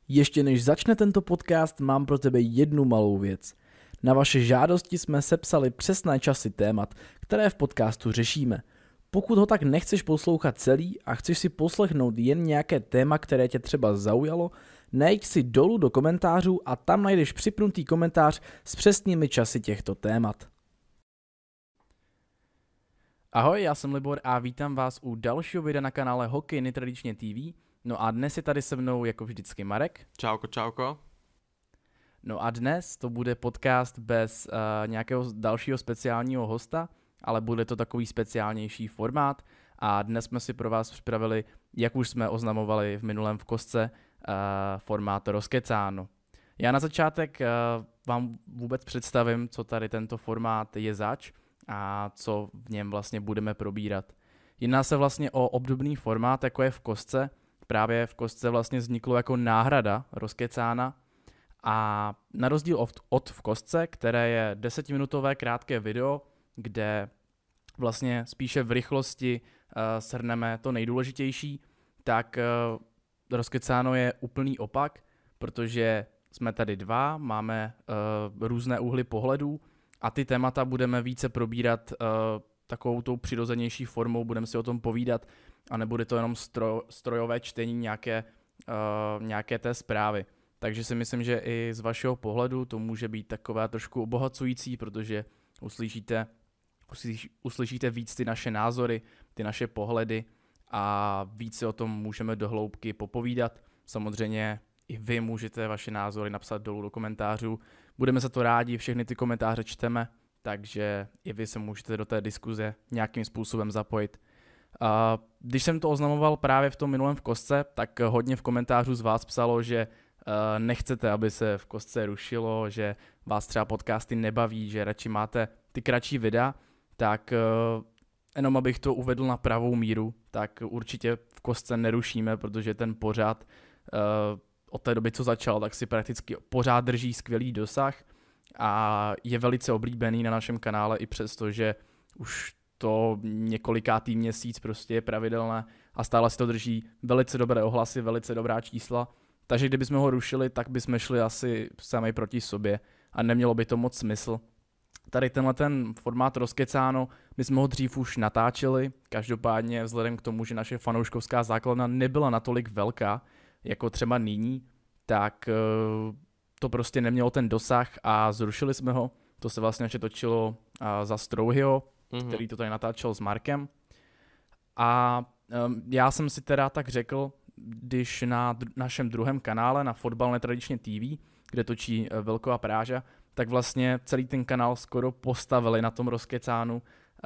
Ještě než začne tento podcast, mám pro tebe jednu malou věc. Na vaše žádosti jsme sepsali přesné časy témat, které v podcastu řešíme. Pokud ho tak nechceš poslouchat celý a chceš si poslechnout jen nějaké téma, které tě třeba zaujalo, najď si dolů do komentářů a tam najdeš připnutý komentář s přesnými časy těchto témat. Ahoj, já jsem Libor a vítám vás u dalšího videa na kanále Hokej netradičně TV. No a dnes je tady se mnou jako vždycky Marek. Čauko, čauko. No a dnes to bude podcast bez nějakého dalšího speciálního hosta, ale bude to takový speciálnější formát a dnes jsme si pro vás připravili, jak už jsme oznamovali v minulém v kostce, formát Rozkecáno. Já na začátek vám vůbec představím, co tady tento formát je zač a co v něm vlastně budeme probírat. Jedná se vlastně o obdobný formát, jako je v kostce. Právě v kostce vlastně vzniklo jako náhrada Rozkecána a na rozdíl od v kostce, které je 10minutové krátké video, kde vlastně spíše v rychlosti shrneme to nejdůležitější, tak Rozkecáno je úplný opak, protože jsme tady dva, máme různé úhly pohledů a ty témata budeme více probírat takovou tou přirozenější formou, budeme si o tom povídat a nebude to jenom strojové čtení nějaké té zprávy. Takže si myslím, že i z vašeho pohledu to může být takové trošku obohacující, protože uslyšíte víc ty naše názory, ty naše pohledy a víc si o tom můžeme do hloubky popovídat. Samozřejmě i vy můžete vaše názory napsat dolů do komentářů. Budeme za to rádi, všechny ty komentáře čteme, takže i vy se můžete do té diskuze nějakým způsobem zapojit. Když jsem to oznamoval právě v tom minulém v kostce, tak hodně v komentářů z vás psalo, že nechcete, aby se v kostce rušilo, že vás třeba podcasty nebaví, že radši máte ty kratší videa, tak jenom abych to uvedl na pravou míru, tak určitě v kostce nerušíme, protože ten pořad od té doby, co začal, tak si prakticky pořád drží skvělý dosah a je velice oblíbený na našem kanále i přesto, že už to několikátý měsíc prostě je pravidelné a stále si to drží velice dobré ohlasy, velice dobrá čísla. Takže kdybychom ho rušili, tak bychom šli asi sami proti sobě a nemělo by to moc smysl. Tady ten formát Rozkecáno, my jsme ho dřív už natáčeli, každopádně vzhledem k tomu, že naše fanouškovská základna nebyla natolik velká, jako třeba nyní, tak to prostě nemělo ten dosah a zrušili jsme ho. To se vlastně točilo za Strouhyho, který to tady natáčel s Markem. A já jsem si teda tak řekl, když na našem druhém kanále, na Fotbal netradičně TV, kde točí Velko a Práža, tak vlastně celý ten kanál skoro postavili na tom Rozkecánu.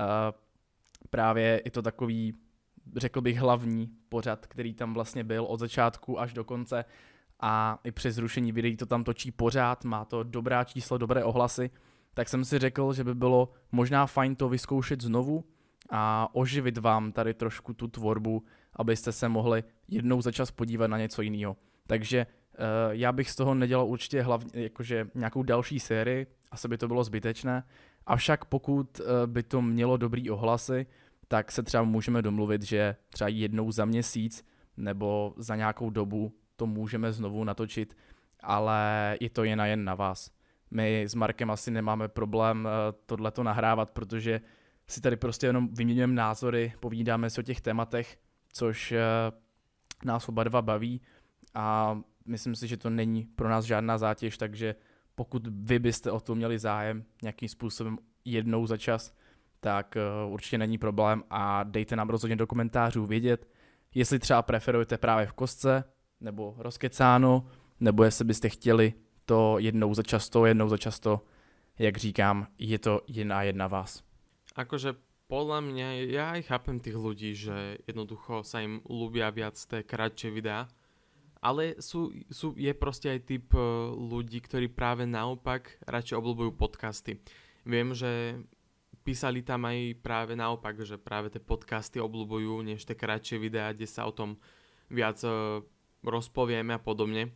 Právě je to takový, řekl bych, hlavní pořad, který tam vlastně byl od začátku až do konce a i přes zrušení videí to tam točí pořád, má to dobrá číslo, dobré ohlasy, tak jsem si řekl, že by bylo možná fajn to vyzkoušet znovu a oživit vám tady trošku tu tvorbu, abyste se mohli jednou za čas podívat na něco jiného. Takže já bych z toho nedělal určitě hlavně jakože nějakou další sérii, asi by to bylo zbytečné, avšak pokud by to mělo dobrý ohlasy, tak se třeba můžeme domluvit, že třeba jednou za měsíc nebo za nějakou dobu to můžeme znovu natočit, ale je to jen na vás. My s Markem asi nemáme problém tohleto nahrávat, protože si tady prostě jenom vyměňujeme názory, povídáme si o těch tématech, což nás oba dva baví a myslím si, že to není pro nás žádná zátěž, takže pokud vy byste o to měli zájem nějakým způsobem jednou za čas, tak určitě není problém a dejte nám rozhodně do komentářů vědět, jestli třeba preferujete právě v kostce nebo Rozkecáno, nebo jestli byste chtěli to jednou za často, jak říkám, je to jen na vás. Akože podľa mňa, ja aj chápem tých ľudí, že jednoducho sa im ľúbia viac tie kratšie videá, ale je proste aj typ ľudí, ktorí práve naopak radšej obľúbujú podcasty. Viem, že písali tam aj práve naopak, že práve tie podcasty obľúbujú než tie kratšie videá, kde sa o tom viac rozpovieme a podobne.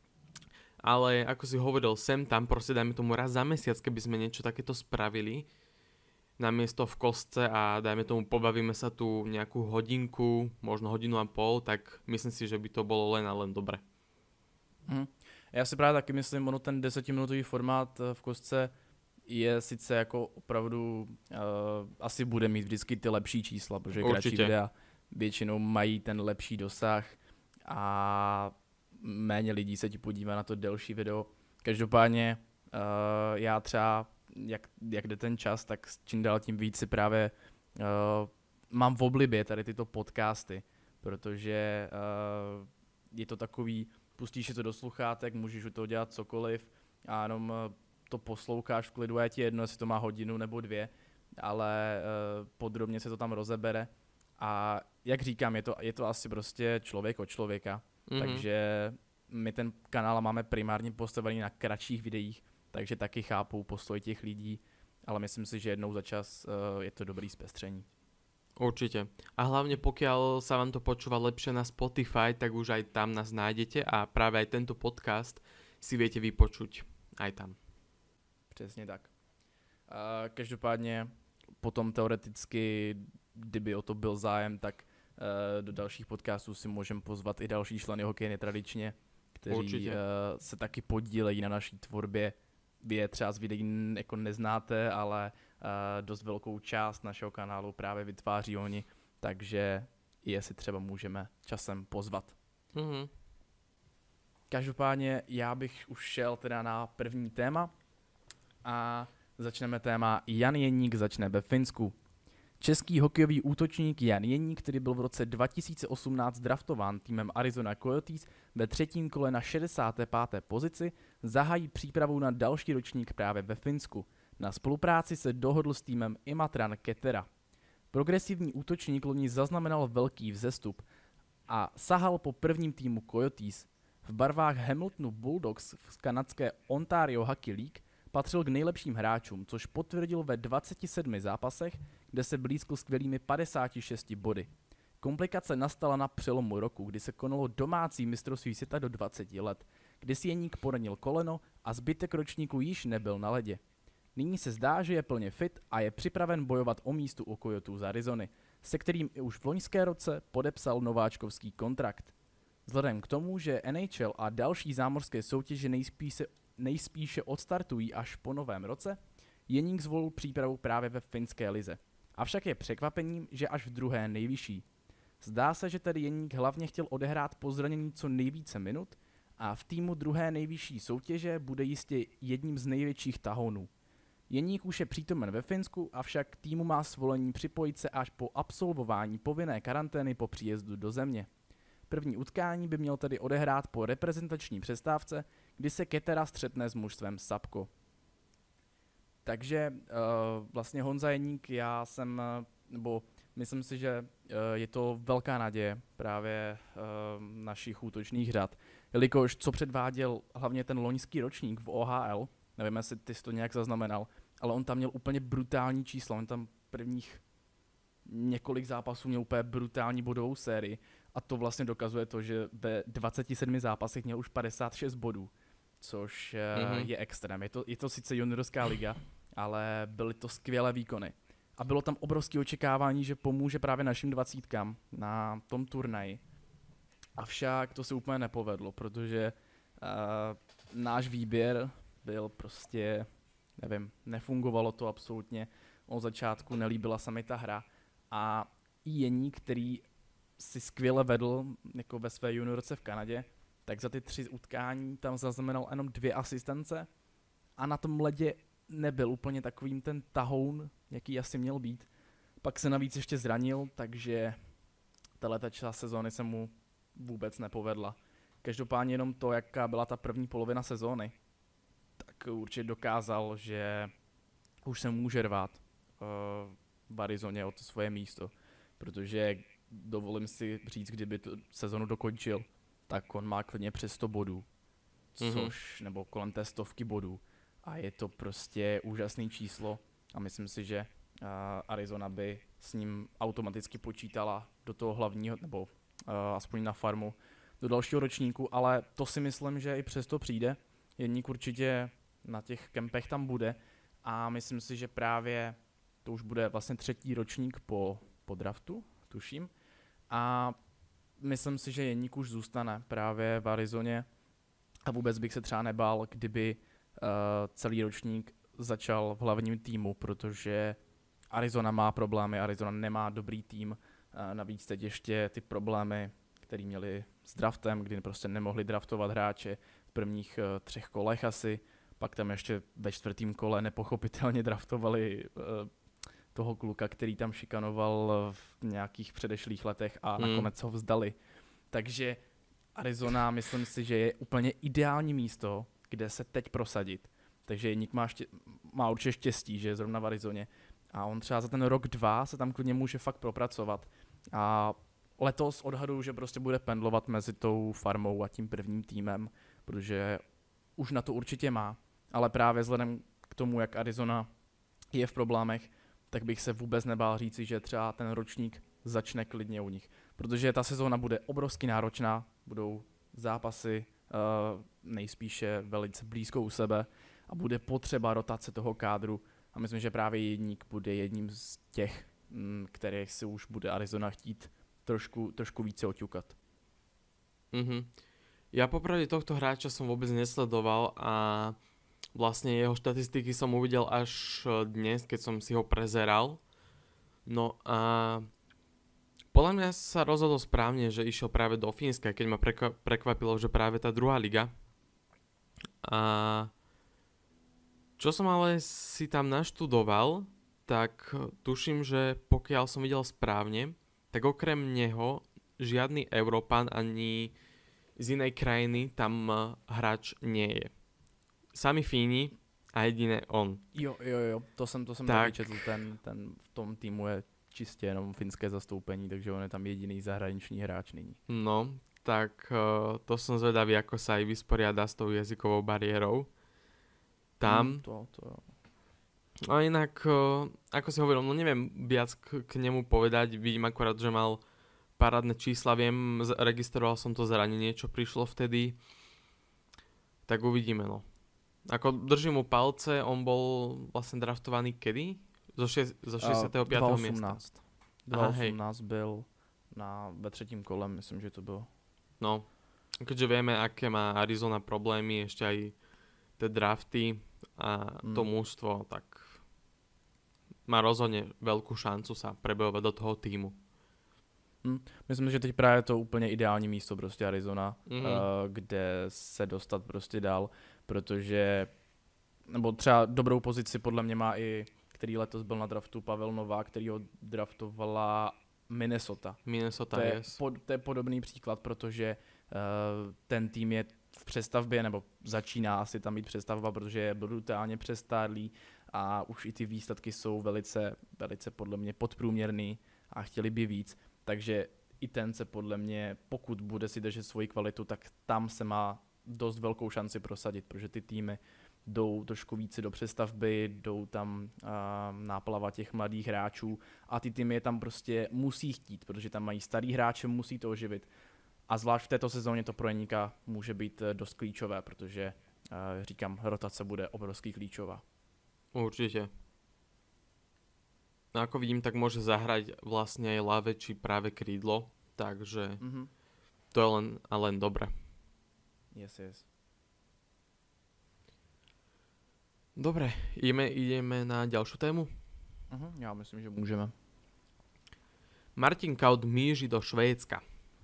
Ale ako si hovoril, sem tam proste dajme tomu raz za mesiac, keby sme niečo takéto spravili, namiesto v kostce a dajme tomu pobavíme sa tu nejakú hodinku, možno hodinu a pol, tak myslím si, že by to bolo len a len dobre. Já si právě taky myslím, ono ten 10minutový formát v kostce je sice jako opravdu, asi bude mít vždycky ty lepší čísla, protože kratší videa většinou mají ten lepší dosah a méně lidí se ti podívá na to delší video. Každopádně já třeba, jak jde ten čas, tak čím dál tím víc si právě mám v oblibě tady tyto podcasty, protože je to takový, pustíš si to do sluchátek, můžeš u toho dělat cokoliv a jenom to posloucháš v klidu, je ti jedno, jestli to má hodinu nebo 2, ale podrobně se to tam rozebere a jak říkám, je to asi prostě člověk od člověka, takže my ten kanál máme primárně postavený na kratších videích, takže taky chápu postoj těch lidí, ale myslím si, že jednou za čas je to dobrý zpestření. Určite. A hlavne pokiaľ sa vám to počúva lepšie na Spotify, tak už aj tam nás nájdete a práve aj tento podcast si viete vypočuť aj tam. Přesně tak. Každopádně potom teoreticky, kdyby o to byl zájem, tak do dalších podcastů si můžeme pozvat i další členy Hokej netradičně, kteří se taky podílejí na naší tvorbě. Vy je třeba z videí jako neznáte, ale dost velkou část našeho kanálu právě vytváří oni, takže je si třeba můžeme časem pozvat. Každopádně já bych už šel teda na první téma a začneme téma Jan Jeník začne ve Finsku. Český hokejový útočník Jan Jeník, který byl v roce 2018 draftován týmem Arizona Coyotes ve třetím kole na 65. pozici, zahájí přípravu na další ročník právě ve Finsku. Na spolupráci se dohodl s týmem Imatran Kettera. Progresivní útočník loni zaznamenal velký vzestup a sahal po prvním týmu Coyotes. V barvách Hamiltonu Bulldogs z kanadské Ontario Hockey League patřil k nejlepším hráčům, což potvrdil ve 27 zápasech, kde se blízkl skvělými 56 body. Komplikace nastala na přelomu roku, kdy se konalo domácí mistrovství světa do 20 let, kdy si Jeník poranil koleno a zbytek ročníku již nebyl na ledě. Nyní se zdá, že je plně fit a je připraven bojovat o místo u Coyotes z Arizony, se kterým i už v loňské roce podepsal nováčkovský kontrakt. Vzhledem k tomu, že NHL a další zámořské soutěže nejspíše odstartují až po novém roce, Jeník zvolil přípravu právě ve finské lize. Avšak je překvapením, že až v druhé nejvyšší. Zdá se, že tedy Jeník hlavně chtěl odehrát po zranění co nejvíce minut a v týmu druhé nejvyšší soutěže bude jistě jedním z největších tahounů. Jeník už je přítomen ve Finsku, avšak týmu má svolení připojit se až po absolvování povinné karantény po příjezdu do země. První utkání by měl tedy odehrát po reprezentační přestávce, kdy se Kettera střetne s mužstvem Sapko. Takže vlastně Honza Jeník, myslím si, že je to velká naděje právě našich útočných řad, jelikož co předváděl hlavně ten loňský ročník v OHL, nevím, jestli ty jsi to nějak zaznamenal, ale on tam měl úplně brutální čísla, on tam prvních několik zápasů měl úplně brutální bodovou sérii a to vlastně dokazuje to, že ve 27 zápasech měl už 56 bodů, což je extrém. Je to sice juniorská liga, ale byly to skvělé výkony. A bylo tam obrovské očekávání, že pomůže právě našim 20 na tom turnaji. Avšak to se úplně nepovedlo, protože náš výběr byl prostě, nevím, nefungovalo to absolutně. Od začátku nelíbila se mi ta hra a i Jeník, který si skvěle vedl jako ve své juniorce v Kanadě, tak za ty 3 utkání tam zaznamenal jenom 2 asistence a na tom ledě nebyl úplně takovým ten tahoun, jaký asi měl být. Pak se navíc ještě zranil, takže tato část sezóny se mu vůbec nepovedla. Každopádně jenom to, jaká byla ta první polovina sezóny, tak určitě dokázal, že už se může rvát v Arizoně o to svoje místo, protože dovolím si říct, kdyby tu sezonu dokončil, tak on má klidně přes 100 bodů, nebo kolem té 100 bodů a je to prostě úžasné číslo a myslím si, že Arizona by s ním automaticky počítala do toho hlavního, nebo aspoň na farmu, do dalšího ročníku, ale to si myslím, že i přesto přijde. Jeník určitě na těch kempech tam bude a myslím si, že právě to už bude vlastně 3. ročník po draftu, tuším. A myslím si, že Jeník už zůstane právě v Arizoně A vůbec bych se třeba nebál, kdyby celý ročník začal v hlavním týmu, protože Arizona má problémy, Arizona nemá dobrý tým, navíc teď ještě ty problémy, které měli s draftem, kdy prostě nemohli draftovat hráče v prvních 3 kolech asi, pak tam ještě ve 4. kole nepochopitelně draftovali toho kluka, který tam šikanoval v nějakých předešlých letech a nakonec ho vzdali. Takže Arizona, myslím si, že je úplně ideální místo, kde se teď prosadit. Takže Jeník má určitě štěstí, že je zrovna v Arizoně. A on třeba za ten rok, 2 se tam klidně může fakt propracovat. A letos odhaduju, že prostě bude pendlovat mezi tou farmou a tím prvním týmem, protože už na to určitě má. Ale právě vzhledem k tomu, jak Arizona je v problémech, tak bych se vůbec nebál říci, že třeba ten ročník začne klidně u nich. Protože ta sezóna bude obrovsky náročná, budou zápasy nejspíše velice blízko u sebe a bude potřeba rotace toho kádru. A myslím, že právě Jeník bude jedním z těch, kterých si už bude Arizona chtít trošku více oťukat. Ja popravde tohto hráča som vôbec nesledoval a vlastne jeho štatistiky som uvidel až dnes, keď som si ho prezeral. No a podľa mňa sa rozhodol správne, že išiel práve do Fínska, keď ma prekvapilo, že práve tá druhá liga. A čo som ale si tam naštudoval, tak tuším, že pokiaľ som videl správne, tak okrem neho žiadny Európan ani z inej krajiny tam hráč nie je. Sami Fíni a jediné on. Jo, to jsem taky četl, ten v tom týmu je čistě jenom finské zastoupení, takže on je tam jediný zahraniční hráč nyní. No, tak to som zvedavý, ako sa aj vysporiada s tou jazykovou bariérou. Tam. To. A inak, ako si hovoril, no neviem viac k nemu povedať, vidím akorát, že mal parádne čísla, viem, registroval som to zranenie, čo prišlo vtedy, tak uvidíme, no. Ako držím mu palce, on bol vlastne draftovaný kedy? Zo 65. miesta. 2018 byl ve 3. kole, myslím, že to bylo. No, keďže vieme, aké má Arizona problémy, ešte aj tie drafty a to mužstvo, tak má rozhodne veľkú šancu sa prebojovať do toho týmu. Myslím, že teď právě to úplně ideální místo prostě Arizona, kde se dostat prostě dál, protože, nebo třeba dobrou pozici podle mě má i, který letos byl na draftu, Pavel Novák, který ho draftovala Minnesota. To je podobný příklad, protože ten tým je v přestavbě, nebo začíná asi tam být přestavba, protože je brutálně přestárlý a už i ty výsledky jsou velice, velice podle mě podprůměrný a chtěli by víc. Takže i ten se podle mě, pokud bude si držet svoji kvalitu, tak tam se má dost velkou šanci prosadit, protože ty týmy jdou trošku více do přestavby, jdou tam náplava těch mladých hráčů a ty týmy je tam prostě musí chtít, protože tam mají starý hráče, musí to oživit. A zvlášť v této sezóně to pro Jeníka může být dost klíčové, protože říkám, rotace bude obrovský klíčová. Určite. No ako vidím, tak môže zahrať vlastne aj ľavé či práve krídlo, takže to je len dobre. Yes. Dobre, ideme na ďalšiu tému? Já myslím, že můžeme. Martin Kaut míří do Švédska.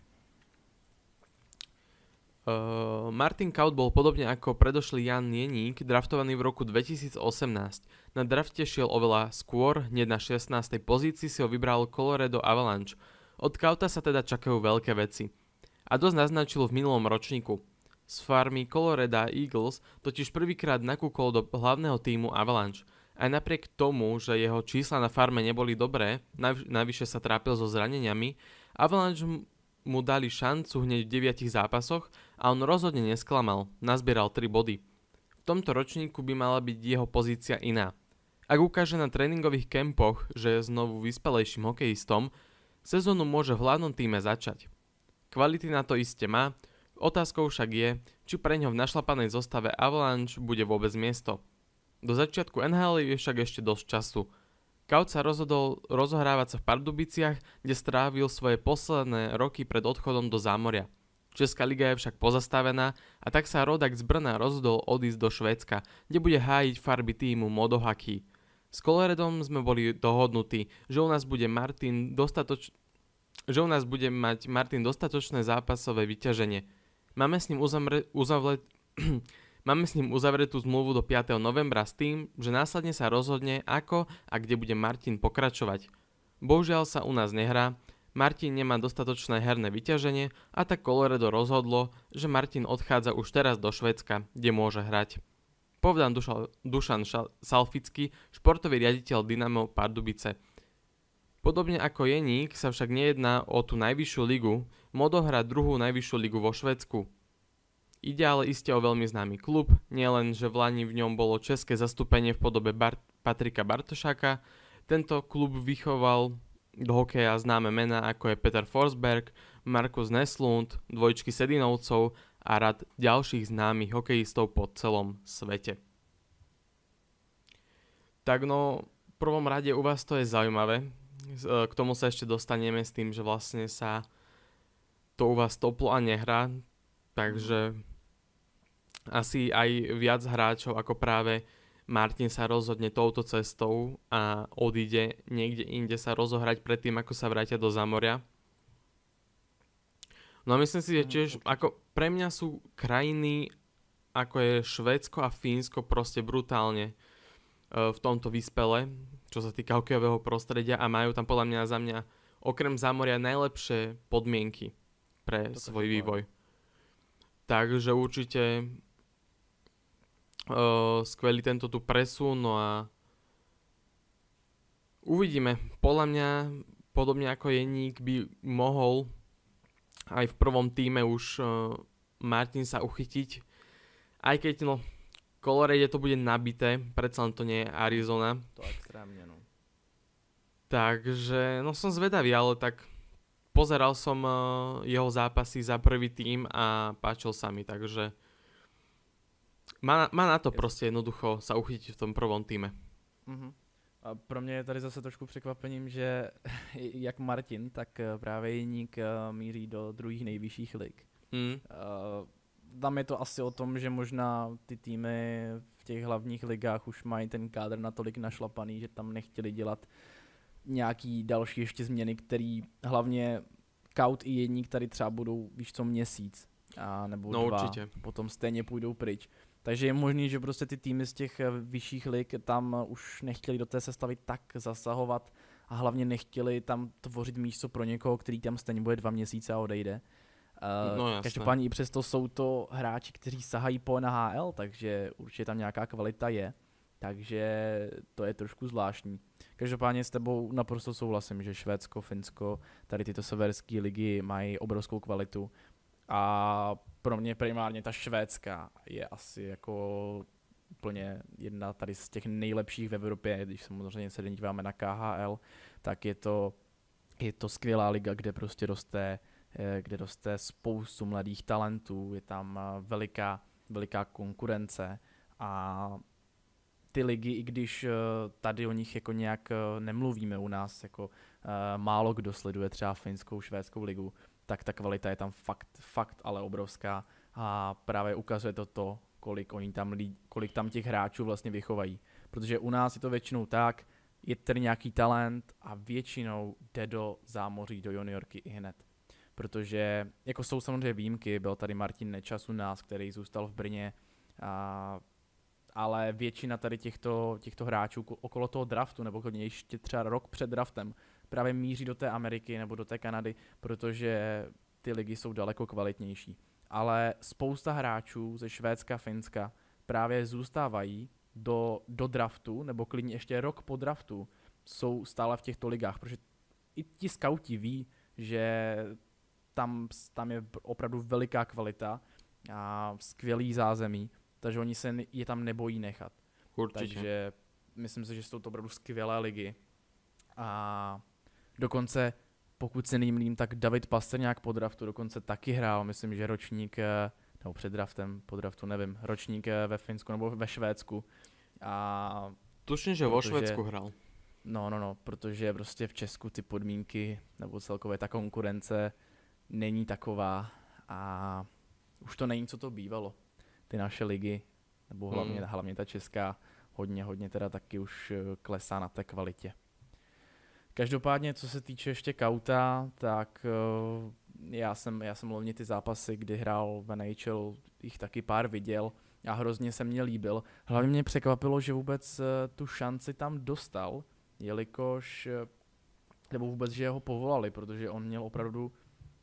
Martin Kaut bol podobne ako predošlý Jan Jeník draftovaný v roku 2018. Na drafte šiel oveľa skôr, hneď na 16. pozícii si ho vybral Colorado Avalanche. Od Kauta sa teda čakajú veľké veci. A dosť naznačil v minulom ročníku. Z farmy Colorado Eagles totiž prvýkrát nakúkol do hlavného týmu Avalanche. Aj napriek tomu, že jeho čísla na farme neboli dobré, navyše sa trápil so zraneniami, Avalanche mu dali šancu hneď v 9 zápasoch a on rozhodne nesklamal, nazbieral 3 body. V tomto ročníku by mala byť jeho pozícia iná. Ak ukáže na tréningových kempoch, že je znovu vyspelejším hokejistom, sezónu môže v hlavnom týme začať. Kvality na to iste má, otázkou však je, či pre ňo v našlapanej zostave Avalanche bude vôbec miesto. Do začiatku NHL je však ešte dosť času. Kaut sa rozhodol rozohrávať sa v Pardubiciach, kde strávil svoje posledné roky pred odchodom do zámoria. Česká liga je však pozastavená a tak sa rodak z Brna rozhodol odísť do Švédska, kde bude hájiť farby týmu Modohaki. S Coloredom sme boli dohodnutí, že u nás bude mať Martin dostatočné zápasové vyťaženie. Máme s ním uzavretú zmluvu do 5. novembra s tým, že následne sa rozhodne, ako a kde bude Martin pokračovať. Bohužiaľ sa u nás nehrá, Martin nemá dostatočné herné vyťaženie a tak Colorado rozhodlo, že Martin odchádza už teraz do Švédska, kde môže hrať. Povedal Dušan Salfický, športový riaditeľ Dynamo Pardubice. Podobne ako Jeník sa však nejedná o tú najvyššiu ligu, Modo hrá druhú najvyššiu ligu vo Švédsku. Ide ale iste o veľmi známy klub, nielen, že v Lani v ňom bolo české zastúpenie v podobe Patrika Bartošáka, tento klub vychoval do hokeja známe mená ako je Peter Forsberg, Markus Neslund, dvojčky Sedinovcov a rad ďalších známych hokejistov po celom svete. Tak no, v prvom rade u vás to je zaujímavé. K tomu sa ešte dostaneme s tým, že vlastne sa to u vás toplo a nehrá, takže asi aj viac hráčov ako práve Martin sa rozhodne touto cestou a odíde niekde inde sa rozohrať predtým, ako sa vrátia do Zámoria. No a myslím si, že tiež ako pre mňa sú krajiny ako je Švédsko a Fínsko proste brutálne v tomto vyspele, čo sa týka hokejového prostredia a majú tam podľa mňa za mňa okrem Zámoria najlepšie podmienky pre svoj vývoj. Takže určite skvelý tento tu presun, no a uvidíme. Podľa mňa, podobne ako Jeník by mohol aj v prvom týme už Martin sa uchytiť, aj keď no Colorade to bude nabité, predsa len to nie je Arizona. To extrémne, no. Takže, no som zvedavý, ale tak pozeral som jeho zápasy za prvý tím a páčil sa mi, takže má na to prostě jednoducho sa uchytiť v tom prvom týme. A pro mě je tady zase trošku překvapením, že jak Martin, tak právě Jeník míří do druhých nejvyšších lig. Tam je to asi o tom, že možná ty týmy v těch hlavních ligách už mají ten kádr natolik našlapaný, že tam nechtěli dělat nějaký další ještě změny, který hlavně Kaut i Jeník tady třeba budou, víš co, měsíc a nebo no, 2, určitě. Potom stejně půjdou pryč. Takže je možný, že prostě ty týmy z těch vyšších lig tam už nechtěli do té sestavy tak zasahovat a hlavně nechtěli tam tvořit místo pro někoho, který tam stejně bude 2 měsíce a odejde. No, každopádně i přesto jsou to hráči, kteří sahají po NHL, takže určitě tam nějaká kvalita je. Takže to je trošku zvláštní. Každopádně s tebou naprosto souhlasím, že Švédsko, Finsko, tady tyto severské ligy mají obrovskou kvalitu. A pro mě primárně ta švédská je asi jako úplně jedna tady z těch nejlepších v Evropě, když samozřejmě se díváme na KHL, tak je to skvělá liga, kde prostě roste spoustu mladých talentů, je tam veliká konkurence a ty ligy, i když tady o nich jako nějak nemluvíme u nás, jako málo kdo sleduje třeba finskou, švédskou ligu, tak ta kvalita je tam fakt ale obrovská a právě ukazuje to, kolik tam těch hráčů vlastně vychovají. Protože u nás je to většinou tak, je tady nějaký talent a většinou jde do zámoří, do juniorky i hned. Protože jako jsou samozřejmě výjimky, byl tady Martin Nečas u nás, který zůstal v Brně, ale většina tady těchto hráčů okolo toho draftu, nebo ještě třeba rok před draftem, právě míří do té Ameriky nebo do té Kanady, protože ty ligy jsou daleko kvalitnější. Ale spousta hráčů ze Švédska, Finska právě zůstávají do draftu, nebo klidně ještě rok po draftu, jsou stále v těchto ligách, protože i ti skauti ví, že tam je opravdu veliká kvalita a skvělý zázemí, takže oni se je tam nebojí nechat. Určitě. Takže myslím si, že jsou to opravdu skvělé ligy. A dokonce, pokud se nemýlím, tak David Pastrňák po draftu dokonce taky hrál, myslím, že ročník, nebo před draftem, po draftu nevím, ročník ve Finsku nebo ve Švédsku. A tuším, že vo Švédsku hrál. No, protože prostě v Česku ty podmínky, nebo celkově ta konkurence není taková a už to není, co to bývalo. Ty naše ligy, nebo hlavně ta česká, hodně teda taky už klesá na té kvalitě. Každopádně, co se týče ještě Kauta, tak já jsem hlavně ty zápasy, kdy hrál v NHL, jich taky pár viděl a hrozně se mně líbil. Hlavně mě překvapilo, že vůbec tu šanci tam dostal, jelikož, nebo vůbec, že ho povolali, protože on měl opravdu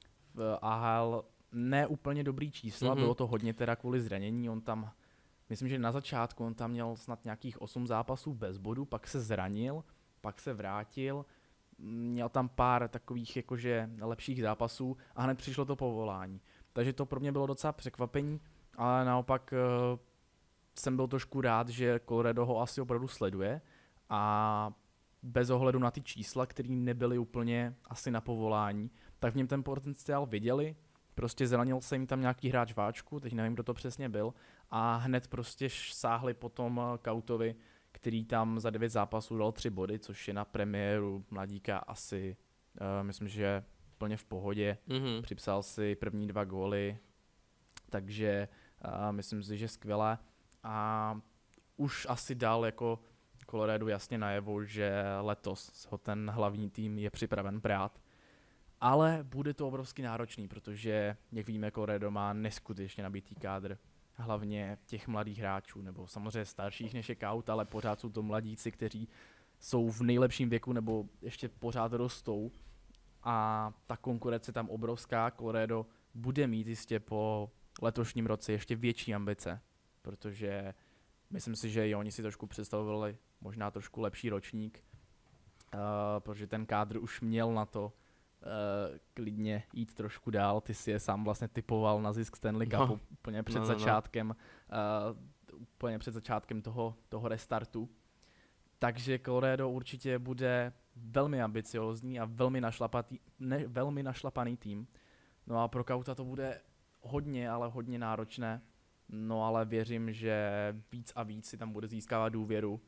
v AHL ne úplně dobrý čísla, bylo to hodně teda kvůli zranění, on tam, myslím, že na začátku on tam měl snad nějakých 8 zápasů bez bodu, pak se zranil, pak se vrátil, měl tam pár takových jakože lepších zápasů a hned přišlo to povolání. Takže to pro mě bylo docela překvapení, ale naopak jsem byl trošku rád, že Colorado ho asi opravdu sleduje a bez ohledu na ty čísla, které nebyly úplně asi na povolání, tak v něm ten potenciál viděli, prostě zranil se jim tam nějaký hráč váčku, teď nevím, kdo to přesně byl, a hned prostě sáhli potom Kautovi, který tam za 9 zápasů dal 3 body, což je na premiéru mladíka asi, myslím, že plně v pohodě. Připsal si první 2 góly, takže myslím si, že skvělé. A už asi dal jako Colorado jasně najevo, že letos ho ten hlavní tým je připraven brát. Ale bude to obrovsky náročný, protože, jak víme, Colorado má neskutečně nabitý kádr. Hlavně těch mladých hráčů, nebo samozřejmě starších než je Kaut, ale pořád jsou to mladíci, kteří jsou v nejlepším věku nebo ještě pořád rostou. A ta konkurence tam obrovská. Colorado bude mít jistě po letošním roce ještě větší ambice, protože myslím si, že i oni si trošku představovali možná trošku lepší ročník, protože ten kádr už měl na to klidně jít trošku dál. Ty si je sám vlastně typoval na zisk Stanley Cupu úplně před začátkem, úplně před začátkem toho restartu. Takže Colorado určitě bude velmi ambiciózní a velmi našlapaný tým. No a pro Kauta to bude hodně, ale hodně náročné. No ale věřím, že víc a víc si tam bude získávat důvěru.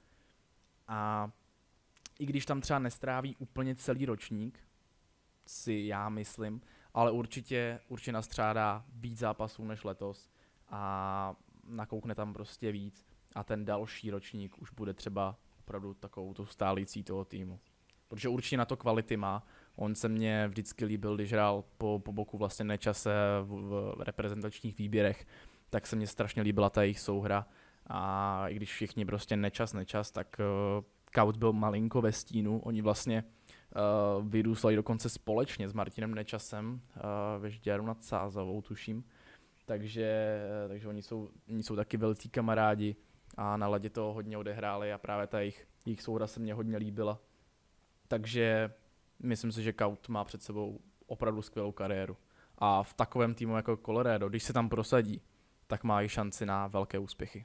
A i když tam třeba nestráví úplně celý ročník, si já myslím, ale určitě nastřádá víc zápasů než letos a nakoukne tam prostě víc a ten další ročník už bude třeba opravdu takovou tu stálící toho týmu. Protože určitě na to kvality má. On se mně vždycky líbil, když hrál po boku vlastně Nečase v reprezentačních výběrech, tak se mně strašně líbila ta jejich souhra a i když všichni prostě Nečas, tak Kaut byl malinko ve stínu. Oni vlastně vyrůstali dokonce společně s Martinem Nečasem ve Žďáru nad Sázavou, tuším. Takže oni jsou taky velcí kamarádi a na ledě toho hodně odehráli a právě ta jejich souhra se mně hodně líbila. Takže myslím si, že Kaut má před sebou opravdu skvělou kariéru. A v takovém týmu jako Colorado, když se tam prosadí, tak má i šanci na velké úspěchy.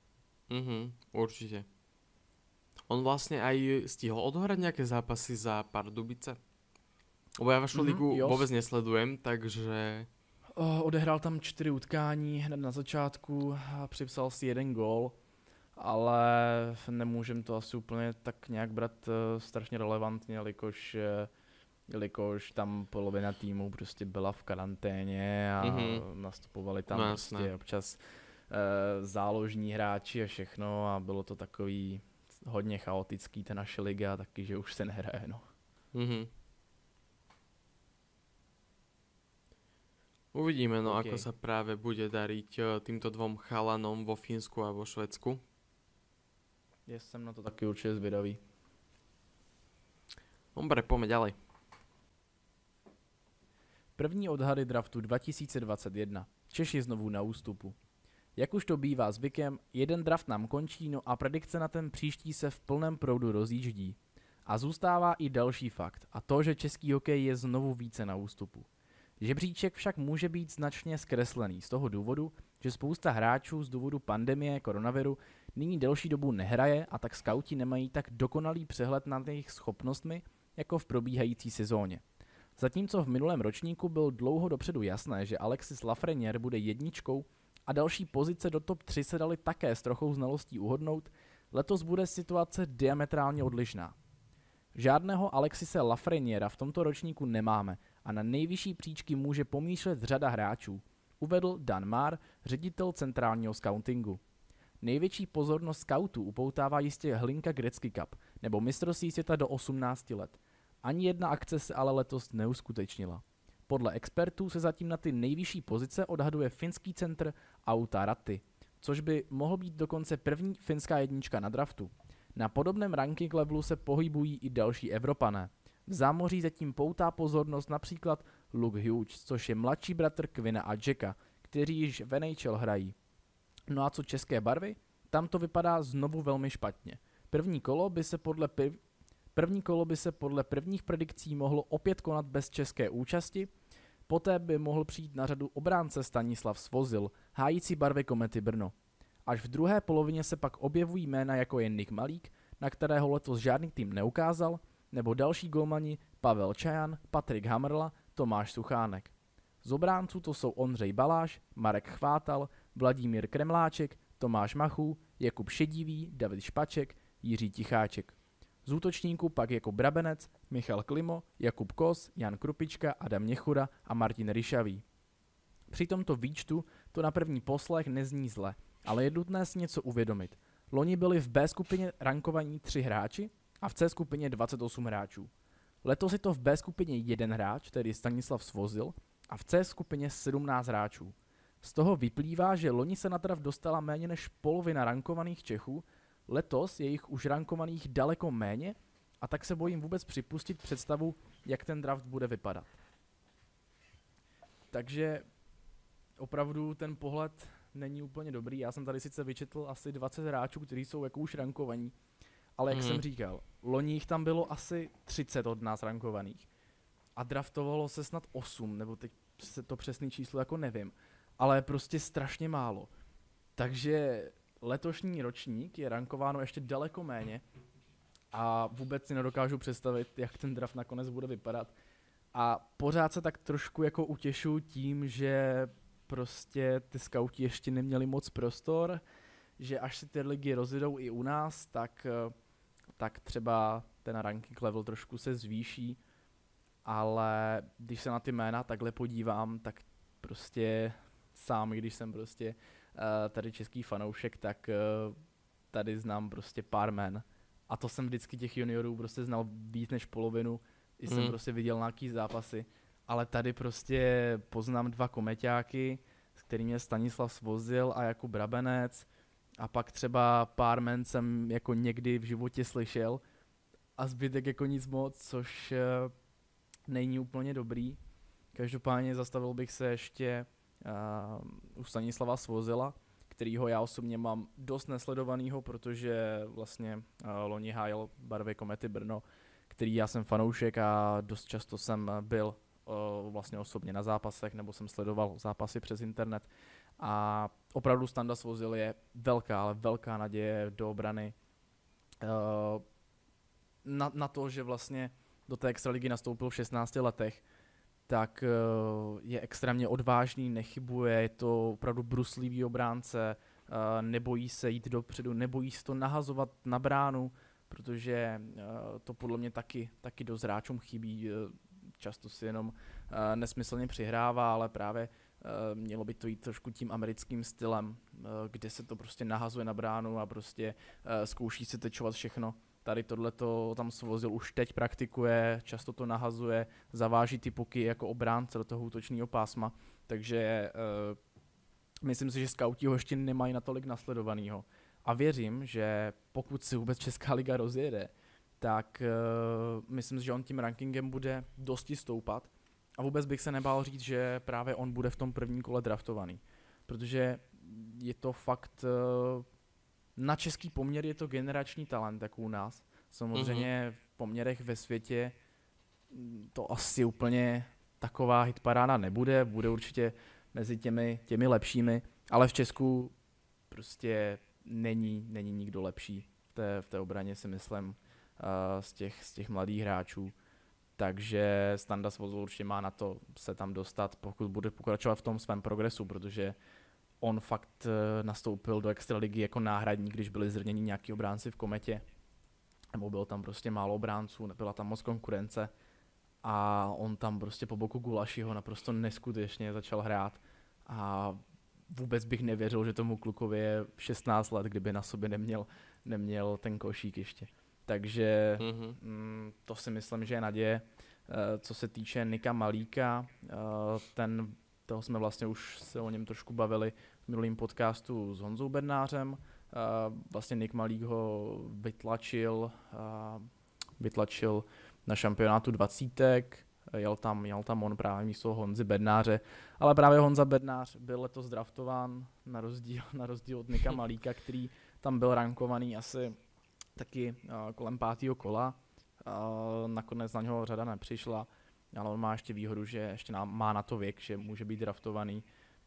Určite. On vlastne aj stihol odohrať nejaké zápasy za Pardubice? Lebo ja vašu ligu vôbec nesledujem, takže... Odehrál tam 4 utkání hned na začátku a připsal si 1 gól, ale nemůžem to asi úplně tak nějak brát strašně relevantně, jelikož tam polovina týmu prostě byla v karanténě a nastupovali tam prostě občas záložní hráči a všechno a bylo to takový hodně chaotický ta naše liga, taky, že už se nehraje, no. Uvidíme, no ako sa práve bude dariť týmto 2 chalanom vo Fínsku a vo Švédsku. Ja som na to taky určite zvedavý. Dobre, poďme ďalej. První odhady draftu 2021. Češi znovu na ústupu. Jak už to bývá zvykem, jeden draft nám končí, no a predikce na ten příští se v plném proudu rozjíždí. A zůstává i další fakt, a to, že český hokej je znovu více na ústupu. Žebříček však může být značně zkreslený z toho důvodu, že spousta hráčů z důvodu pandemie koronaviru nyní delší dobu nehraje a tak skauti nemají tak dokonalý přehled nad jejich schopnostmi jako v probíhající sezóně. Zatímco v minulém ročníku byl dlouho dopředu jasné, že Alexis Lafrenière bude jedničkou a další pozice do top 3 se daly také s trochou znalostí uhodnout, letos bude situace diametrálně odlišná. Žádného Alexise Lafreniéra v tomto ročníku nemáme a na nejvyšší příčky může pomýšlet řada hráčů, uvedl Dan Marr, ředitel centrálního scoutingu. Největší pozornost scoutů upoutává jistě Hlinka Gretzky Cup, nebo mistrovství světa do 18 let. Ani jedna akce se ale letos neuskutečnila. Podle expertů se zatím na ty nejvyšší pozice odhaduje finský centr Auta Ratti, což by mohl být dokonce první finská jednička na draftu. Na podobném ranking levelu se pohybují i další Evropané. V zámoří zatím poutá pozornost například Luke Hughes, což je mladší bratr Quina a Jacka, kteří již v NHL hrají. No a co české barvy? Tam to vypadá znovu velmi špatně. První kolo by se podle prvních predikcí mohlo opět konat bez české účasti, poté by mohl přijít na řadu obránce Stanislav Svozil, hájící barvy Komety Brno. Až v druhé polovině se pak objevují jména jako je Nick Malík, na kterého letos žádný tým neukázal, nebo další golmani Pavel Čajan, Patrik Hamrla, Tomáš Suchánek. Z obránců to jsou Ondřej Baláš, Marek Chvátal, Vladimír Kremláček, Tomáš Machů, Jakub Šedivý, David Špaček, Jiří Ticháček. Z útočníků pak jako Brabenec, Michal Klimo, Jakub Kos, Jan Krupička, Adam Něchura a Martin Ryšavý. Při tomto výčtu to na první poslech nezní zle, ale je nutné si něco uvědomit. Loni byli v B skupině rankovaní 3 hráči a v C skupině 28 hráčů. Letos je to v B skupině 1 hráč, tedy Stanislav Svozil, a v C skupině 17 hráčů. Z toho vyplývá, že loni se na draft dostala méně než polovina rankovaných Čechů, letos je jich už rankovaných daleko méně a tak se bojím vůbec připustit představu, jak ten draft bude vypadat. Takže opravdu ten pohled není úplně dobrý. Já jsem tady sice vyčetl asi 20 hráčů, kteří jsou jako už rankovaní, ale jak jsem říkal, loni jich tam bylo asi 30 od nás rankovaných a draftovalo se snad 8, nebo teď to přesné číslo jako nevím, ale prostě strašně málo. Takže letošní ročník je rankováno ještě daleko méně a vůbec si nedokážu představit, jak ten draft nakonec bude vypadat. A pořád se tak trošku jako utěšuju tím, že prostě ty skauti ještě neměli moc prostor, že až se ty ligy rozjedou i u nás, tak třeba ten ranking level trošku se zvýší, ale když se na ty jména takhle podívám, tak prostě sám, když jsem prostě tady český fanoušek, tak tady znám prostě pár jmen. A to jsem vždycky těch juniorů prostě znal víc než polovinu, i jsem prostě viděl nějaký zápasy, ale tady prostě poznám 2 komeťáky, s kterými je Stanislav Svozil a Jakub Brabenec a pak třeba pár jmen jsem jako někdy v životě slyšel a zbytek jako nic moc, což není úplně dobrý. Každopádně zastavil bych se ještě u Stanislava Svozila, kterýho já osobně mám dost nesledovanýho, protože vlastně loni hájil barvy Komety Brno, který já jsem fanoušek a dost často jsem byl vlastně osobně na zápasech, nebo jsem sledoval zápasy přes internet. A opravdu Standa Svozil je velká, ale velká naděje do obrany. Na to, že vlastně do té extraligy nastoupil v 16 letech, tak je extrémně odvážný, nechybuje, je to opravdu bruslivý obránce, nebojí se jít dopředu, nebojí se to nahazovat na bránu, protože to podle mě taky dost hráčům chybí, často si jenom nesmyslně přihrává, ale právě mělo by to jít trošku tím americkým stylem, kde se to prostě nahazuje na bránu a prostě zkouší se tečovat všechno. Tady tohleto tam Svozil už teď praktikuje, často to nahazuje, zaváží ty puky jako obránce do toho útočného pásma, takže myslím si, že skauti ho ještě nemají natolik nasledovanýho. A věřím, že pokud si vůbec Česká liga rozjede, tak myslím si, že on tím rankingem bude dosti stoupat a vůbec bych se nebál říct, že právě on bude v tom prvním kole draftovaný, protože je to fakt... Na český poměr je to generační talent, jako u nás. Samozřejmě v poměrech ve světě to asi úplně taková hitparáda nebude, bude určitě mezi těmi lepšími, ale v Česku prostě není nikdo lepší v té obraně, si myslím, z těch mladých hráčů. Takže Standa Svozil určitě má na to se tam dostat, pokud bude pokračovat v tom svém progresu, protože on fakt nastoupil do extraligy jako náhradník, když byli zraněni nějaký obránci v Kometě, nebo bylo tam prostě málo obránců, nebyla tam moc konkurence a on tam prostě po boku Gulašiho naprosto neskutečně začal hrát a vůbec bych nevěřil, že tomu klukovi je 16 let, kdyby na sobě neměl ten košík ještě. Takže to si myslím, že je naděje. Co se týče Nika Malíka, toho jsme vlastně už se o něm trošku bavili v minulém podcastu s Honzou Bednářem. Vlastně Nik Malík ho vytlačil na šampionátu 20. Jel tam on právě místo Honzy Bednáře, ale právě Honza Bednář byl letos draftován na rozdíl od Nika Malíka, který tam byl rankovaný asi taky kolem 5. kola. Nakonec na něho řada nepřišla, ale on má ještě výhodu, že ještě má na to věk, že může být draftovaný,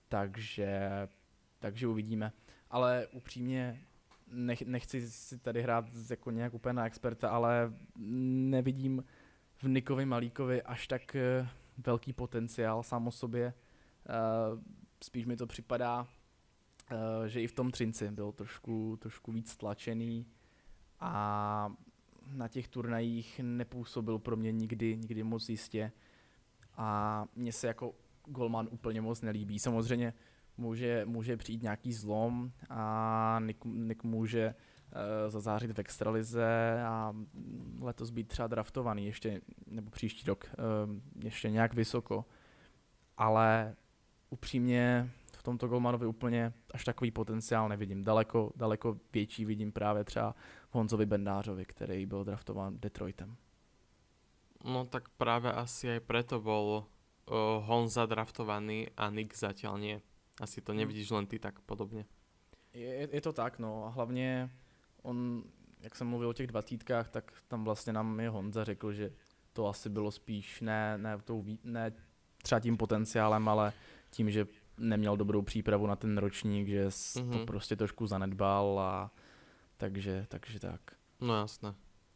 takže uvidíme. Ale upřímně nechci si tady hrát jako nějak úplně na experta, ale nevidím v Nikovi Malíkovi až tak velký potenciál sám o sobě. Spíš mi to připadá, že i v tom Třinci byl trošku víc tlačený a na těch turnajích nepůsobil pro mě nikdy moc jistě a mně se jako golman úplně moc nelíbí. Samozřejmě může přijít nějaký zlom a Nick může zazářit v extralize a letos být třeba draftovaný ještě, nebo příští rok ještě nějak vysoko. Ale upřímně v tomto golmanovi úplně až takový potenciál nevidím. Daleko větší vidím právě třeba v Honzovi Bednářovi, který byl draftován Detroitem. No tak práve asi aj preto bol Honza draftovaný a Nick zatiaľ nie. Asi to nevidíš len ty tak podobně. Je to tak, no a hlavně on, jak jsem mluvil o těch 20, tak tam vlastně nám je Honza řekl, že to asi bylo spíš ne třeba tím potenciálem, ale tím, že neměl dobrou přípravu na ten ročník, že to prostě trošku zanedbal a takže tak. No jasné.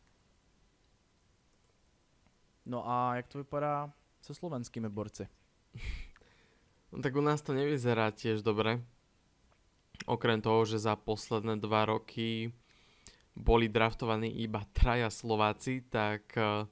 No a jak to vypadá se slovenskými borci? No tak u nás to nevyzerá tiež dobre. Okrem toho, že za posledné 2 roky boli draftovaní iba 3 Slováci, tak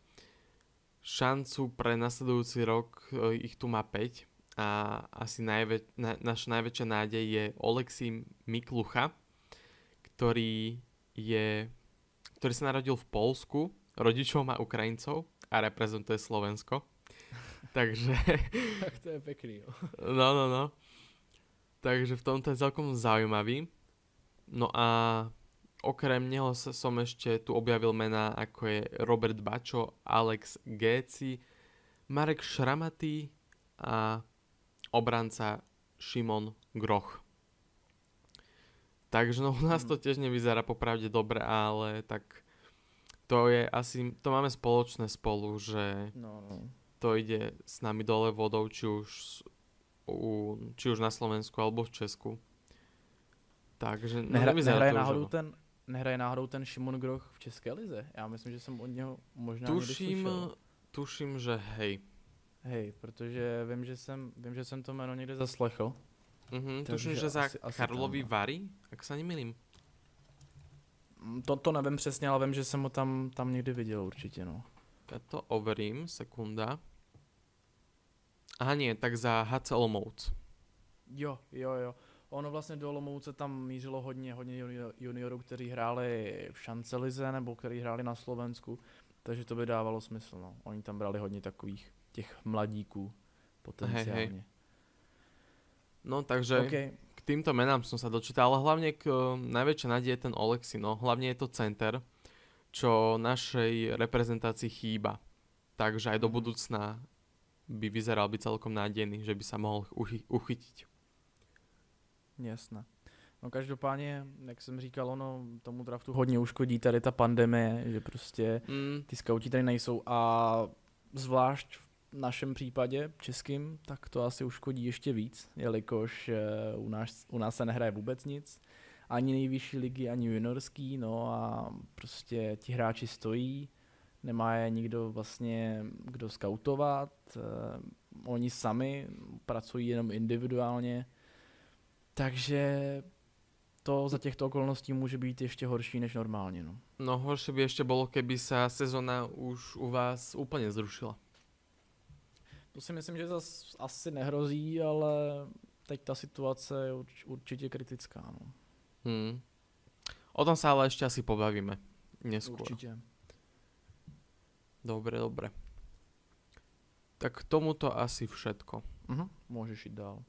šancu pre nasledujúci rok ich tu má 5. A asi naša najväčšia nádej je Oleksij Miklucha, ktorý sa narodil v Poľsku, rodičov má Ukrajincov a reprezentuje Slovensko. Takže... Tak to je pekný, jo. No. Takže v tomto je celkom zaujímavý. No a okrem neho som ešte tu objavil mená ako je Robert Bačo, Alex Géci, Marek Šramatý a obranca Šimon Groch. Takže no u nás to tiež nevyzerá popravde dobre, ale tak to je asi, to máme spoločné spolu, že to ide s nami dole vodou, či už na Slovensku alebo v Česku. Takže nehraje náhodou ten Šimon Groch v České lize? Já myslím, že jsem od něho možná někdy slyšel. Tuším, že hej. Hej, protože vím, že jsem to jméno někde zaslechl. Tuším, že za Karlovy Vary, ak sa nemýlim. To nevím přesně, ale vím, že jsem ho tam někdy viděl určitě, no. Ja to overím, sekunda. Aha, nie, tak za HC Olomouc. Jo. Ono vlastně do Olomouce tam mířilo hodně juniorů, kteří hráli v šancelize nebo kteří hráli na Slovensku, takže to by dávalo smysl, no. Oni tam brali hodně takových těch mladíků potenciálně. Hej. No takže k týmto menám som sa dočítal, ale hlavne k najväčšej nádeje ten Oleksij, no hlavne je to center, čo našej reprezentácii chýba. Takže aj do budúcna by vyzeral byť celkom nádejný, že by sa mohol uchytiť. Jasné. No každopádně, jak jsem říkal, ono tomu draftu hodně uškodí tady ta pandemie, že prostě ty skauti tady nejsou a zvlášť v našem případě českým, tak to asi uškodí ještě víc, jelikož u nás se nehraje vůbec nic, ani nejvyšší ligy, ani juniorský, no a prostě ti hráči stojí, nemá je nikdo vlastně kdo skautovat, oni sami pracují jenom individuálně, takže to za těchto okolností může být ještě horší než normálně. No horšie by ešte bolo, keby sa sezóna už u vás úplne zrušila. To si myslím, že zas asi nehrozí, ale teď ta situace je určitě kritická. No. O tom sa ale ešte asi pobavíme neskôr. Určitě. Dobre. Tak k tomuto asi všetko. Môžeš ísť dál.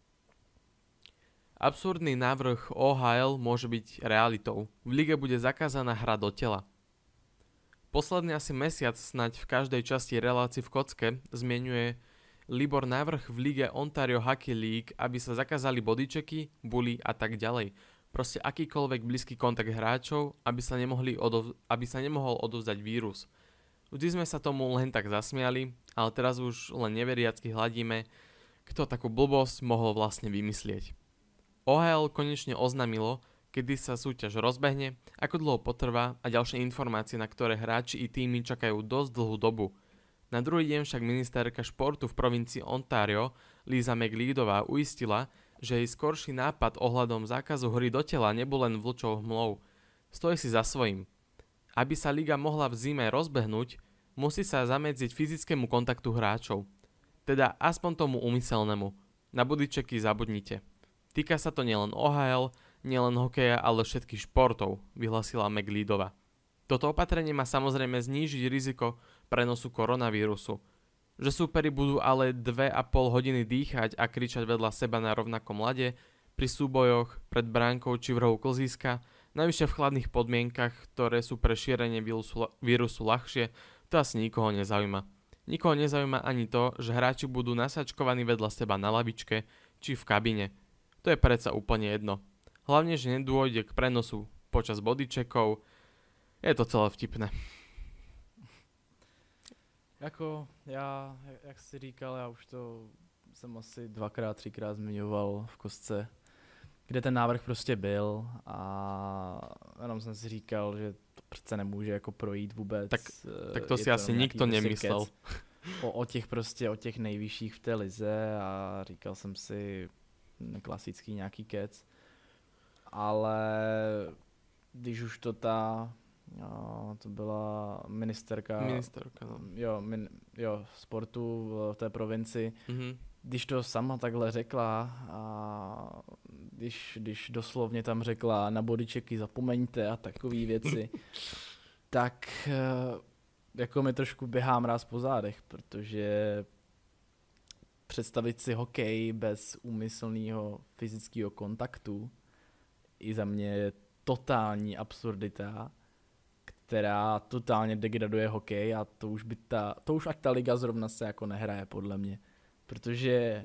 Absurdný návrh OHL môže byť realitou. V lige bude zakázaná hra do tela. Posledný asi mesiac snáď v každej časti relácií v kocke zmieňuje Libor návrh v lige Ontario Hockey League, aby sa zakázali bodychecky, bully a tak ďalej. Proste akýkoľvek blízky kontakt hráčov, aby sa nemohol odovzdať vírus. Vždy sme sa tomu len tak zasmiali, ale teraz už len neveriacky hladíme, kto takú blbosť mohol vlastne vymyslieť. OHL konečne oznámilo, kedy sa súťaž rozbehne, ako dlho potrvá a ďalšie informácie, na ktoré hráči i týmy čakajú dosť dlhú dobu. Na druhý deň však ministerka športu v provincii Ontario, Lisa McLeodová, uistila, že jej skorší nápad ohľadom zákazu hry do tela nebol len vlčou hmlou. Stojí si za svojím. Aby sa liga mohla v zime rozbehnúť, musí sa zamedziť fyzickému kontaktu hráčov. Teda aspoň tomu úmyselnému. Na bodychecky zabudnite. Týka sa to nielen OHL, nielen hokeja, ale všetkých športov, vyhlasila McLeodová. Toto opatrenie má samozrejme znížiť riziko prenosu koronavírusu. Že súperi budú ale 2,5 hodiny dýchať a kričať vedľa seba na rovnakom ľade, pri súbojoch, pred bránkou či v rohu klzíska, navyše v chladných podmienkach, ktoré sú pre šírenie vírusu ľahšie, to asi nikoho nezaujíma. Nikoho nezaujíma ani to, že hráči budú nasačkovaní vedľa seba na lavičke či v kabíne. To je predsa úplne jedno. Hlavne, že nedôjde k prenosu počas bodycheckov. Je to celé vtipné. Jako já, jak jsi říkal, já už to jsem asi 2x, 3x zmiňoval v kostce, kde ten návrh prostě byl a jenom jsem si říkal, že to přece nemůže jako projít vůbec. Tak to si asi nikto nemyslel. O těch nejvyšších v té lize a říkal jsem si klasický nějaký kec. Ale když už to to byla ministerka no. Sportu v té provinci, když to sama takhle řekla a když doslovně tam řekla na bodychecky zapomeňte a takové věci, tak jako mi trošku běhá mráz po zádech, protože představit si hokej bez úmyslného fyzického kontaktu i za mě je totální absurdita, která totálně degraduje hokej a to už ať ta liga zrovna se jako nehraje podle mě, protože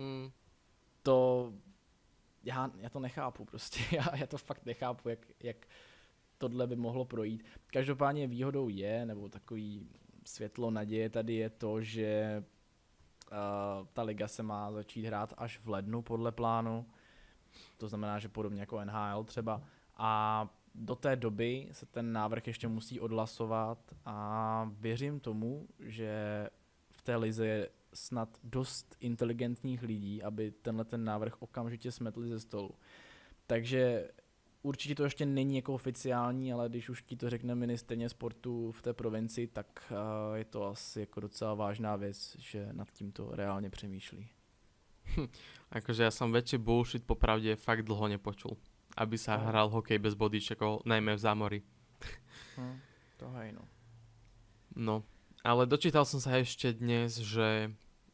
já to nechápu prostě, já to fakt nechápu, jak tohle by mohlo projít. Každopádně výhodou je, nebo takový světlo naděje tady je to, že ta liga se má začít hrát až v lednu podle plánu, to znamená, že podobně jako NHL třeba, a do té doby se ten návrh ještě musí odhlasovat a věřím tomu, že v té lize je snad dost inteligentních lidí, aby ten návrh okamžitě smetli ze stolu. Takže určitě to ještě není jako oficiální, ale když už ti to řekne ministryně sportu v té provincii, tak je to asi jako docela vážná věc, že nad tím to reálně přemýšlí. Akože ja som väčší bullshit popravde fakt dlho nepočul. Aby sa hral hokej bez bodyčekov, najmä v zámori. To hej, no. No, ale dočítal som sa ešte dnes, že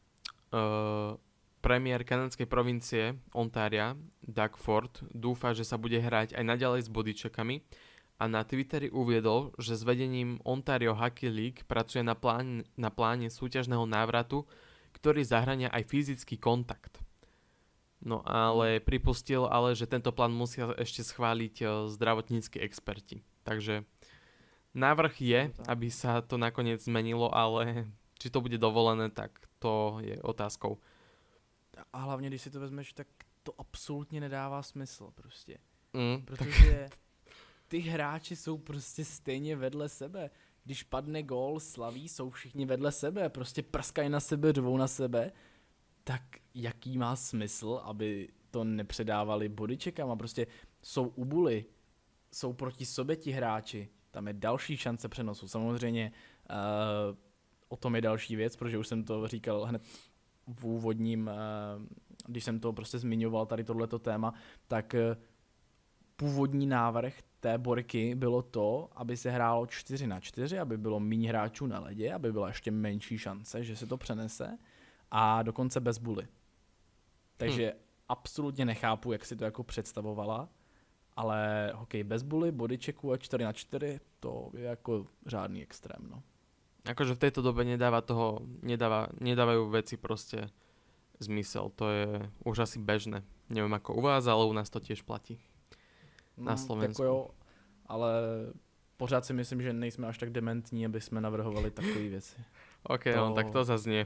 premiér kanadskej provincie Ontaria, Doug Ford, dúfa, že sa bude hrať aj naďalej s bodyčekami a na Twitteri uviedol, že s vedením Ontario Hockey League pracuje na pláne súťažného návratu, ktorý zahrania aj fyzický kontakt. No ale pripustil, že tento plán musia ešte schváliť zdravotnícki experti. Takže návrh je, aby sa to nakoniec zmenilo, ale či to bude dovolené, tak to je otázkou. A hlavně, když si to vezmeš, tak to absolutně nedává smysl prostě. Protože ty hráči jsou prostě stejně vedle sebe. Když padne gól, slaví, jsou všichni vedle sebe, prostě prskají na sebe, řvou na sebe, tak jaký má smysl, aby to nepředávali bodycheckama, prostě jsou u buly, jsou proti sobě ti hráči, tam je další šance přenosu, samozřejmě o tom je další věc, protože už jsem to říkal hned v úvodním, když jsem to prostě zmiňoval, tady tohleto téma, tak původní návrh té borky bylo to, aby se hrálo 4-4, aby bylo méně hráčů na ledě, aby byla ještě menší šance, že se to přenese a dokonce bez buly. Takže absolutně nechápu, jak si to jako představovala, ale hokej bez buly, bodychecku a 4-4, to je jako řádný extrém, no. Akože v tejto dobe nedávajú veci proste zmysel. To je už asi bežné. Neviem ako u vás, ale u nás to tiež platí. Na Slovensku. Jako jo, ale pořád si myslím, že nejsme až tak dementní, aby jsme navrhovali takové věci. OK, no, tak to zaznie.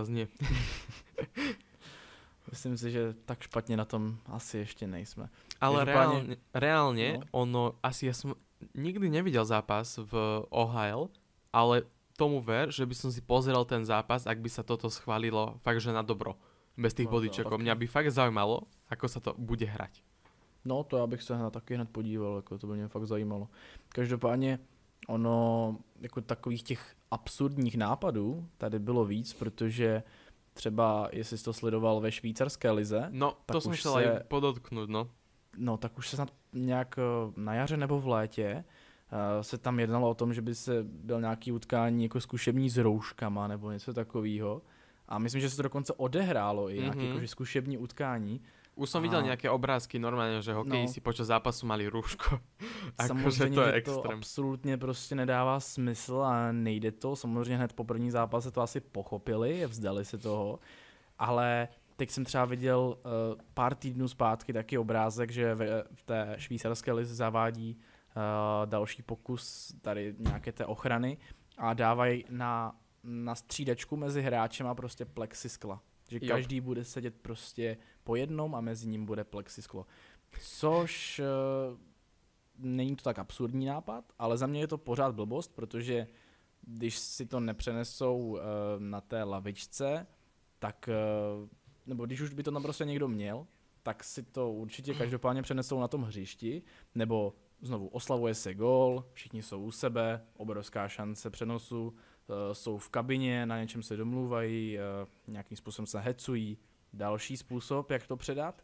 Myslím si, že tak špatně na tom asi ještě nejsme. Ale reálne, ono, asi ja som nikdy nevidel zápas v OHL, ale tomu ver, že by som si pozeral ten zápas, ak by sa toto schválilo fakt, že na dobro. Bez tých bodycheckov. Mňa by fakt zaujímalo, ako sa to bude hrať. No, to já bych se taky hned podíval, jako to by mě fakt zajímalo. Každopádně ono, jako takových těch absurdních nápadů tady bylo víc, protože třeba, jestli jsi to sledoval ve švýcarské lize. No, to jsem chtěl aj podotknout, no. No, tak už se snad nějak na jaře nebo v létě se tam jednalo o tom, že by se byl nějaký utkání jako zkušební s rouškama nebo něco takového. A myslím, že se to dokonce odehrálo i nějaké jakože zkušební utkání. Už som videl nejaké obrázky normálne, že hokejisti počas zápasu mali rúško. Samozřejmě, to je že extrém. To absolutně prostě nedává smysl a nejde to. Samozřejmě hned po první zápase to asi pochopili, vzdali se toho. Ale teď jsem třeba viděl pár týdnů zpátky taky obrázek, že v té švýcarské lize zavádí další pokus tady nějaké té ochrany a dávají na střídačku mezi hráčem a prostě plexiskla. Že každý bude sedět prostě po jednom a mezi ním bude plexisklo. Což není to tak absurdní nápad, ale za mě je to pořád blbost, protože když si to nepřenesou na té lavičce, tak, nebo když už by to tam prostě někdo měl, tak si to určitě každopádně přenesou na tom hřišti, nebo znovu oslavuje se gól, všichni jsou u sebe, obrovská šance přenosu, jsou v kabině, na něčem se domluvají, nějakým způsobem se hecují, další způsob, jak to předat,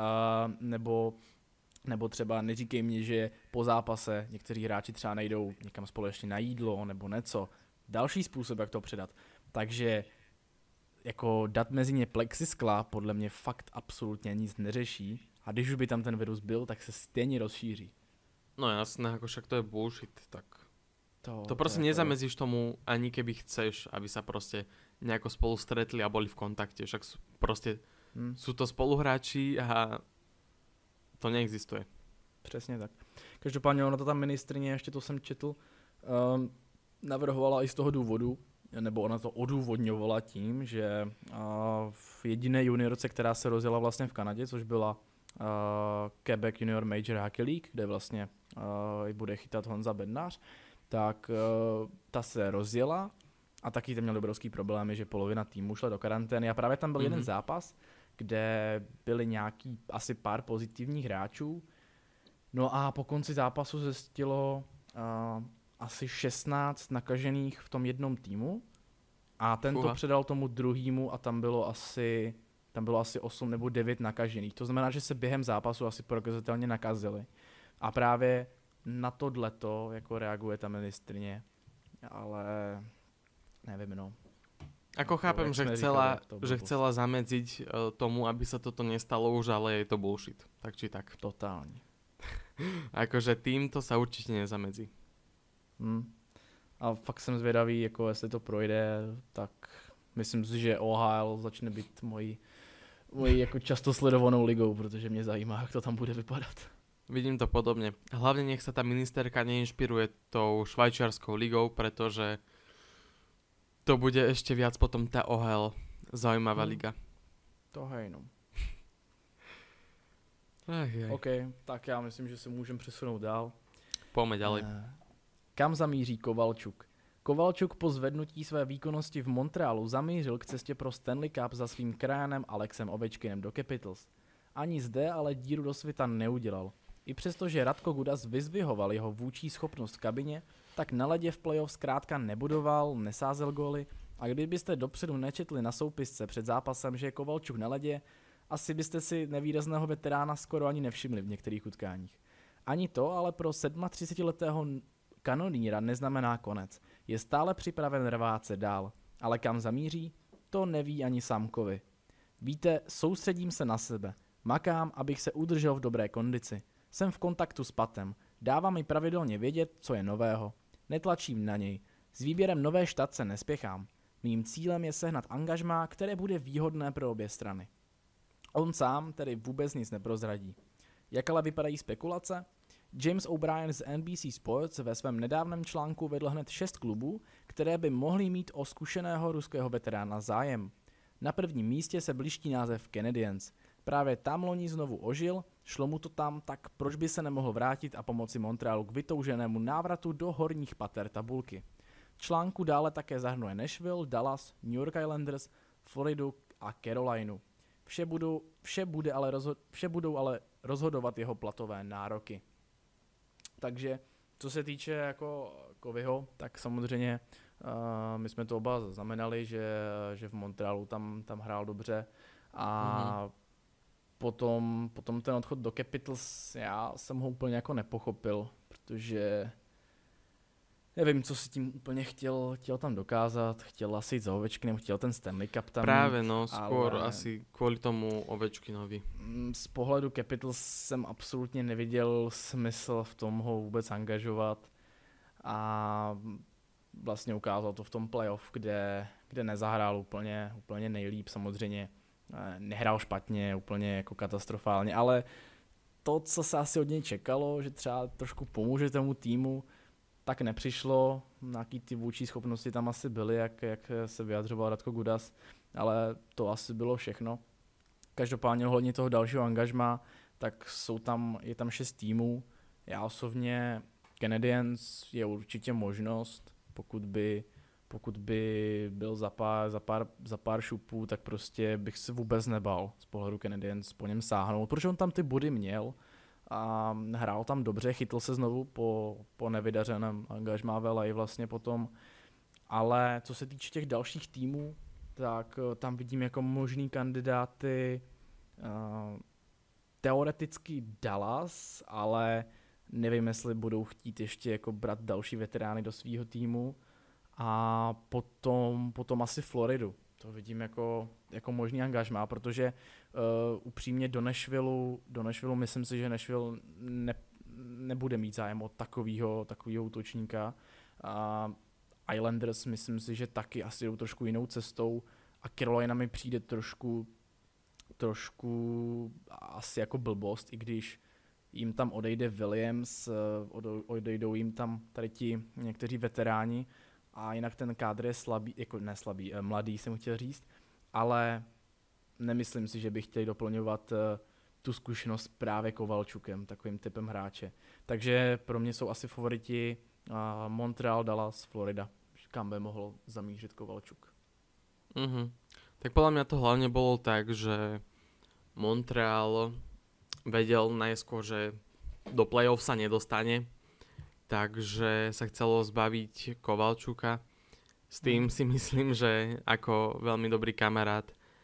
nebo třeba neříkej mi, že po zápase někteří hráči třeba nejdou někam společně na jídlo nebo něco, další způsob, jak to předat. Takže jako dát mezi ně plexiskla podle mě fakt absolutně nic neřeší a když už by tam ten virus byl, tak se stejně rozšíří. No jasné, ako však to je bullshit, tak to proste nezamezíš tomu, ani keby chceš, aby sa proste nejako spolu stretli a boli v kontakte, však sú to spoluhráči a to neexistuje. Přesně tak. Každopádně ona to tam ministryně, ještě to jsem četl, navrhovala i z toho důvodu, nebo ona to odůvodňovala tím, že v jediné juniorce, která se rozjela vlastně v Kanadě, což byla Quebec Junior Major Hockey League, kde vlastně bude chytat Honza Bednář, tak ta se rozjela a taky tam měli obrovský problémy, že polovina týmu šla do karantény a právě tam byl jeden zápas, kde byli nějaký asi pár pozitivních hráčů. No a po konci zápasu zjistilo asi 16 nakažených v tom jednom týmu a ten to předal tomu druhému a tam bylo asi 8 nebo 9 nakažených. To znamená, že se během zápasu asi prokazatelně nakazili. A právě na tohleto jako reaguje ta ministryně, ale nevím, no. Ako chápem, že chcela zamedziť tomu, aby sa toto nestalo už, ale je to bullshit. Tak či tak. Totálně. Akože týmto sa určite nezamedzí. A fakt jsem zvědavý, jako jestli to projde, tak myslím si, že OHL začne být mojí jako často sledovanou ligou, protože mě zajímá, jak to tam bude vypadat. Vidím to podobne. Hlavne nech sa tá ministerka neinšpiruje tou švajčiarskou ligou, pretože to bude ešte viac potom tá OHL zaujímavá liga. To hej, no. OK, tak já myslím, že se můžeme přesunout dál. Pojďme ďalej. Kam zamíří Kovalčuk? Kovalčuk po zvednutí své výkonnosti v Montrealu zamířil k cestě pro Stanley Cup za svým krajanem Alexem Ovečkinem do Capitals. Ani zde ale díru do světa neudělal. I přesto, že Radko Gudas vyzdvihoval jeho vůdčí schopnost v kabině, tak na ledě v playoff zkrátka nebudoval, nesázel góly A kdybyste dopředu nečetli na soupisce před zápasem, že je Kovalčuk na ledě, asi byste si nevýrazného veterána skoro ani nevšimli v některých utkáních. Ani to ale pro 37letého kanoníra neznamená konec. Je stále připraven rvát se dál, ale kam zamíří, to neví ani Samkovi. Víte, soustředím se na sebe. Makám, abych se udržel v dobré kondici. Jsem v kontaktu s Patem. Dává mi pravidelně vědět, co je nového. Netlačím na něj. S výběrem nové štace nespěchám. Mým cílem je sehnat angažmá, které bude výhodné pro obě strany. On sám tedy vůbec nic neprozradí. Jak ale vypadají spekulace? James O'Brien z NBC Sports ve svém nedávném článku vedl hned 6 klubů, které by mohly mít o zkušeného ruského veterána zájem. Na prvním místě se blíží název Canadiens. Právě tam loni znovu ožil, šlo mu to tam, tak proč by se nemohl vrátit a pomoci Montrealu k vytouženému návratu do horních pater tabulky. Článku dále také zahrnuje Nashville, Dallas, New York Islanders, Floridu a Carolinu. Vše budou ale rozhodovat jeho platové nároky. Takže co se týče jako Kovyho, tak samozřejmě my jsme to oba zaznamenali, že v Montrealu tam hrál dobře a potom ten odchod do Capitals, já jsem ho úplně jako nepochopil, protože nevím, co si tím úplně chtěl tam dokázat, chtěl asi jít za Ovečkinem, chtěl ten Stanley Cup tam Práve, mít, no, skôr asi kvôli tomu Ovečkinovi. Z pohledu Capitals jsem absolutně neviděl smysl v tom ho vůbec angažovat a vlastně ukázal to v tom playoff, kde nezahrál úplně nejlíp samozřejmě. Nehrál špatně, úplně jako katastrofálně, ale to, co se asi od něj čekalo, že třeba trošku pomůže tomu týmu, tak nepřišlo. Nějaký ty vůči schopnosti tam asi byly, jak se vyjadřoval Radko Gudas, ale to asi bylo všechno. Každopádně ohledně toho dalšího angažma, tak je tam 6 týmů. Já osobně Canadiens je určitě možnost, pokud by byl za pár šupů, tak prostě bych se vůbec nebal z pohledu Canadiens po něm sáhnout, protože on tam ty body měl a hrál tam dobře, chytl se znovu po nevydařeném angažmá v LA vlastně potom, ale co se týče těch dalších týmů, tak tam vidím jako možný kandidáty teoreticky Dallas, ale nevím, jestli budou chtít ještě jako brát další veterány do svého týmu. A potom asi Floridu. To vidím jako možný angažmá, protože upřímně do Nashvilleu myslím si, že Nashville nebude mít zájem od takového útočníka. A Islanders myslím si, že taky asi jdou trošku jinou cestou a Carolina mi přijde trošku asi jako blbost, i když jim tam odejde Williams, odejdou jim tam tady ti někteří veteráni, a jinak ten kádr je slabý, jako ne slabý, mladý jsem chtěl říct, ale nemyslím si, že by chtěli doplňovat tu zkušenost právě Kovalčukem, takovým typem hráče. Takže pro mě jsou asi favoriti Montreal, Dallas, Florida, kam by mohl zamířit Kovalčuk. Tak podľa mňa to hlavne bolo tak, že Montreal vedel najskôr, že do play-off sa nedostane, takže sa chcelo zbaviť Kovalčuka. S tým si myslím, že ako veľmi dobrý kamarát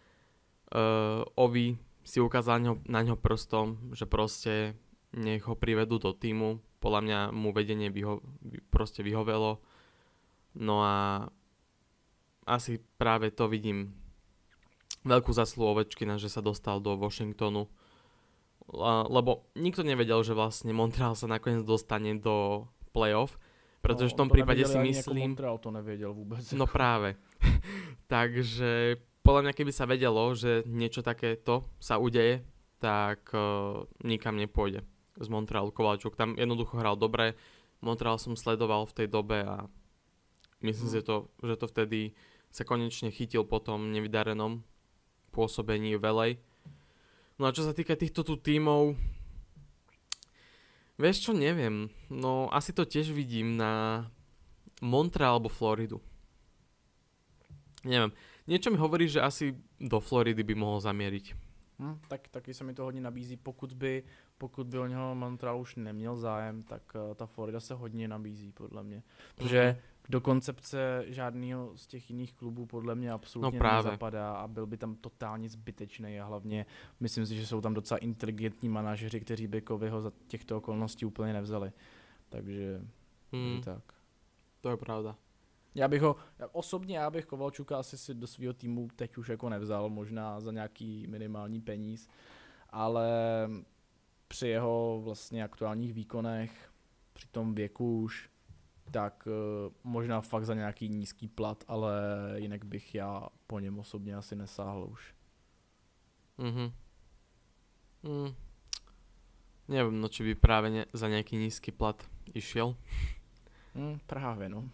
Ovi si ukázal na ňo prstom, že proste nech ho privedú do týmu. Podľa mňa mu vedenie proste vyhovelo. No a asi práve to vidím veľkú zasluhu Ovečkina, že sa dostal do Washingtonu. Lebo nikto nevedel, že vlastne Montreal sa nakoniec dostane do playoff, pretože v tom prípade si myslím... Montreal to nevedel vôbec. No práve. Takže podľa mňa, keby sa vedelo, že niečo takéto sa udeje, tak nikam nepôjde z Montrealu Kovalčuk. Tam jednoducho hral dobre. Montreal som sledoval v tej dobe a myslím si, že to vtedy sa konečne chytil po tom nevydarenom pôsobení v LA. No a čo sa týka týchto tu tímov, vieš čo, neviem. No asi to tiež vidím na Montreal alebo Floridu. Neviem. Niečo mi hovorí, že asi do Floridy by mohol zamieriť. Taky se mi to hodně nabízí. Pokud by o něho Montreal už neměl zájem, tak ta Florida se hodně nabízí, podle mě. Protože do koncepce žádného z těch jiných klubů podle mě absolutně nezapadá a byl by tam totálně zbytečný a hlavně myslím si, že jsou tam docela inteligentní manažeři, kteří by Kovyho za těchto okolností úplně nevzali. Takže tak. To je pravda. Já bych Kovalčuka asi si do svého týmu teď už jako nevzal, možná za nějaký minimální peníz, ale při jeho vlastně aktuálních výkonech, při tom věku už, tak možná fakt za nějaký nízký plat, ale jinak bych já po něm osobně asi nesáhl už. Neviem, no či by práve za nejaký nízky plat išiel. Právě, no.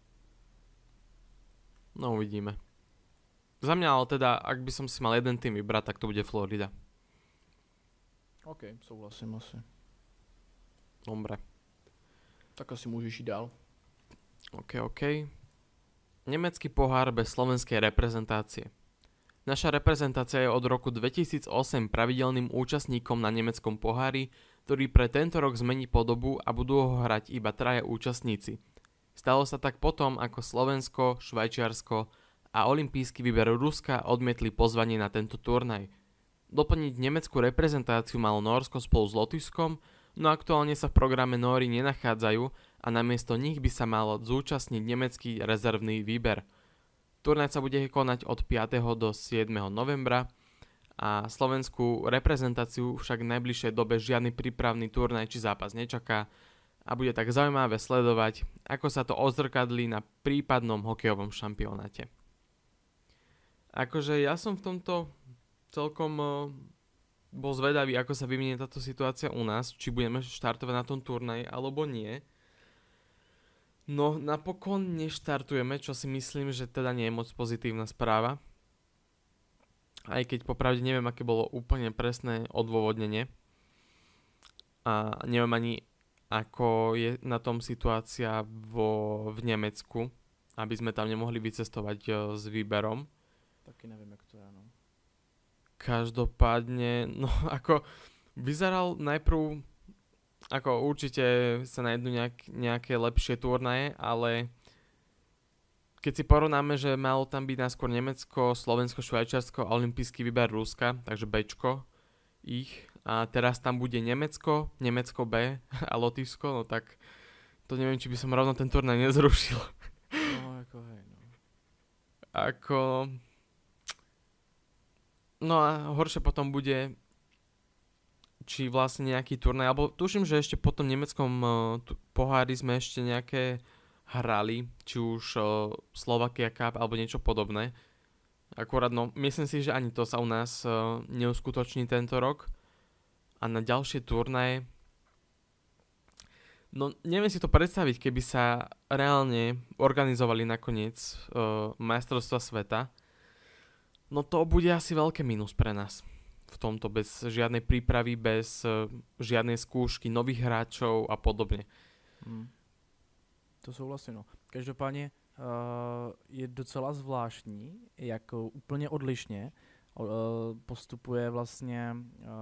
No uvidíme. Za mňa ale teda, ak by som si mal jeden tým vybrať, tak to bude Florida. OK, souhlasím asi. Dobre. Tak asi můžeš jít dál. OK. Nemecký pohár bez slovenskej reprezentácie. Naša reprezentácia je od roku 2008 pravidelným účastníkom na nemeckom pohári, ktorý pre tento rok zmení podobu a budú ho hrať iba 3 účastníci. Stalo sa tak potom, ako Slovensko, Švajčiarsko a olympijský výber Ruska odmietli pozvanie na tento turnaj. Doplniť nemeckú reprezentáciu malo Nórsko spolu s Lotyšskom, no aktuálne sa v programe Nóri nenachádzajú a namiesto nich by sa mal zúčastniť nemecký rezervný výber. Turnaj sa bude konať od 5. do 7. novembra a slovenskú reprezentáciu však v najbližšej dobe žiadny prípravný turnaj či zápas nečaká a bude tak zaujímavé sledovať, ako sa to odzrkadlí na prípadnom hokejovom šampionáte. Akože ja som v tomto celkom bol zvedavý, ako sa vyvinie táto situácia u nás, či budeme štartovať na tom turnaji alebo nie. No napokon neštartujeme, čo si myslím, že teda nie je moc pozitívna správa. Aj keď popravde neviem, aké bolo úplne presné odôvodnenie. A neviem ani, ako je na tom situácia v Nemecku, aby sme tam nemohli vycestovať s výberom. Taky neviem, jak to je, no. Každopádne, no ako vyzeral najprv, ako určite sa nájdú nejaké lepšie turnaje, ale keď si porovnáme, že malo tam byť najskôr Nemecko, Slovensko, Švajčiarsko a olympijský výber Ruska, takže Bčko ich, a teraz tam bude Nemecko, Nemecko B a Lotyšsko, no tak to neviem, či by som rovno ten turnaj nezrušil. No, ako hej, no. No a horšie potom bude, či vlastne nejaký turnaj, alebo tuším, že ešte po tom nemeckom pohári sme ešte nejaké hrali, či už Slovakia Cup alebo niečo podobné. Akurát, no, myslím si, že ani to sa u nás neuskutoční tento rok. A na ďalšie turnaje, no neviem si to predstaviť, keby sa reálne organizovali nakoniec majstrovstvá sveta. No to bude asi veľké mínus pre nás. V tomto bez žiadnej prípravy, bez žiadnej skúšky, nových hráčov a podobne. To souhlasím, no. Každopádně je docela zvláštní, jak úplně odlišně postupuje vlastně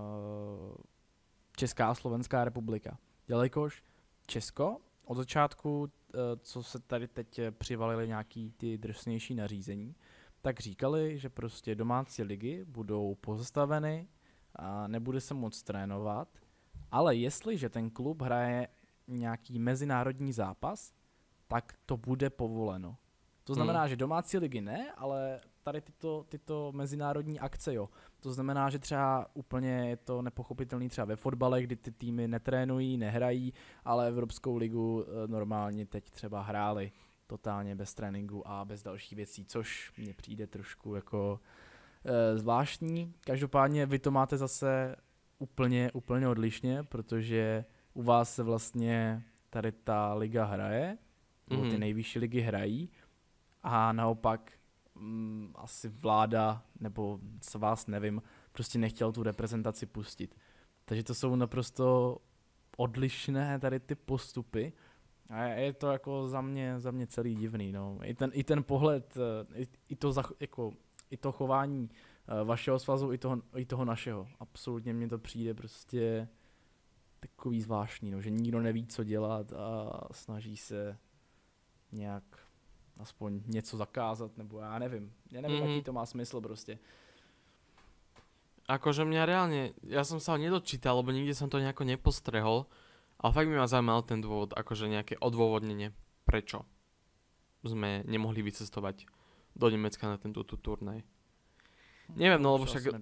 Česká a Slovenská republika. Jelikož Česko od začátku, co se tady teď přivalily nějaký ty drsnější nařízení, tak říkali, že prostě domácí ligy budou pozastaveny a nebude se moc trénovat, ale jestliže ten klub hraje nějaký mezinárodní zápas, tak to bude povoleno. To znamená, že domácí ligy ne, ale tady tyto mezinárodní akce, jo. To znamená, že třeba úplně je to nepochopitelný třeba ve fotbale, kdy ty týmy netrénují, nehrají, ale Evropskou ligu normálně teď třeba hráli totálně bez tréninku a bez dalších věcí, což mně přijde trošku jako zvláštní. Každopádně vy to máte zase úplně odlišně, protože u vás se vlastně tady ta liga hraje, nebo ty nejvyšší ligy hrají a naopak asi vláda, nebo z vás nevím, prostě nechtěl tu reprezentaci pustit. Takže to jsou naprosto odlišné tady ty postupy a je to jako za mě celý divný. No. I ten pohled, i to chování vašeho svazu, i toho našeho. Absolutně mně to přijde prostě takový zvláštní, no, že nikdo neví, co dělat a snaží se nějak aspoň něco zakázat, nebo já nevím. Já nevím, jaký to má smysl prostě. Akože mňa reálne, ja som sa ho nedočítal, lebo nikde som to nejako nepostrehol, ale fakt by ma zaujímal ten dôvod, akože nejaké odôvodnenie, prečo sme nemohli vycestovať do Nemecka na tento turnaj. Neviem, no lebo však...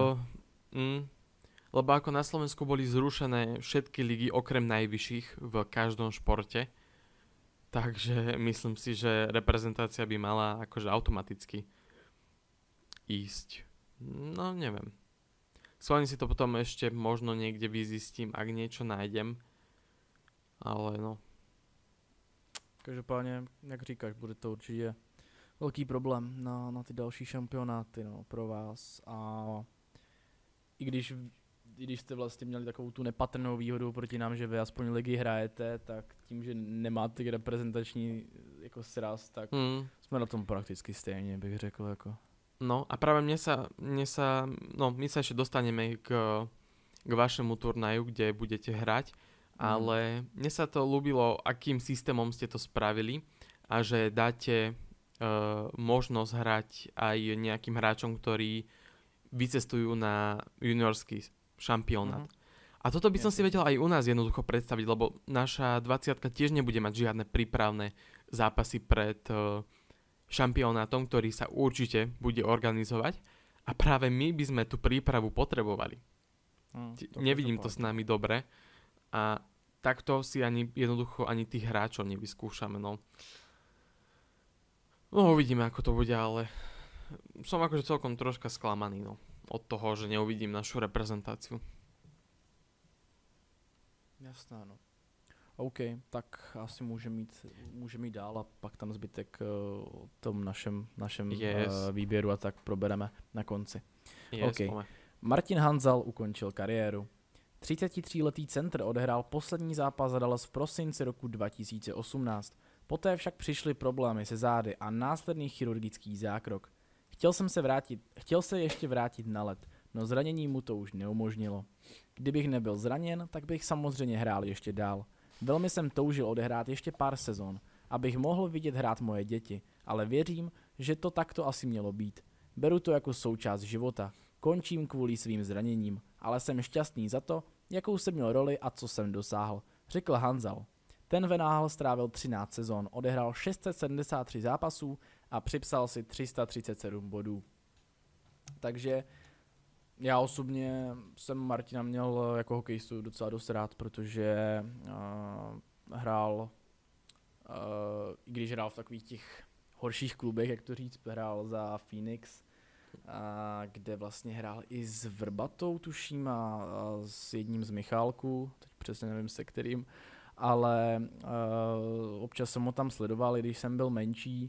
lebo ako na Slovensku boli zrušené všetky ligy okrem najvyšších v každom športe, takže myslím si, že reprezentácia by mala akože automaticky ísť. No neviem. Schválne si to potom ešte možno niekde vyzistím, ak niečo nájdem. Ale no. Každopádně, jak říkáš, bude to určitě velký problém na ty další šampionáty, no, pro vás. A i když jste vlastně měli takovou tu nepatrnou výhodu proti nám, že vy aspoň ligy hrajete, tak tím, že nemáte reprezentační jako sraz, tak jsme na tom prakticky stejně, bych řekl, jako. No a práve my sa ešte dostaneme k vašemu turnaju, kde budete hrať, ale mne sa to ľúbilo, akým systémom ste to spravili a že dáte možnosť hrať aj nejakým hráčom, ktorí vycestujú na juniorský šampionát. A toto by som si vedel aj u nás jednoducho predstaviť, lebo naša 20-ka tiež nebude mať žiadne prípravné zápasy pred šampionátom, ktorý sa určite bude organizovať a práve my by sme tú prípravu potrebovali. Nevidím to s nami dobre a takto si jednoducho ani tých hráčov nevyskúšame. No uvidíme, ako to bude, ale som akože celkom troška sklamaný od toho, že neuvidím našu reprezentáciu. Jasné, no. OK, tak asi může mít dál a pak tam zbytek o tom našem výběru a tak probereme na konci. Okay. Martin Hanzal ukončil kariéru. 33letý centr odehrál poslední zápas za Dallas v prosinci roku 2018. Poté však přišly problémy se zády a následný chirurgický zákrok. Chtěl se ještě vrátit na led, no zranění mu to už neumožnilo. Kdybych nebyl zraněn, tak bych samozřejmě hrál ještě dál. Velmi jsem toužil odehrát ještě pár sezon, abych mohl vidět hrát moje děti, ale věřím, že to takto asi mělo být. Beru to jako součást života. Končím kvůli svým zraněním, ale jsem šťastný za to, jakou jsem měl roli a co jsem dosáhl, řekl Hanzal. Ten ve Nahal strávil 13 sezon, odehrál 673 zápasů a připsal si 337 bodů. Takže já osobně jsem Martina měl jako hokejistu docela dost rád, protože hrál, i když hrál v takových těch horších klubech, jak to říct, hrál za Phoenix, kde vlastně hrál i s Vrbatou, tuším, a s jedním z Michálků, teď přesně nevím se kterým, ale občas jsem ho tam sledoval, i když jsem byl menší.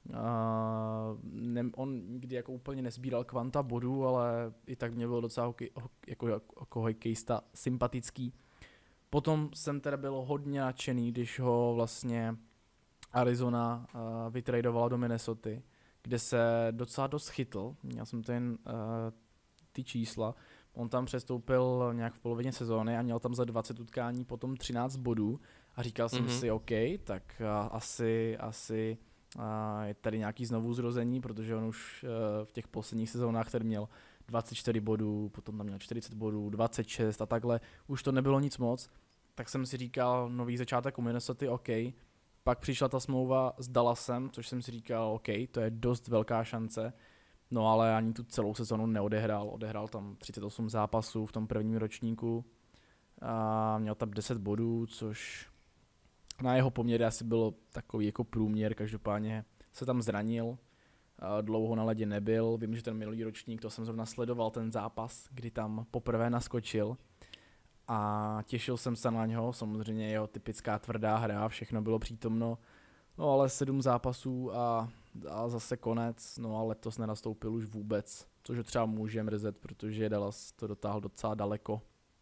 On nikdy jako úplně nezbíral kvanta bodů, ale i tak mě byl docela jako hokejista sympatický. Potom jsem teda byl hodně nadšený, když ho vlastně Arizona vytradovala do Minnesoty, kde se docela dost chytl. Měl jsem ten ty čísla. On tam přestoupil nějak v polovině sezóny a měl tam za 20 utkání potom 13 bodů a říkal jsem si, OK, tak asi je tady nějaký znovu zrození, protože on už v těch posledních sezónách tady měl 24 bodů, potom tam měl 40 bodů, 26 a takhle, už to nebylo nic moc, tak jsem si říkal nový začátek u Minnesota, OK, pak přišla ta smlouva s Dallasem, což jsem si říkal, OK, to je dost velká šance, no ale ani tu celou sezonu odehrál tam 38 zápasů v tom prvním ročníku a měl tam 10 bodů, což na jeho poměry asi bylo takový jako průměr, každopádně se tam zranil, dlouho na ledě nebyl, vím, že ten minulý ročník, to jsem zrovna sledoval ten zápas, kdy tam poprvé naskočil a těšil jsem se na něho, samozřejmě jeho typická tvrdá hra, všechno bylo přítomno, no ale 7 zápasů a zase konec, no a letos nenastoupil už vůbec, což ho třeba může mrzet, protože Dallas to dotáhl docela daleko.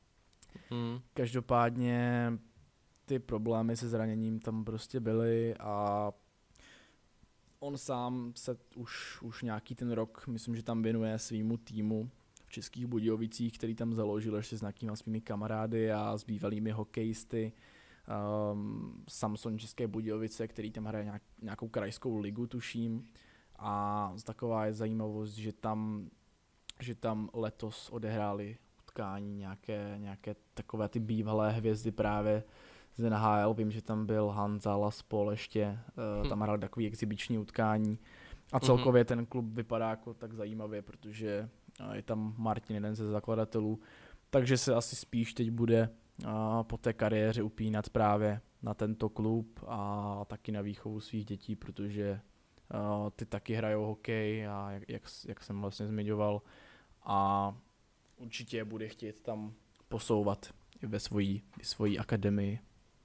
Každopádně ty problémy se zraněním tam prostě byly a on sám se už nějaký ten rok, myslím, že tam věnuje svýmu týmu v Českých Budějovicích, který tam založil ještě s nějakýma svými kamarády a s bývalými hokejisty. Samson České Budějovice, který tam hraje nějakou krajskou ligu, tuším. A taková je zajímavost, že tam letos odehráli utkání nějaké takové ty bývalé hvězdy právě z NHL. Vím, že tam byl Hanza Laspol ještě, tam hrál takový exibiční utkání. A celkově ten klub vypadá jako tak zajímavě, protože je tam Martin, jeden ze zakladatelů, takže se asi spíš teď bude po té kariéře upínat právě na tento klub a taky na výchovu svých dětí, protože ty taky hrajou hokej a jak jsem vlastně zmiňoval a určitě bude chtít tam posouvat i ve svojí akademii.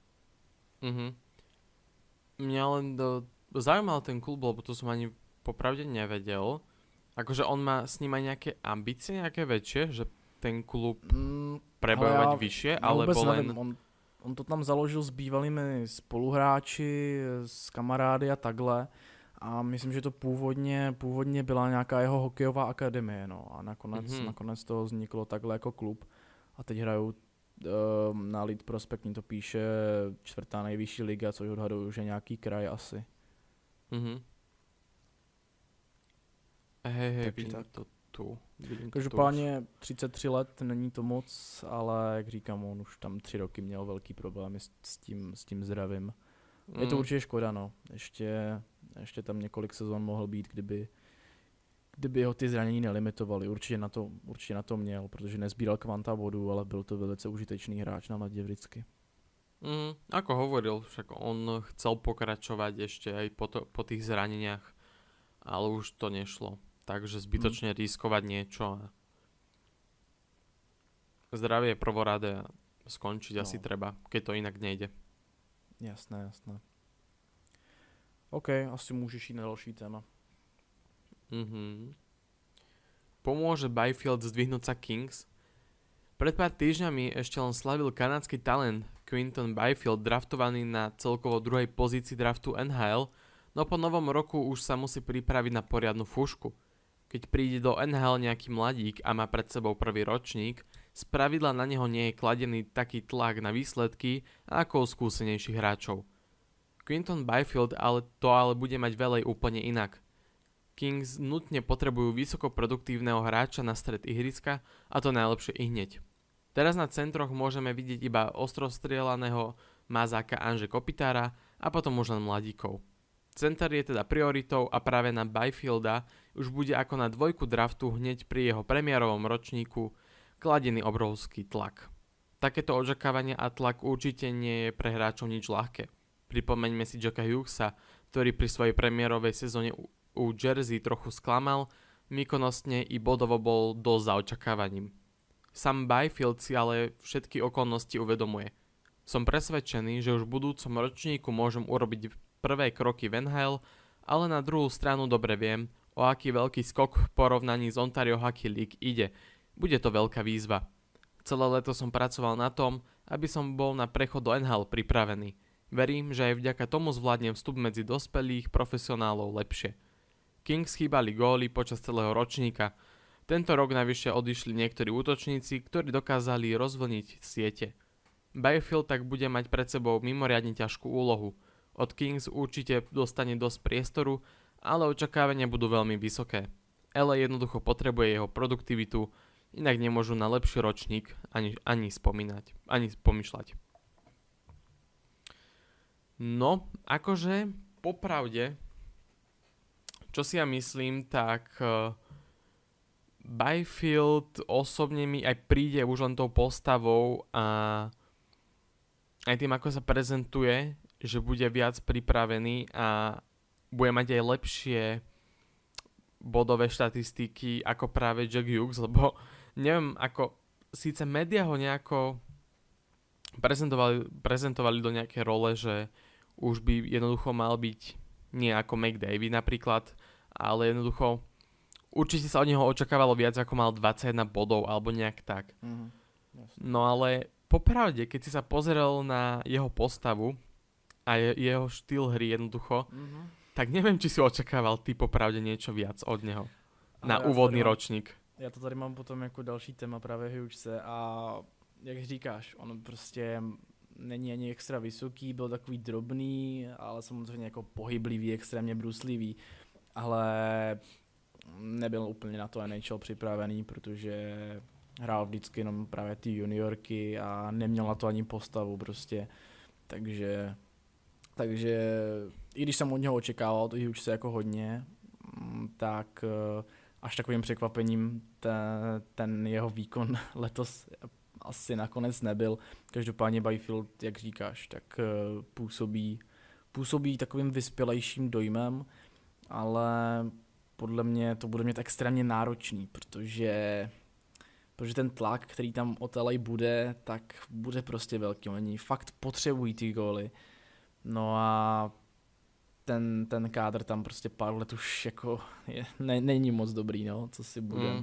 Mňa len zaujímal ten klub, lebo to som ani popravde nevedel. Akože on má s ním aj nejaké ambície, nejaké väčšie, že ten klub prebojovať vyššie, alebo len... On to tam založil s bývalými spoluhráči, s kamarády a takhle. A myslím, že to původně byla nějaká jeho hokejová akademie, no. A nakonec to vzniklo takhle jako klub. A teď hrajou na Lead Prospect, to píše 4. nejvyšší liga, což odhaduju, že nějaký kraj asi. Hej, vidím to tu. Každopádně 33 let, není to moc, ale jak říkám, on už tam 3 roky měl velký problémy s tím zdravím. Je to určitě škoda, no. Ještě tam několik sezon mohl být, kdyby ho ty zranění nelimitovaly. Určitě na to měl, protože nezbíral kvanta bodů, ale byl to velice užitečný hráč na ledě vždycky. Ako hovoril, však on chcel pokračovať ešte aj po tých zraneniach, ale už to nešlo. Takže zbytočne riskovať niečo. Zdravie je prvoradé a skončiť asi treba, keď to inak nejde. Jasné. OK, asi můžeš jít na další téma. Pomôže Byfield zdvihnúť sa Kings? Pred pár týždňami ešte len slavil kanadský talent Quinton Byfield, draftovaný na celkovo 2. pozícii draftu NHL, no po novom roku už sa musí pripraviť na poriadnu fúšku. Keď príde do NHL nejaký mladík a má pred sebou prvý ročník, spravidla na neho nie je kladený taký tlak na výsledky ako u skúsenejších hráčov. Quinton Byfield ale bude mať velej úplne inak. Kings nutne potrebujú vysokoproduktívneho hráča na stred ihriska a to najlepšie i hneď. Teraz na centroch môžeme vidieť iba ostrostrielaného mazáka Anže Kopitára a potom už len mladíkov. Center je teda prioritou a práve na Byfielda už bude ako na 2 draftu hneď pri jeho premiérovom ročníku kladený obrovský tlak. Takéto očakávania a tlak určite nie je pre hráčov nič ľahké. Pripomeňme si Jacka Hughesa, ktorý pri svojej premiérovej sezóne u Jersey trochu sklamal, výkonnostne i bodovo bol dosť za očakávaním. Sam Byfield si ale všetky okolnosti uvedomuje. Som presvedčený, že už v budúcom ročníku môžem urobiť prvé kroky v NHL, ale na druhú stranu dobre viem, o aký veľký skok v porovnaní s Ontario Hockey League ide. Bude to veľká výzva. Celé leto som pracoval na tom, aby som bol na prechod do NHL pripravený. Verím, že aj vďaka tomu zvládnem vstup medzi dospelých profesionálov lepšie. Kings chýbali góly počas celého ročníka. Tento rok navyše odišli niektorí útočníci, ktorí dokázali rozvlniť siete. Byfield tak bude mať pred sebou mimoriadne ťažkú úlohu. Od Kings určite dostane dosť priestoru, ale očakávania budú veľmi vysoké. LA jednoducho potrebuje jeho produktivitu, inak nemôžu na lepší ročník ani spomínať, ani pomýšľať. No, akože popravde, čo si ja myslím, tak Byfield osobne mi aj príde už len tou postavou a aj tým, ako sa prezentuje, že bude viac pripravený a bude mať aj lepšie bodové štatistiky ako práve Jack Hughes, lebo neviem, ako síce médiá ho nejako prezentovali do nejaké role, že už by jednoducho mal byť nie ako McDavid napríklad, ale jednoducho určite sa od neho očakávalo viac, ako mal 21 bodov alebo nejak tak. No ale popravde, keď si sa pozrel na jeho postavu a jeho štýl hry jednoducho, tak neviem, či si očakával ty popravde niečo viac od neho na úvodný ročník. Já to tady mám potom jako další téma právě Hughese a jak říkáš, on prostě není ani extra vysoký, byl takový drobný, ale samozřejmě jako pohyblivý, extrémně bruslivý, ale nebyl úplně na to NHL připravený, protože hrál vždycky jenom právě ty juniorky a neměl na to ani postavu prostě, takže i když jsem od něho očekával, to už se jako hodně, tak až takovým překvapením ten jeho výkon letos asi nakonec nebyl. Každopádně Byfield, jak říkáš, tak působí takovým vyspělejším dojmem, ale podle mě to bude mít extrémně náročný, protože ten tlak, který tam od LA bude, tak bude prostě velký. Oni fakt potřebují ty góly. No a ten kádr tam prostě pár let už jako není moc dobrý, no, co si budem.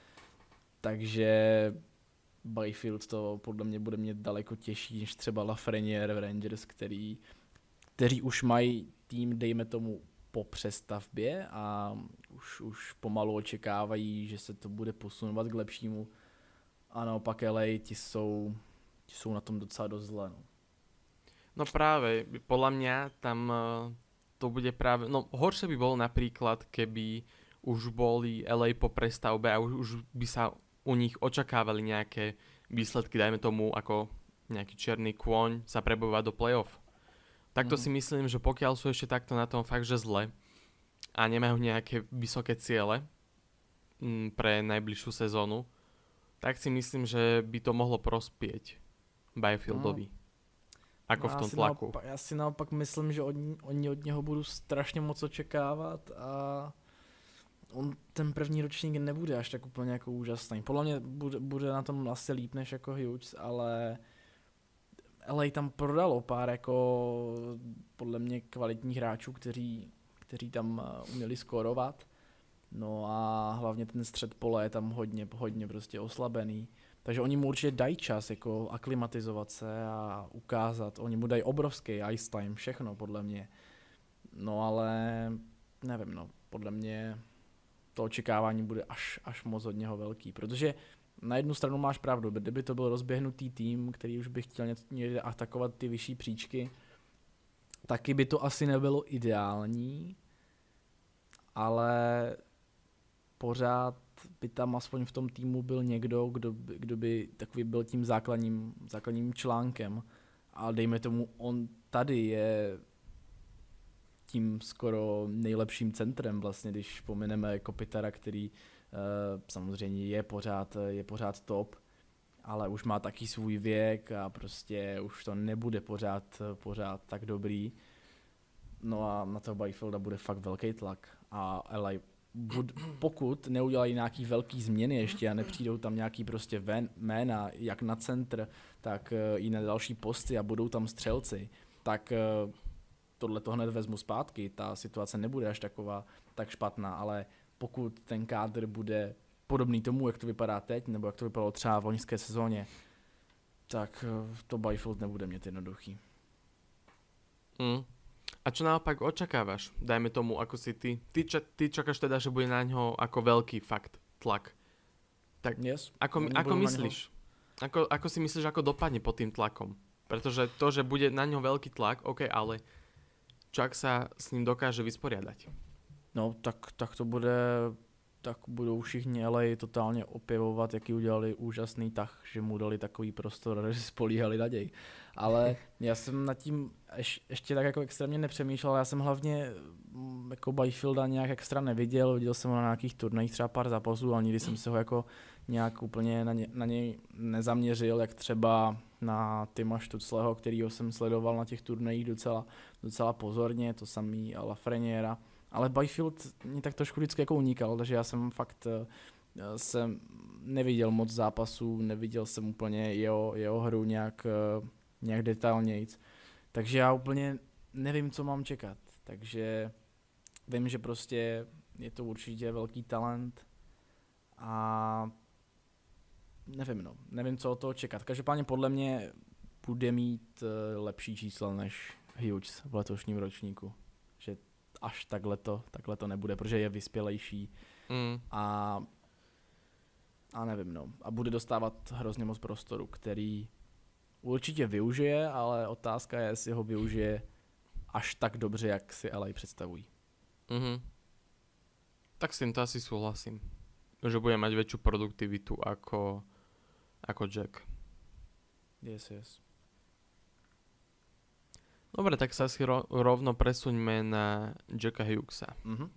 Takže Byfield to podle mě bude mít daleko těžší než třeba Lafreniere v Rangers, kteří už mají tým, dejme tomu, po přestavbě a už pomalu očekávají, že se to bude posunovat k lepšímu. A naopak LA, ti jsou na tom docela dost zle. No práve, podľa mňa tam to bude práve, no horšie by bolo napríklad, keby už boli LA po prestavbe a už by sa u nich očakávali nejaké výsledky, dajme tomu ako nejaký černý kôň sa prebojovať do play-off. Takto si myslím, že pokiaľ sú ešte takto na tom fakt, že zle a nemajú nejaké vysoké ciele pre najbližšiu sezónu, tak si myslím, že by to mohlo prospieť Byfieldovi. Ako v tom tlaku. Já si naopak myslím, že oni od něho budou strašně moc očekávat a on ten první ročník nebude až tak úplně jako úžasný. Podle mě bude na tom asi líp než jako Hughes, ale LA tam prodalo pár jako podle mě kvalitních hráčů, kteří tam uměli skórovat. No a hlavně ten střed pole je tam hodně prostě oslabený. Takže oni mu určitě dají čas jako aklimatizovat se a ukázat. Oni mu dají obrovský ice time, všechno podle mě. No ale nevím, no, podle mě to očekávání bude až moc od něho velký, protože na jednu stranu máš pravdu, kdyby to byl rozběhnutý tým, který už by chtěl někde atakovat ty vyšší příčky, taky by to asi nebylo ideální, ale pořád by tam aspoň v tom týmu byl někdo, kdo by takový byl tím základním článkem. A dejme tomu, on tady je tím skoro nejlepším centrem vlastně, když pomineme Kopitara, který samozřejmě je pořád top, ale už má taky svůj věk a prostě už to nebude pořád tak dobrý. No a na toho Byfielda bude fakt velký tlak a LA pokud neudělají nějaký velký změny ještě a nepřijdou tam nějaký prostě jména, jak na centr, tak i na další posty a budou tam střelci, tak tohle to hned vezmu zpátky, ta situace nebude až tak špatná, ale pokud ten kádr bude podobný tomu, jak to vypadá teď, nebo jak to vypadalo třeba v loňské sezóně, tak to Byfield nebude mít jednoduchý. A čo naopak očakávaš? Dajme tomu, ako si ty. Ty čakáš teda, že bude na ňo ako veľký fakt tlak. Tak yes, ako myslíš? Ako si myslíš, ako dopadne pod tým tlakom? Pretože to, že bude na ňo veľký tlak, OK, ale čo ak sa s ním dokáže vysporiadať? No, tak to bude... tak budou všichni LA totálně opěvovat, jaký udělali úžasný tah, že mu dali takový prostor, že spolíhali na něj. Ale já jsem nad tím ještě tak jako extrémně nepřemýšlel, já jsem hlavně jako Byfielda nějak extra neviděl, viděl jsem ho na nějakých turnajích třeba pár zápasů, ale nikdy jsem se ho jako nějak úplně na něj nezaměřil, jak třeba na Tima Stutzleho, kterýho jsem sledoval na těch turnajích docela pozorně, to samý a Lafreniera. Ale Byfield mě tak trošku vždycky jako unikal, takže já jsem fakt jsem neviděl moc zápasů, neviděl jsem úplně jeho hru nějak detailnějc. Takže já úplně nevím, co mám čekat. Takže vím, že prostě je to určitě velký talent a nevím, co od toho čekat. Každopádně podle mě bude mít lepší čísla než Hughes v letošním ročníku. Že až takhle to nebude, protože je vyspělejší a nevím, a bude dostávat hrozně moc prostoru, který určitě využije, ale otázka je, jestli ho využije až tak dobře, jak si LA představují. Tak s týmto asi súhlasím. Že bude mať väčšiu produktivitu ako Jack. Yes. Dobre, tak sa asi rovno presuňme na Jacka Hughesa.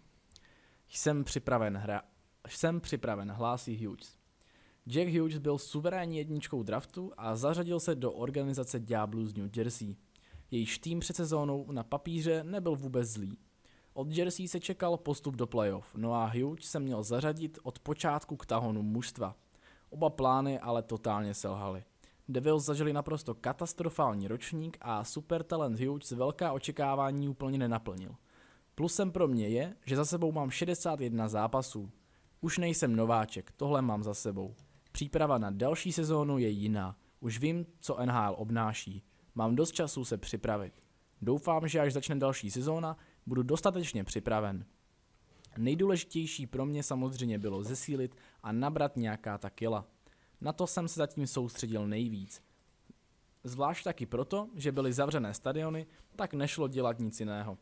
Jsem připraven, hlásí Hughes. Jack Hughes byl suverénní jedničkou draftu a zařadil se do organizace Ďáblů z New Jersey. Jejíž tým před sezónou na papíře nebyl vůbec zlý. Od Jersey se čekal postup do playoff, no a Hughes se měl zařadit od počátku k tahonu mužstva. Oba plány ale totálně selhaly. Devils zažili naprosto katastrofální ročník a supertalent Hughes velká očekávání úplně nenaplnil. Plusem pro mě je, že za sebou mám 61 zápasů. Už nejsem nováček, tohle mám za sebou. Příprava na další sezónu je jiná. Už vím, co NHL obnáší. Mám dost času se připravit. Doufám, že až začne další sezóna, budu dostatečně připraven. Nejdůležitější pro mě samozřejmě bylo zesílit a nabrat nějaká ta kila. Na to jsem se zatím soustředil nejvíc. Zvlášť taky proto, že byly zavřené stadiony, tak nešlo dělat nic jiného.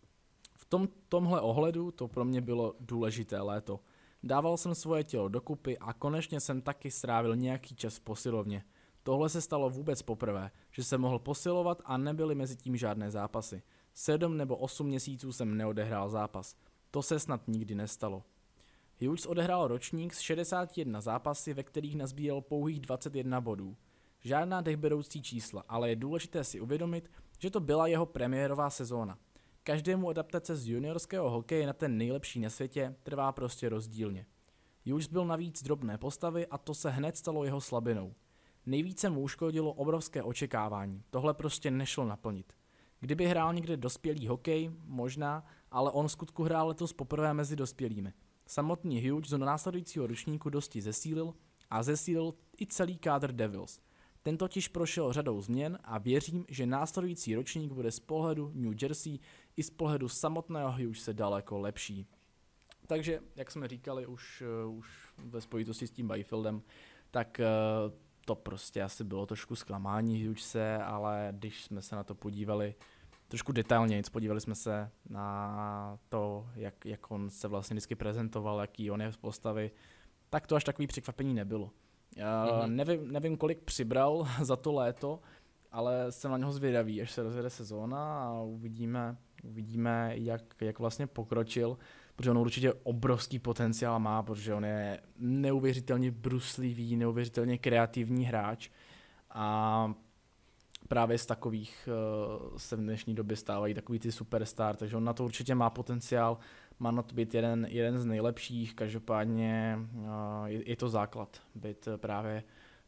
V tomhle ohledu to pro mě bylo důležité léto. Dával jsem svoje tělo dokupy a konečně jsem taky strávil nějaký čas v posilovně. Tohle se stalo vůbec poprvé, že jsem mohl posilovat a nebyly mezi tím žádné zápasy. 7 nebo 8 měsíců jsem neodehrál zápas. To se snad nikdy nestalo. Hughes odehrál ročník s 61 zápasy, ve kterých nazbíral pouhých 21 bodů. Žádná dechberoucí čísla, ale je důležité si uvědomit, že to byla jeho premiérová sezóna. Každému adaptace z juniorského hokeje na ten nejlepší na světě trvá prostě rozdílně. Hughes byl navíc drobné postavy a to se hned stalo jeho slabinou. Nejvíce mu uškodilo obrovské očekávání, tohle prostě nešlo naplnit. Kdyby hrál někde dospělý hokej, možná, ale on v skutku hrál letos poprvé mezi dospělými. Samotný Hughes do následujícího ročníku dosti zesílil a zesílil i celý kádr Devils. Ten totiž prošel řadou změn a věřím, že následující ročník bude z pohledu New Jersey i z pohledu samotného Hughese daleko lepší. Takže, jak jsme říkali už ve spojitosti s tím Byfieldem, tak to prostě asi bylo trošku zklamání Hughese, ale když jsme se na to podívali trošku detailněji, podívali jsme se na to, jak on se vlastně vždycky prezentoval, jaký on je v postavy, tak to až takový překvapení nebylo. Nevím, kolik přibral za to léto, ale jsem na něho zvědavý, až se rozjede sezóna a uvidíme jak vlastně pokročil, protože on určitě obrovský potenciál má, protože on je neuvěřitelně bruslivý, neuvěřitelně kreativní hráč a právě z takových se v dnešní době stávají takový ty superstar, takže on na to určitě má potenciál, má na to být jeden z nejlepších, každopádně je to základ, být právě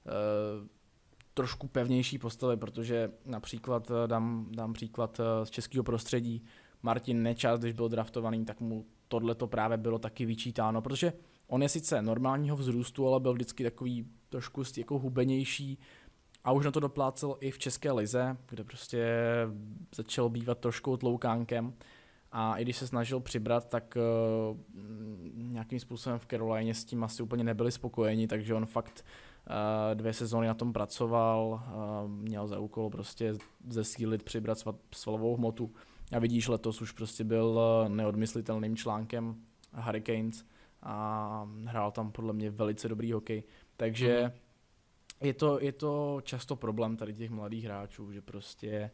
trošku pevnější postavy, protože například dám příklad z českého prostředí, Martin Nečas, když byl draftovaný, tak mu tohleto právě bylo taky vyčítáno, protože on je sice normálního vzrůstu, ale byl vždycky takový trošku jako hubenější a už na to doplácel i v české lize, kde prostě začal bývat trošku tloukánkem a i když se snažil přibrat, tak nějakým způsobem v Carolině s tím asi úplně nebyli spokojeni, takže on fakt 2 sezóny na tom pracoval, měl za úkol prostě zesílit, přibrat svalovou hmotu a vidíš, letos už prostě byl neodmyslitelným článkem Hurricanes a hrál tam podle mě velice dobrý hokej, takže je to často problém tady těch mladých hráčů, že prostě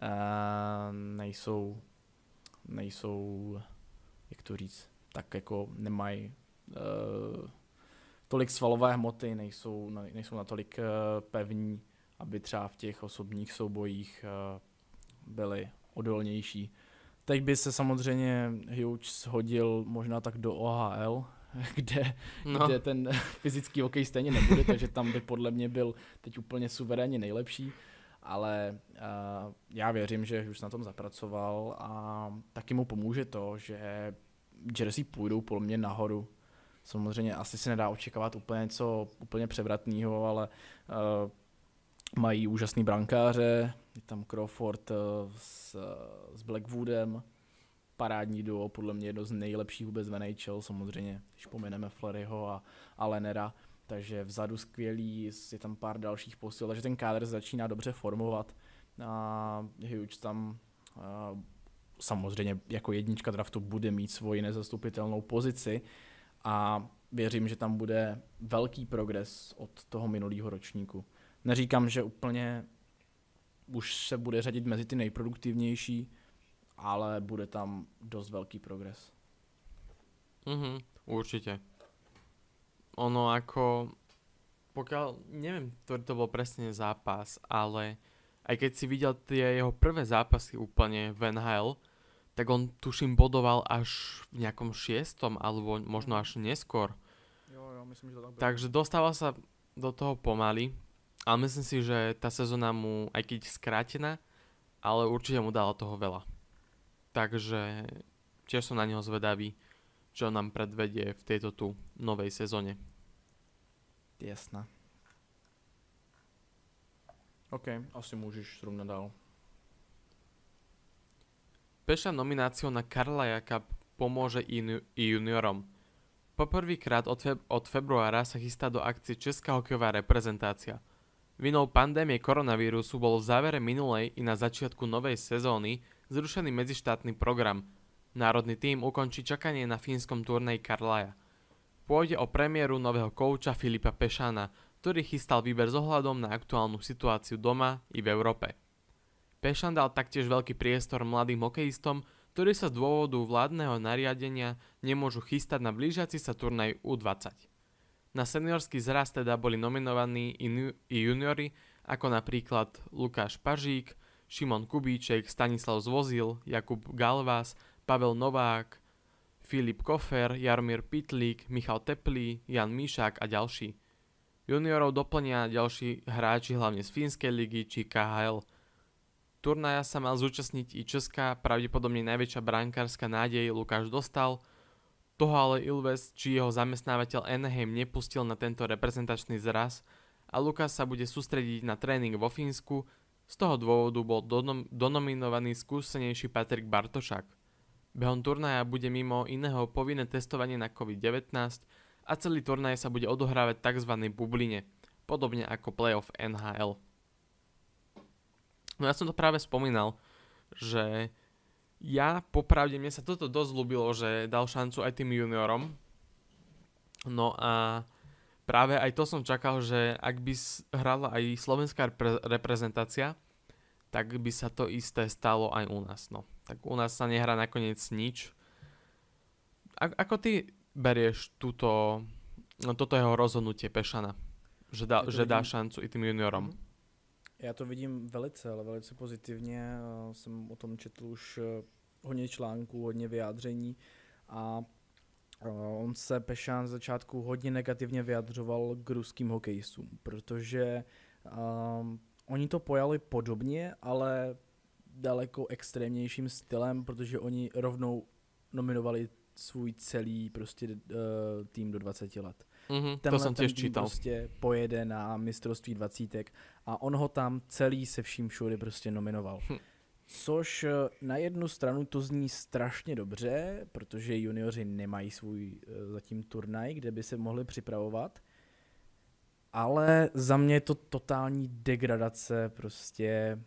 nejsou, jak to říct, tak jako nemají tolik svalové hmoty, nejsou natolik pevní, aby třeba v těch osobních soubojích byli odolnější. Teď by se samozřejmě Hughes hodil možná tak do OHL, kde ten fyzický hokej stejně nebude, takže tam by podle mě byl teď úplně suverénně nejlepší, ale já věřím, že už na tom zapracoval a taky mu pomůže to, že Jersey půjdou podle mě nahoru. Samozřejmě asi se nedá očekávat úplně něco úplně převratného, ale mají úžasný brankáře, je tam Crawford s Blackwoodem, parádní duo, podle mě jedno z nejlepších vůbec v NHL, samozřejmě, když pomeneme Fleuryho a Lennera, takže vzadu skvělý, je tam pár dalších posil, takže ten kádr začíná dobře formovat. A Huge tam samozřejmě jako jednička draftu bude mít svoji nezastupitelnou pozici a věřím, že tam bude velký progres od toho minulého ročníku. Neříkám, že úplně už se bude řadit mezi ty nejproduktivnější, ale bude tam dost velký progres. Určite. Ono ako, pokiaľ, neviem, ktorý to bol presne zápas, ale aj keď si videl tie jeho prvé zápasy úplne v NHL, tak on tuším bodoval až v nejakom 6. alebo možno až neskôr. Jo, myslím, že to tak bylo. Takže dostával sa do toho pomaly, ale myslím si, že tá sezóna mu, aj keď skrátená, ale určite mu dala toho veľa. Takže tiež som na neho zvedavý, čo nám predvedie v tejto tu novej sezóne. Jasné. OK, asi můžeš srovnat dál. Peša nomináciou na Carlyle Cup pomôže i juniorom. Poprvýkrát od februára sa chystá do akcie Česká hokejová reprezentácia. Vinou pandémie koronavírusu bol v závere minulej i na začiatku novej sezóny zrušený medzištátny program. Národný tím ukončí čakanie na fínskom turnaji Carlyle. Pôjde o premiéru nového kouča Filipa Pešana, ktorý chystal výber s ohľadom na aktuálnu situáciu doma i v Európe. Pešan dal taktiež veľký priestor mladým hokejistom, ktorí sa z dôvodu vládneho nariadenia nemôžu chystať na blížiaci sa turnaj U20. Na seniorský zraz teda boli nominovaní i juniori, ako napríklad Lukáš Pažík, Šimon Kubíček, Stanislav Zvozil, Jakub Galvás, Pavel Novák, Filip Kofer, Jaromír Pitlík, Michal Teplý, Jan Míšák a ďalší. Juniorov doplnia ďalší hráči hlavne z Fínskej ligy či KHL. Turnaja sa mal zúčastniť i česká, pravdepodobne najväčšia brankárska nádej Lukáš Dostal, toho ale Ilves či jeho zamestnávateľ Anaheim nepustil na tento reprezentačný zraz a Lukáš sa bude sústrediť na tréning vo Fínsku, z toho dôvodu bol donominovaný skúsenejší Patrik Bartošák. Behom turnaja bude mimo iného povinné testovanie na COVID-19 a celý turnaj sa bude odohrávať v tzv. Bubline, podobne ako playoff NHL. No ja som to práve spomínal, že ja popravde, mne sa toto dosť ľúbilo, že dal šancu aj tým juniorom. No a práve aj to som čakal, že ak by hrala aj slovenská reprezentácia, tak by sa to isté stalo aj u nás. No, tak u nás sa nehrá nakoniec nič. Ako ty berieš toto jeho rozhodnutie Pešana, že dá šancu i tým juniorom? Já to vidím velice, ale velice pozitivně. Jsem o tom četl už hodně článků, hodně vyjádření a on se Pešán z začátku hodně negativně vyjadřoval k ruským hokejistům, protože oni to pojali podobně, ale daleko extrémnějším stylem, protože oni rovnou nominovali svůj celý prostě tým do 20 let. To jsem těž čítal. Prostě pojede na mistrovství 20 a on ho tam celý se vším všude prostě nominoval. Což na jednu stranu to zní strašně dobře, protože junioři nemají svůj zatím turnaj, kde by se mohli připravovat. Ale za mě je to totální degradace prostě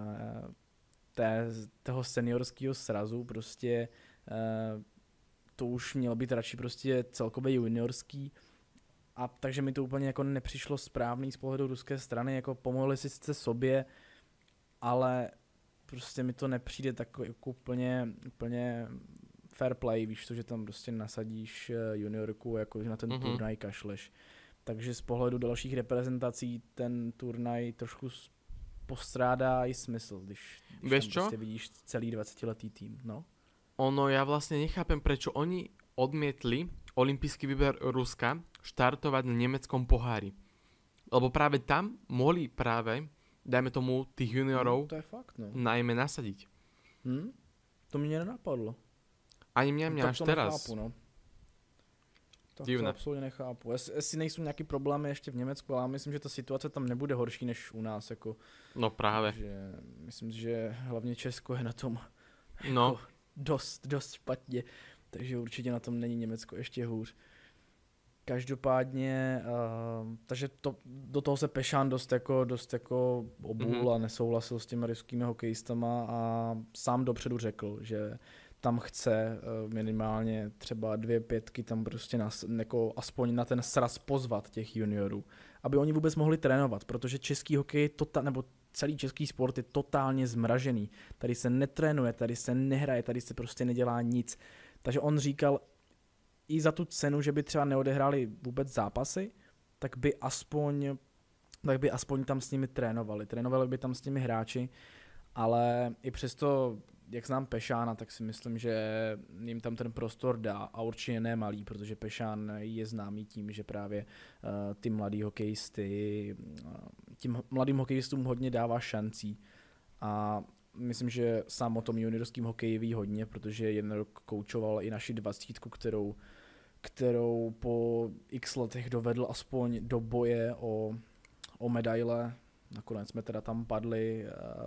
toho seniorského srazu, prostě to už mělo být radši prostě celkově juniorský. A takže mi to úplně jako nepřišlo správný z pohledu ruské strany, jako pomohli si sice sobě, ale prostě mi to nepřijde takový jako úplně fair play, víš to, že tam prostě nasadíš juniorku, jako na ten turnaj kašleš. Takže z pohledu dalších reprezentací ten turnaj trošku postrádá i smysl, když Vieš tam čo? prostě vidíš celý 20-letý tým, no. Ono, ja vlastne nechápem, prečo oni odmietli olympijský výber Ruska štartovať na nemeckom pohári. Lebo práve tam mohli práve, dajme tomu, tých juniorov To je fakt, no. najmä nasadiť. To mě nenapadlo. Ani mňa až to teraz. Nechápu, no. Tak Divné. to absolutně nechápu. Jestli nejsou nějaký problémy ještě v Německu, ale já myslím, že ta situace tam nebude horší než u nás. Jako, No práve. že myslím, že hlavně Česko je na tom No, dost špatně, takže určitě na tom není Německo ještě hůř. Každopádně, takže do toho se Pešán dost jako obul a nesouhlasil s těmi ruskými hokejistama a sám dopředu řekl, že tam chce minimálně třeba 2 pětky tam prostě jako aspoň na ten sraz pozvat těch juniorů, aby oni vůbec mohli trénovat, protože český hokej nebo celý český sport je totálně zmražený. Tady se netrénuje, tady se nehraje, tady se prostě nedělá nic. Takže on říkal, i za tu cenu, že by třeba neodehráli vůbec zápasy, tak by aspoň tam s nimi trénovali by tam s nimi hráči, ale i přesto, jak znám Pešána, tak si myslím, že jim tam ten prostor dá a určitě ne malý, protože Pešán je známý tím, že právě ty mladý hokejisty, tím mladým hokejistům hodně dává šancí a myslím, že sám o tom juniorském hokeji ví hodně, protože jeden rok koučoval i naši 20, kterou po x letech dovedl aspoň do boje o medaile. Nakonec jsme teda tam padli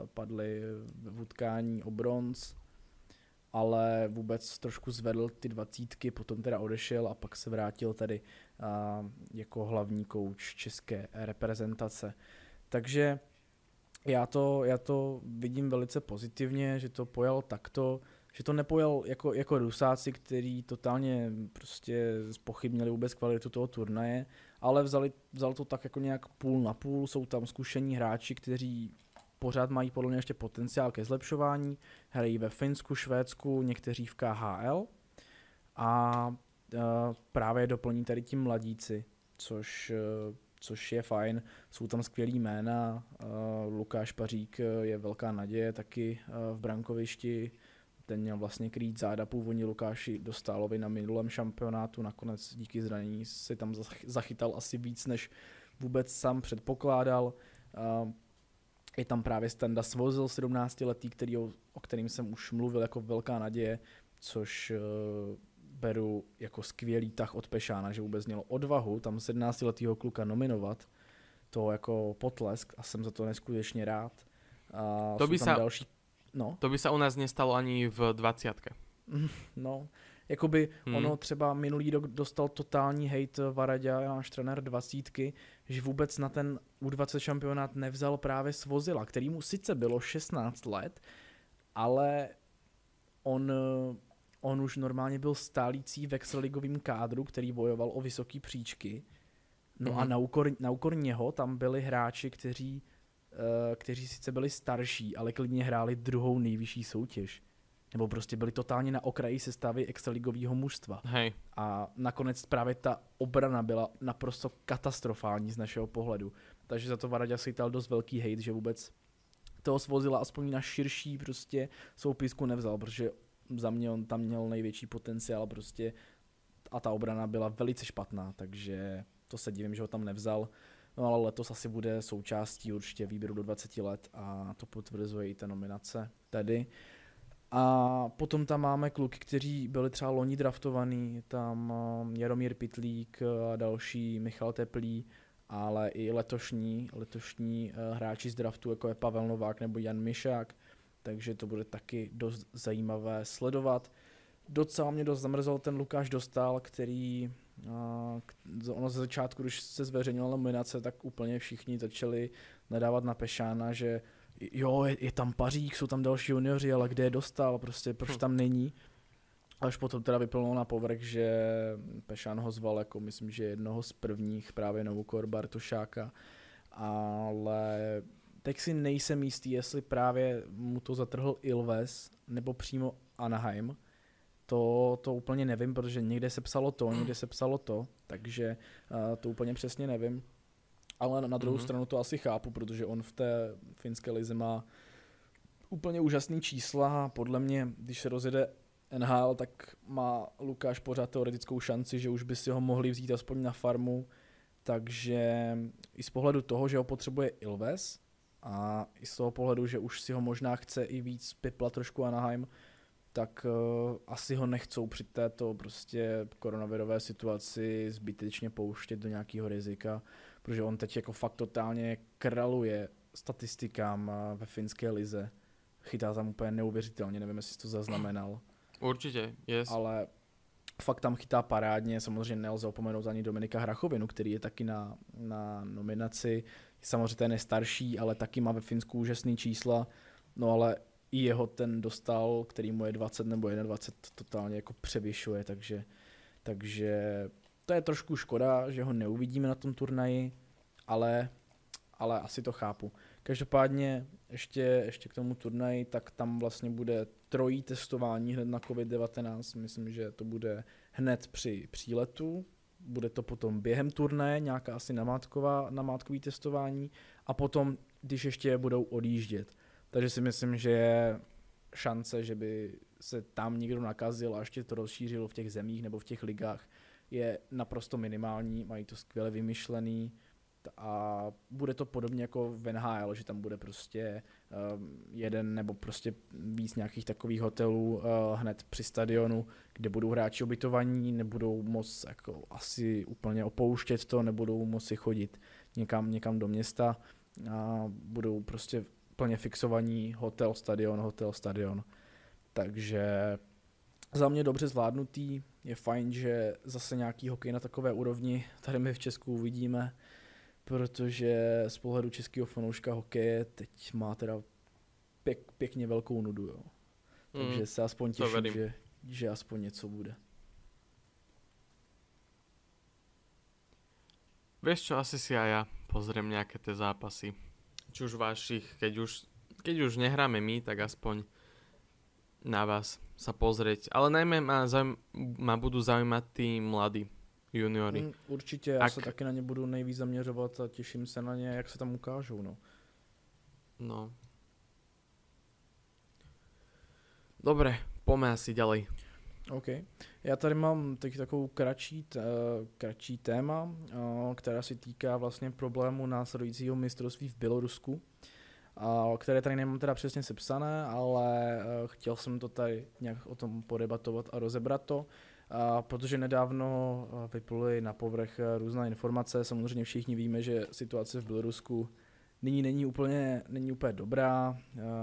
v utkání o bronz, ale vůbec trošku zvedl ty 20, potom teda odešel a pak se vrátil tady jako hlavní kouč české reprezentace. Takže já to vidím velice pozitivně, že to pojal takto, že to nepojal jako Rusáci, který totálně prostě zpochybnili vůbec kvalitu toho turnaje, ale vzal to tak jako nějak půl na půl, jsou tam zkušení hráči, kteří pořád mají podle mě ještě potenciál ke zlepšování, hrají ve Finsku, Švédsku, někteří v KHL a právě doplní tady ti mladíci, což je fajn, jsou tam skvělý jména, Lukáš Pařík je velká naděje taky v brankovišti, ten měl vlastně krýt záda původní Lukáši Dostálovi na minulém šampionátu, nakonec díky zranění si tam zachytal asi víc, než vůbec sám předpokládal. Je tam právě Standa Svozil, 17letý, o kterým jsem už mluvil jako velká naděje, což beru jako skvělý tah od Pešána, že vůbec mělo odvahu tam 17letýho kluka nominovat, to jako potlesk a jsem za to neskutečně rád. To by sa u nás nestalo ani v 20. No, jakoby ono třeba minulý rok dostal totální hejt Varaďa, náš trenér 20, že vůbec na ten U20 šampionát nevzal právě Svozila, který mu sice bylo 16 let, ale on už normálně byl stálící v extraligovým kádru, který bojoval o vysoký příčky. No a na úkor něho tam byli hráči, kteří sice byli starší, ale klidně hráli druhou nejvyšší soutěž. Nebo prostě byli totálně na okraji sestavy extraligového mužstva. Hej. A nakonec právě ta obrana byla naprosto katastrofální z našeho pohledu. Takže za to Varaďa chytal dost velký hejt, že vůbec toho Svozila aspoň na širší prostě soupisku nevzal, protože za mě on tam měl největší potenciál prostě a ta obrana byla velice špatná, takže to se divím, že ho tam nevzal. No ale letos asi bude součástí určitě výběru do 20 let a to potvrzuje i ta nominace tady. A potom tam máme kluky, kteří byli třeba loni draftovaný, tam Jaromír Pitlík a další, Michal Teplý, ale i letošní hráči z draftu, jako je Pavel Novák nebo Jan Mišák, takže to bude taky dost zajímavé sledovat. Docela mě dost zamrzl ten Lukáš Dostál, který ono ze začátku, když se zveřejnila nominace, tak úplně všichni začali nadávat na Pešána, že jo, je tam Pařík, jsou tam další junioři, ale kde je Dostal, prostě proč tam není. Až potom teda vyplnul na povrch, že Pešán ho zval jako myslím, že jednoho z prvních právě na úkor Bartošáka, ale teď si nejsem jistý, jestli právě mu to zatrhl Ilves nebo přímo Anaheim. To úplně nevím, protože někde se psalo to, někde se psalo to, takže to úplně přesně nevím. Ale na druhou stranu to asi chápu, protože on v té finské lize má úplně úžasný čísla a podle mě, když se rozjede NHL, tak má Lukáš pořád teoretickou šanci, že už by si ho mohli vzít aspoň na farmu, takže i z pohledu toho, že ho potřebuje Ilves a i z toho pohledu, že už si ho možná chce i víc piplat trošku Anaheim, tak asi ho nechcou při této prostě koronavirové situaci zbytečně pouštět do nějakého rizika, protože on teď jako fakt totálně kraluje statistikám ve finské lize. Chytá tam úplně neuvěřitelně, nevím, jestli jsi to zaznamenal. Určitě, yes. fakt tam chytá parádně, samozřejmě nelze opomenout ani Dominika Hrachovinu, který je taky na nominaci, samozřejmě ten je starší, ale taky má ve Finsku úžasný čísla, no ale i jeho ten dostal, který mu je 20 nebo 21, totálně jako převyšuje, takže to je trošku škoda, že ho neuvidíme na tom turnaji, ale asi to chápu. Každopádně ještě k tomu turnaji, tak tam vlastně bude trojí testování hned na COVID-19. Myslím, že to bude hned při příletu, bude to potom během turnaje, nějaká asi namátkový testování a potom, když ještě budou odjíždět. Takže si myslím, že je šance, že by se tam někdo nakazil a ještě to rozšířilo v těch zemích nebo v těch ligách, je naprosto minimální, mají to skvěle vymyšlený a bude to podobně jako v NHL, že tam bude prostě jeden nebo prostě víc nějakých takových hotelů hned při stadionu, kde budou hráči ubytovaní, nebudou moc jako asi úplně opouštět to, nebudou moci chodit někam do města a budou prostě plně fixovaní hotel, stadion. Takže za mě dobře zvládnutý, je fajn, že zase nějaký hokej na takové úrovni tady my v Česku uvidíme, protože z pohledu českého fanouška hokeje teď má teda pěkně velkou nudu, jo. Takže se aspoň těším, že aspoň něco bude. Vieš čo, asi si aj ja pozriem nejaké tie zápasy. Či už vašich, keď už nehráme my, tak aspoň na vás sa pozrieť. Ale najmä ma budú zaujímať tí mladí juniory. Určitě, já se taky na ně budu nejvíc zaměřovat a těším se na ně, jak se tam ukážou, no. No. Dobre, poďme asi ďalej. OK. Já tady mám teď takovou kratší téma, která se týká vlastně problému následujícího mistrovství v Bělorusku, které tady nemám teda přesně sepsané, ale chtěl jsem to tady nějak o tom podebatovat a rozebrat to, protože nedávno vypluly na povrch různé informace. Samozřejmě všichni víme, že situace v Bělorusku nyní není úplně dobrá.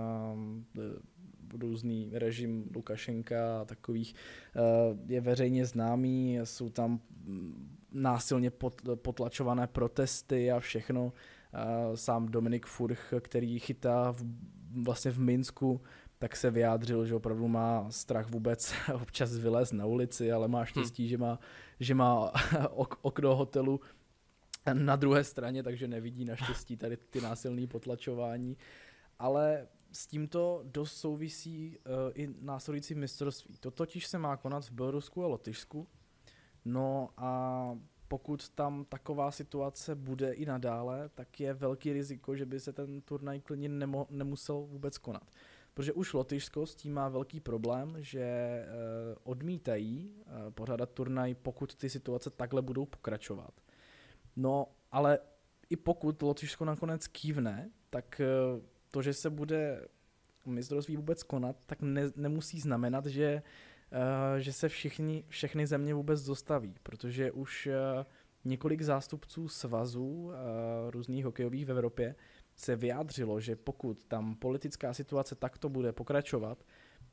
Různý režim Lukašenka a takových je veřejně známý, jsou tam násilně potlačované protesty a všechno. Sám Dominik Furch, který chytá vlastně v Minsku, tak se vyjádřil, že opravdu má strach vůbec občas vylézt na ulici, ale má štěstí, že má okno hotelu na druhé straně, takže nevidí naštěstí tady ty násilné potlačování. Ale s tímto dost souvisí i následující mistrovství. To totiž se má konat v Bělorusku a Lotyšsku. No a pokud tam taková situace bude i nadále, tak je velký riziko, že by se ten turnaj klidně nemusel vůbec konat. Protože už Lotyšsko s tím má velký problém, že odmítají pořádat turnaj, pokud ty situace takhle budou pokračovat. No, ale i pokud Lotyšsko nakonec kývne, tak to, že se bude mistrovství vůbec konat, tak nemusí znamenat, že se všechny země vůbec dostaví, protože už několik zástupců svazů různých hokejových v Evropě se vyjádřilo, že pokud tam politická situace takto bude pokračovat,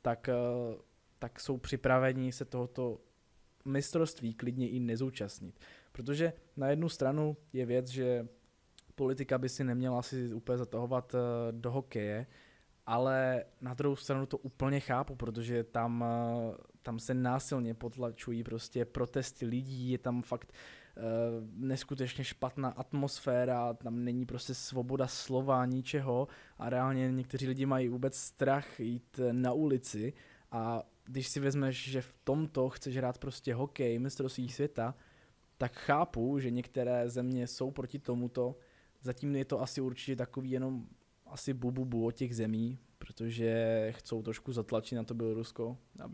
tak jsou připraveni se tohoto mistrovství klidně i nezúčastnit. Protože na jednu stranu je věc, že politika by si neměla asi úplně zatahovat do hokeje, ale na druhou stranu to úplně chápu, protože tam se násilně potlačují prostě protesty lidí, je tam fakt neskutečně špatná atmosféra, tam není prostě svoboda slova, ničeho a reálně někteří lidi mají vůbec strach jít na ulici a když si vezmeš, že v tomto chceš hrát prostě hokej, mistrovství světa, tak chápu, že některé země jsou proti tomuto. Zatím je to asi určitě takový jenom asi bububu od těch zemí, protože chcou trošku zatlačit na to Bělorusko,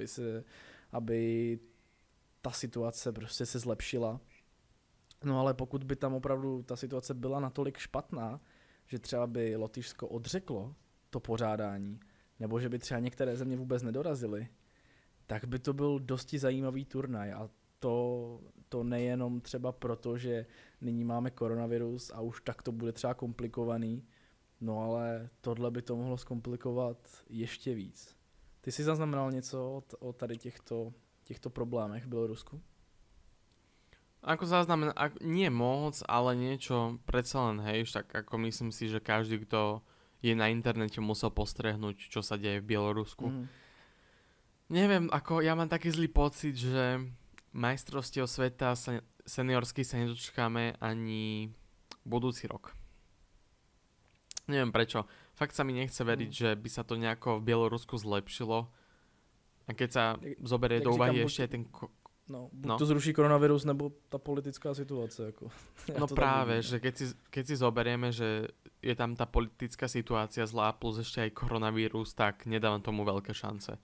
aby ta situace prostě se zlepšila. No ale pokud by tam opravdu ta situace byla natolik špatná, že třeba by Lotyšsko odřeklo to pořádání, nebo že by třeba některé země vůbec nedorazily, tak by to byl dosti zajímavý turnaj a to nejenom třeba proto, že nyní máme koronavirus a už tak to bude třeba komplikovaný, no ale tohle by to mohlo zkomplikovat ještě víc. Ty jsi zaznamenal něco o tady těchto těchto problémech v Bělorusku? Ako zaznamená, nie moc, ale niečo predsa len, hej, tak ako myslím si, že každý, kto je na internete, musel postrehnúť, čo sa deje v Bielorusku. Neviem, ako ja mám taký zlý pocit, že majstrovstiev sveta seniorský sa nedočkáme ani budúci rok. Neviem prečo. Fakt sa mi nechce veriť, že by sa to nejako v Bielorusku zlepšilo. A keď sa zoberie do úvahy ešte aj ten... buď to zruší koronavirus, nebo ta politická situace. Jako. No práve, že keď si zoberieme, že je tam tá politická situácia zlá, plus ešte aj koronavírus, tak nedávam tomu veľké šance.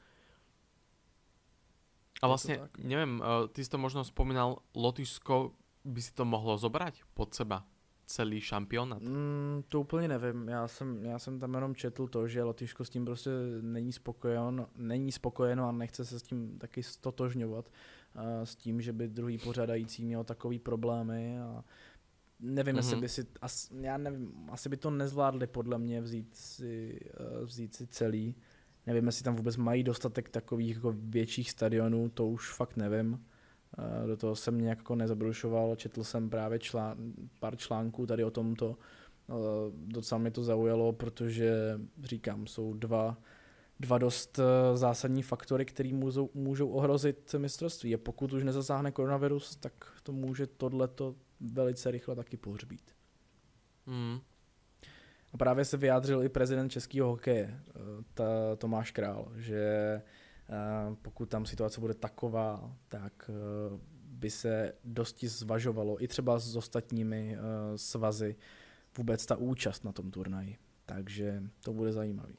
A vlastne, neviem, ty si to možno spomínal, Lotyšsko by si to mohlo zobrať pod seba, celý šampionát? To úplně nevím, já jsem tam jenom četl to, že Lotyšsko s tím prostě není spokojeno a nechce se s tím taky stotožňovat, s tím, že by druhý pořadající měl takový problémy a nevím, jestli by si, já nevím, asi by to nezvládli podle mě vzít si celý. Nevím, jestli tam vůbec mají dostatek takových jako větších stadionů, to už fakt nevím. Do toho jsem nějak jako nezabrušoval, četl jsem právě pár článků tady o tomto. Docela mě to zaujalo, protože říkám, jsou dva dost zásadní faktory, které můžou ohrozit mistrovství. A pokud už nezasáhne koronavirus, tak to může tohleto velice rychle taky pohřbít. A právě se vyjádřil i prezident českého hokeje, Tomáš Král, že pokud tam situace bude taková, tak by se dosti zvažovalo i třeba s ostatními svazy vůbec ta účast na tom turnaji. Takže to bude zajímavý.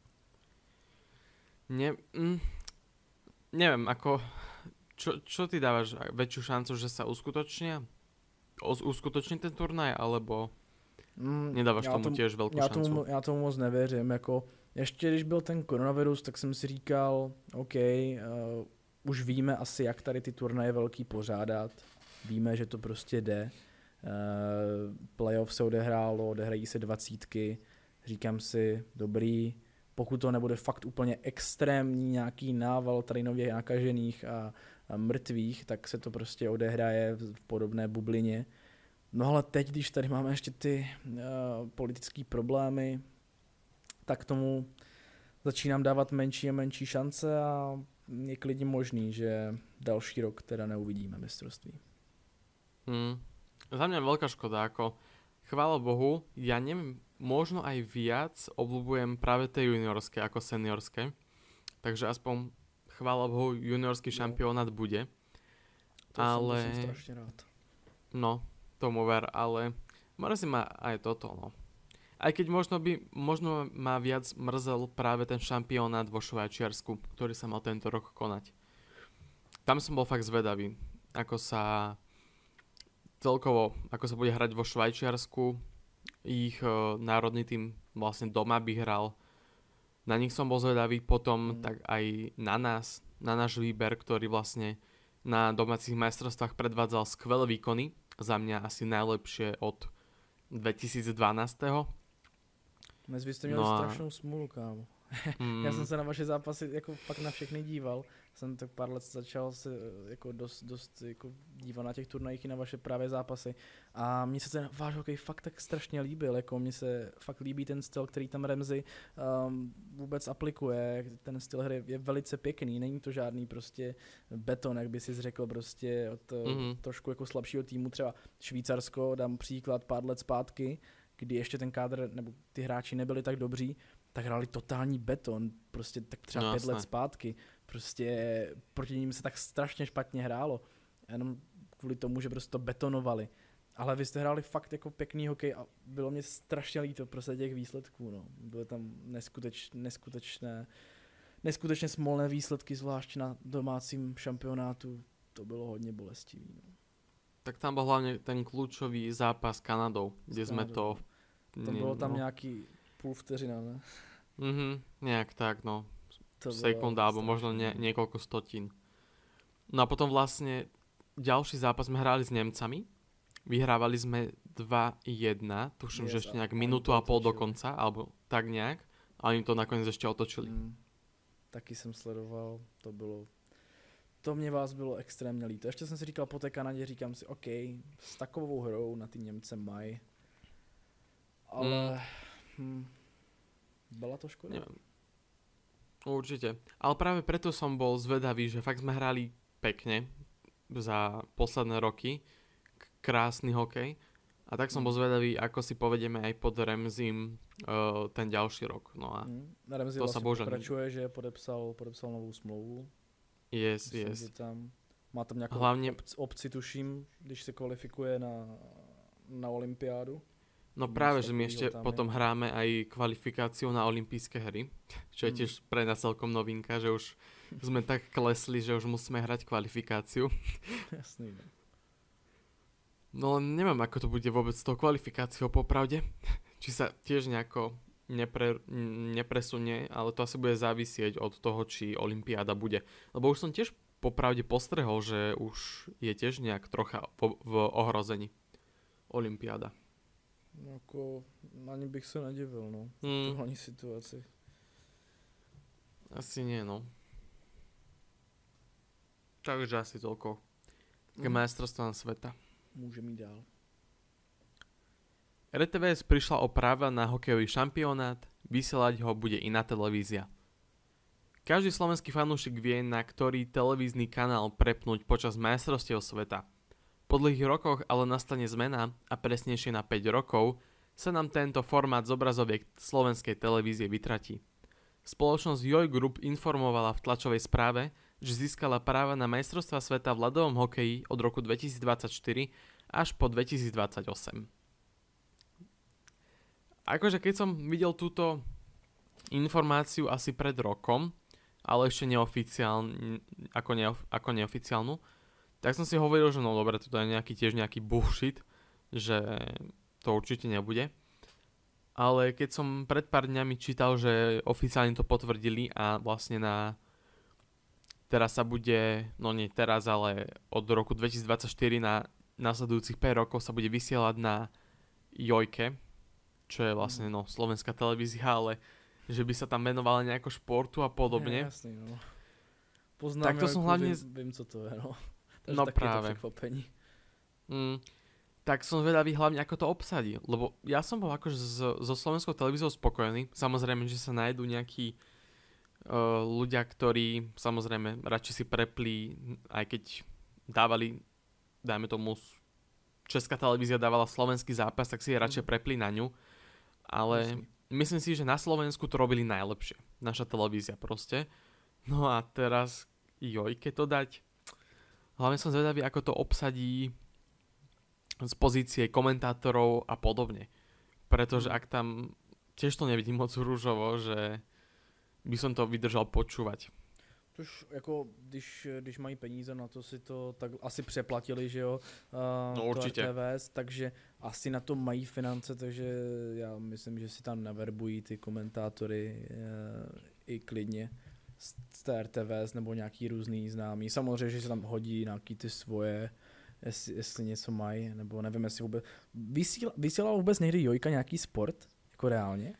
Neviem, ako čo ty dávaš väčšiu šancu, že sa uskutoční ten turnaj, alebo nedávaš tomu tiež veľkú šancu? Já tomu moc nevěřím, jako ještě když byl ten koronavirus, tak jsem si říkal, OK, už víme asi, jak tady ty turnaje velký pořádat, víme, že to prostě jde, playoff se odehrají se 20, říkám si, dobrý, pokud to nebude fakt úplně extrémní nějaký nával tady nově nakažených a mrtvých, tak se to prostě odehraje v podobné bublině. No ale teď, když tady máme ještě ty politické problémy, tak tomu začínám dávat menší a menší šance a je klidně možný, že další rok teda neuvidíme mistrovství. Za mňa veľká škoda, ako chvála Bohu, ja neviem, možno aj viac obľúbujem práve tie juniorské ako seniorské, takže aspoň chvála Bohu juniorský šampionát bude. To ale... som strašne rád. No, tomu ver, ale mrzí ma aj toto, no. Aj keď možno ma viac mrzel práve ten šampionát vo Švajčiarsku, ktorý sa mal tento rok konať. Tam som bol fakt zvedavý, ako sa bude hrať vo Švajčiarsku. Ich národný tým vlastne doma by hral. Na nich som bol zvedavý, potom tak aj na náš výber, ktorý vlastne na domácich majstrovstvách predvádzal skvelé výkony. Za mňa asi najlepšie od 2012. Dnes vy jste měli strašnou smůlu, kámo. Já jsem se na vaše zápasy jako fakt na všechny díval. Jsem tak pár let začal se jako dost jako dívat na těch turnajích i na vaše právě zápasy. A mně se ten váš hokej fakt tak strašně líbil. Jako mně se fakt líbí ten styl, který tam Ramsey vůbec aplikuje. Ten styl hry je velice pěkný. Není to žádný prostě beton, jak by si řekl, prostě od trošku jako slabšího týmu. Třeba Švýcarsko, dám příklad pár let zpátky, kdy ještě ten kádr nebo ty hráči nebyli tak dobří, tak hráli totální beton, prostě tak třeba 5 let zpátky. Prostě proti ním se tak strašně špatně hrálo. Jenom kvůli tomu, že prostě to betonovali. Ale vy jste hráli fakt jako pěkný hokej a bylo mě strašně líto prostě těch výsledků. No. Byly tam neskutečně smolné výsledky, zvlášť na domácím šampionátu. To bylo hodně bolestivý. No. Tak tam byl hlavně ten klíčový zápas s Kanadou, kde jsme to... Tam bylo tam nějaký půl vteřina, ne? Nejak tak, no. Sekunda, alebo možno niekoľko stotín. No a potom vlastne ďalší zápas sme hrali s Nemcami. Vyhrávali sme 2-1, tuším, že ešte nejak minútu a pol do konca, alebo tak nejak. A oni to nakoniec ešte otočili. Taky jsem sledoval, to bylo To mě vás bylo extrémně líto. Ještě jsem si říkal po té Kanadě, říkám si, OK, s takovou hrou na ty Němce mají. Ale byla to škoda. Neviem. Určite. Ale práve preto som bol zvedavý, že fakt sme hrali pekne za posledné roky. Krásny hokej. A tak som bol zvedavý, ako si povedieme aj pod Ramseym ten ďalší rok. No a Ramsey to sa vlastně bohužel pokračuje, že podepsal novou smlouvu. yes. Že tam, má tam nějakou Hlavně- opci, tuším, když se kvalifikuje na olympiádu. No Nic práve, že my takového ešte tam je. potom hráme aj kvalifikáciu na olympijské hry, čo je tiež pre nás celkom novinka, že už sme tak klesli, že už musíme hrať kvalifikáciu. Jasný. No. No len neviem, ako to bude vôbec s tou kvalifikáciou popravde. Či sa tiež nejako nepresunie, ale to asi bude závisieť od toho, či olympiáda bude. Lebo už som tiež popravde postrehol, že už je tiež nejak trocha v ohrození olympiáda. No, jako, ani bych se nedivil, no. V tuhle situaci. Asi nie, no. Takže asi toľko k majstrovstvám sveta. Můžeme jít dál. RTVS prišla o práva na hokejový šampionát, vysielať ho bude iná televízia. Každý slovenský fanúšik vie, na ktorý televízny kanál prepnúť počas majstrovstiev sveta. Po dlhých rokoch ale nastane zmena a presnejšie na 5 rokov sa nám tento formát z obrazoviek slovenskej televízie vytratí. Spoločnosť Joj Group informovala v tlačovej správe, že získala práva na majstrovstvá sveta v ľadovom hokeji od roku 2024 až po 2028. Akože keď som videl túto informáciu asi pred rokom, ale ešte ako neoficiálnu, tak som si hovoril, že no dobre, toto je tiež nejaký bullshit, že to určite nebude. Ale keď som pred pár dňami čítal, že oficiálne to potvrdili a vlastne teraz sa bude, no nie teraz, ale od roku 2024 na nasledujúcich 5 rokov sa bude vysielať na Jojke, čo je vlastne slovenská televízia, ale že by sa tam venovala nejako športu a podobne. Je, jasný, no. Poznám, Tak to som hlavne... Vím, co to je, no. Takže No taky práve. je to překvapení. Tak som zvedavý hlavne, ako to obsadí. Lebo ja som bol akože so slovenskou televíziou spokojný. Samozrejme, že sa nájdú nejakí ľudia, ktorí samozrejme radšej si preplí, aj keď dávali, dajme tomu, česká televízia dávala slovenský zápas, tak si je radšej preplí na ňu. Ale myslím si, že na Slovensku to robili najlepšie. Naša televízia proste. No a teraz Jojke to dať. Hlavne som zvedavý, ako to obsadí z pozície komentátorov a podobne. Pretože ak tam tiež to nevidím moc rúžovo, že by som to vydržal počúvať. Tož jako, když mají peníze na to, si to tak asi přeplatili, že jo, No určitě. RTVS, takže asi na to mají finance, takže já myslím, že si tam naverbují ty komentátory i klidně z té RTVS nebo nějaký různý známý. Samozřejmě, že se tam hodí nějaký ty svoje, jestli něco mají, nebo nevím, jestli vůbec... Vysílala vůbec někdy Jojka nějaký sport? Jako reálně?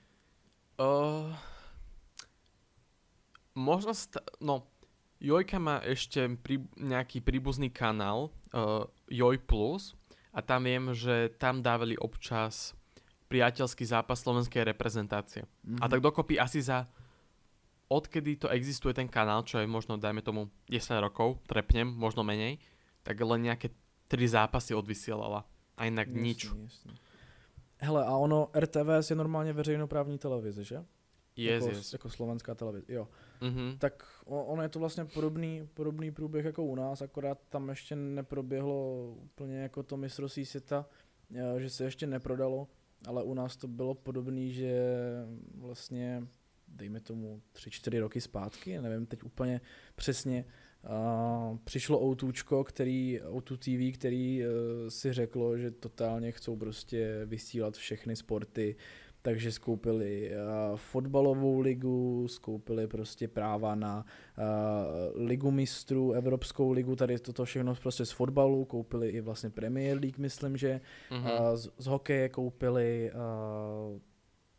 Možno, Jojka má ešte nejaký príbuzný kanál, Joj Plus, a tam viem, že tam dávali občas priateľský zápas slovenskej reprezentácie. A tak dokopy asi odkedy to existuje ten kanál, čo je možno, dajme tomu, 10 rokov, trepnem, možno menej, tak len nejaké 3 zápasy odvysielala. A inak nič. Jasný. Hele, a ono, RTVS je normálně veřejnoprávní televize, že? Yes. Jako slovenská televize, jo. Mm-hmm. Tak ono je to vlastně podobný průběh jako u nás, akorát tam ještě neproběhlo úplně jako to mistrovství světa, že se ještě neprodalo, ale u nás to bylo podobný, že vlastně, dejme tomu 3-4 roky zpátky, nevím teď úplně přesně, přišlo O2 TV, který si řeklo, že totálně chcou prostě vysílat všechny sporty, takže skoupili fotbalovou ligu, skoupili prostě práva na ligu mistrů, Evropskou ligu, tady toto všechno prostě z fotbalu, koupili i vlastně Premier League, myslím, že z hokeje koupili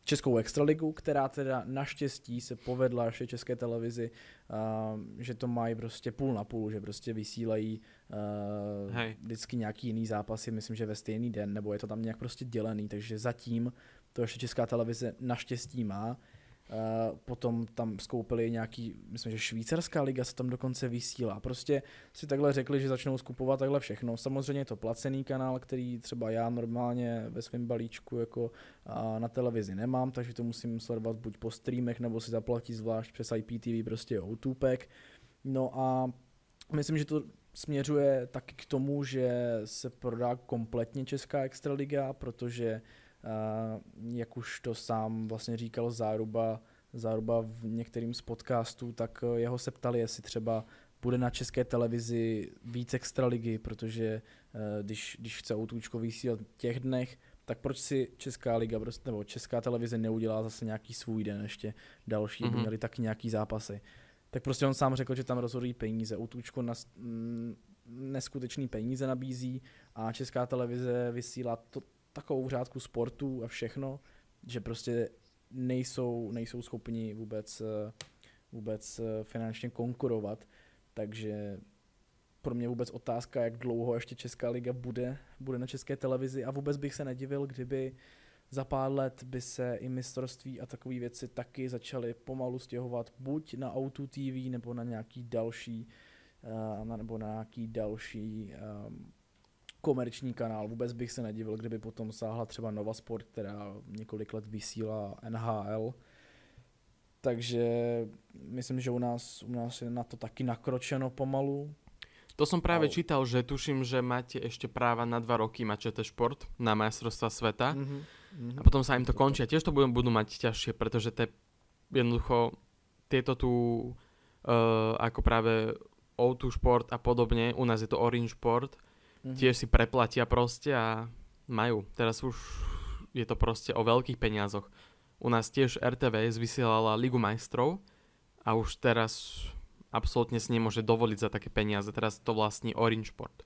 Českou extraligu, která teda naštěstí se povedla ještě České televizi, že to mají prostě půl na půl, že prostě vysílají vždycky nějaký jiný zápasy, myslím, že ve stejný den, nebo je to tam nějak prostě dělený, takže zatím to ještě Česká televize naštěstí má. Potom tam skoupili nějaký, myslím, že švýcarská liga se tam dokonce vysílá. Prostě si takhle řekli, že začnou skupovat takhle všechno. Samozřejmě je to placený kanál, který třeba já normálně ve svém balíčku jako na televizi nemám, takže to musím sledovat buď po streamech, nebo si zaplatit zvlášť přes IPTV prostě O2pack. No a myslím, že to směřuje taky k tomu, že se prodá kompletně Česká extraliga, protože jak už to sám vlastně říkal Záruba v některým z podcastů, tak jeho se ptali, jestli třeba bude na České televizi víc extraligy, protože když chce O2čko vysílat v těch dnech, tak proč si Česká liga nebo Česká televize neudělá zase nějaký svůj den ještě další, by měli taky nějaký zápasy. Tak prostě on sám řekl, že tam rozhodují peníze. O2čko neskutečný peníze nabízí a Česká televize vysílá takovou řádku sportů a všechno, že prostě nejsou schopni vůbec finančně konkurovat, takže pro mě vůbec otázka, jak dlouho ještě Česká liga bude na České televizi a vůbec bych se nedivil, kdyby za pár let by se i mistrovství a takové věci taky začaly pomalu stěhovat buď na O2 TV nebo na nějaký další komerční kanál. Vůbec bych se nedivil, kdyby potom sáhla třeba Nova Sport, která několik let vysílá NHL. Takže myslím, že u nás je na to taky nakročeno pomalu. To som práve čítal, že tuším, že máte ešte práva na 2 roky mať ČT Šport na majstrovstvá sveta a potom sa im to končí. A tiež to budú mať ťažšie, pretože to je jednoducho tieto tu ako práve O2 Šport a podobne, u nás je to Orange Sport, tiež si preplatia proste a majú. Teraz už je to proste o veľkých peniazoch. U nás tiež RTVS vysielala Ligu majstrov a už teraz absolútne si nemôže dovoliť za také peniaze. Teraz to vlastní Orange Sport.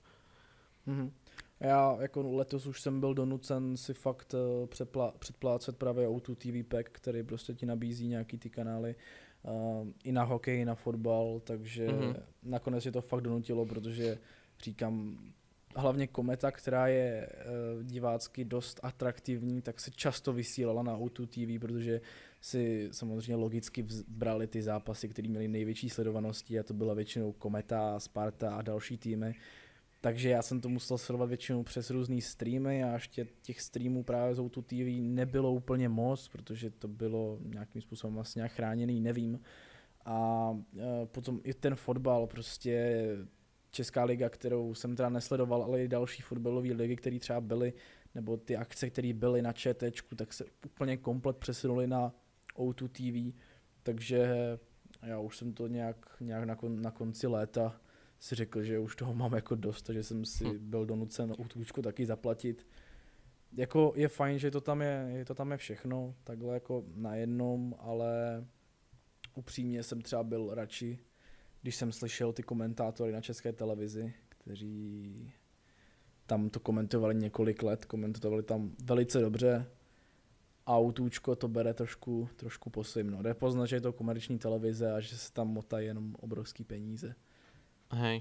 Já jako letos už jsem byl donucen si fakt předplácet právě O2 TV Pack, který prostě ti nabízí nějaký ty kanály i na hokej, i na fotbal, takže nakonec je to fakt donutilo, protože říkám, hlavně Kometa, která je divácky dost atraktivní, tak se často vysílala na O2 TV, protože si samozřejmě logicky brali ty zápasy, které měly největší sledovanosti a to byla většinou Kometa, Sparta a další týmy. Takže já jsem to musel sledovat většinou přes různý streamy a ještě těch streamů právě z O2 TV nebylo úplně moc, protože to bylo nějakým způsobem vlastně nějak chráněný, nevím. A potom i ten fotbal, prostě Česká liga, kterou jsem teda nesledoval, ale i další fotbalové ligy, které třeba byly, nebo ty akce, které byly na ČTčku, tak se úplně komplet přesunuly na O2 TV, takže já už jsem to nějak na konci léta si řekl, že už toho mám jako dost, takže jsem si byl donucen O2čku taky zaplatit. Jako je fajn, že to tam je všechno, takhle jako na jednom, ale upřímně jsem třeba byl radši, když jsem slyšel ty komentátory na České televizi, kteří tam to komentovali několik let, komentovali tam velice dobře a O2čko to bere trošku po svým. No. Jde poznat, že je to komerční televize a že se tam motají jenom obrovský peníze. Hej.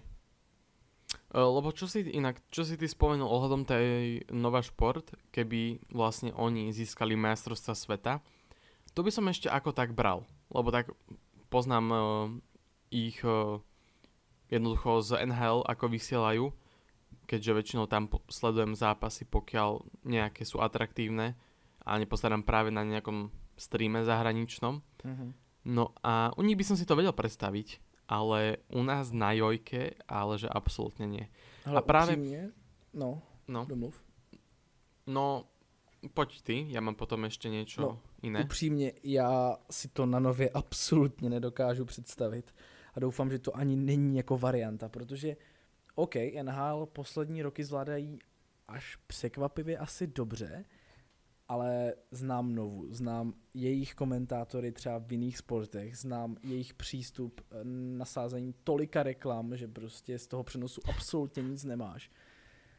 Lebo čo si ty spomenul ohľadom tej Nova Šport, keby vlastne oni získali majstrovstvá sveta, to by som ešte ako tak bral, lebo tak poznám ich jednoducho z NHL, ako vysielajú, keďže väčšinou tam sledujem zápasy, pokiaľ nejaké sú atraktívne a nepozerám práve na nejakom streame zahraničnom. No a u nich by som si to vedel predstaviť, ale u nás na Jojke, ale že absolútne nie. Ale a práve... upřímně, domluv. No, poď ty, ja mám potom ešte niečo iné. Upřímně, já si to na Nově absolutně nedokážu představit a doufám, že to ani není jako varianta, protože OK, NHL poslední roky zvládají až překvapivě asi dobře, ale znám Novu, znám jejich komentátory třeba v jiných sportech, znám jejich přístup, nasázení tolika reklam, že prostě z toho přenosu absolutně nic nemáš.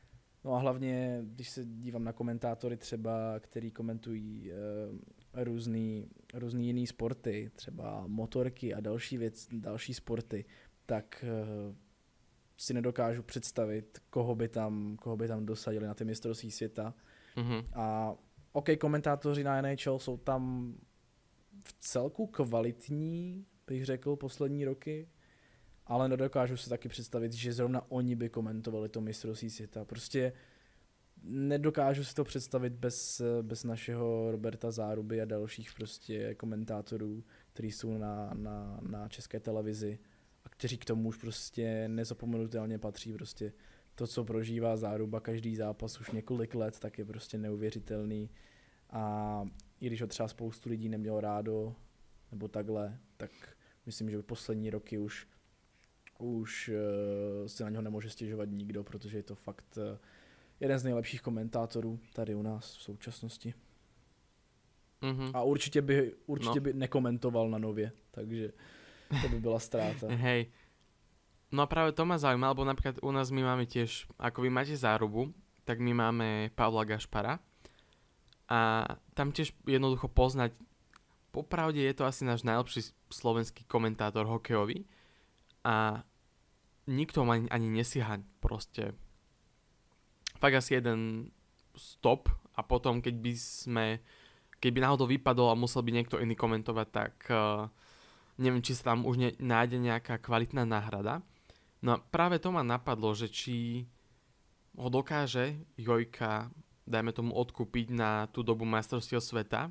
No a hlavně, když se dívám na komentátory třeba, který komentují různý jiný sporty, třeba motorky a další sporty, tak si nedokážu představit, koho by tam dosadili na ty mistrovství světa. Mhm. A OK, komentátoři na NHL jsou tam v celku kvalitní, bych řekl, poslední roky, ale nedokážu si taky představit, že zrovna oni by komentovali to mistrovství světa. Prostě nedokážu si to představit bez našeho Roberta Záruby a dalších prostě komentátorů, kteří jsou na české televizi a kteří k tomu už prostě nezapomenutelně patří. Prostě to, co prožívá Záruba každý zápas už několik let, tak je prostě neuvěřitelný. A i když ho třeba spoustu lidí nemělo rádo, nebo takhle, tak myslím, že poslední roky už si na něho nemůže stěžovat nikdo, protože je to fakt jeden z nejlepších komentátorů tady u nás v současnosti. Mhm. A určitě by nekomentoval na Nově, takže to by byla ztráta. Hej. No a práve to ma zaujíma, lebo napríklad u nás my máme tiež, ako vy máte Zárubu, tak my máme Pavla Gašpara a tam tiež jednoducho poznať, popravde je to asi náš najlepší slovenský komentátor hokejový a nikto ani nesíha proste. Fakt asi jeden stop a potom keď by náhodou vypadol a musel by niekto iný komentovať, tak neviem, či sa tam už nájde nejaká kvalitná náhrada. No a práve to ma napadlo, že či ho dokáže Jojka, dajme tomu, odkúpiť na tú dobu majstrovstiev sveta,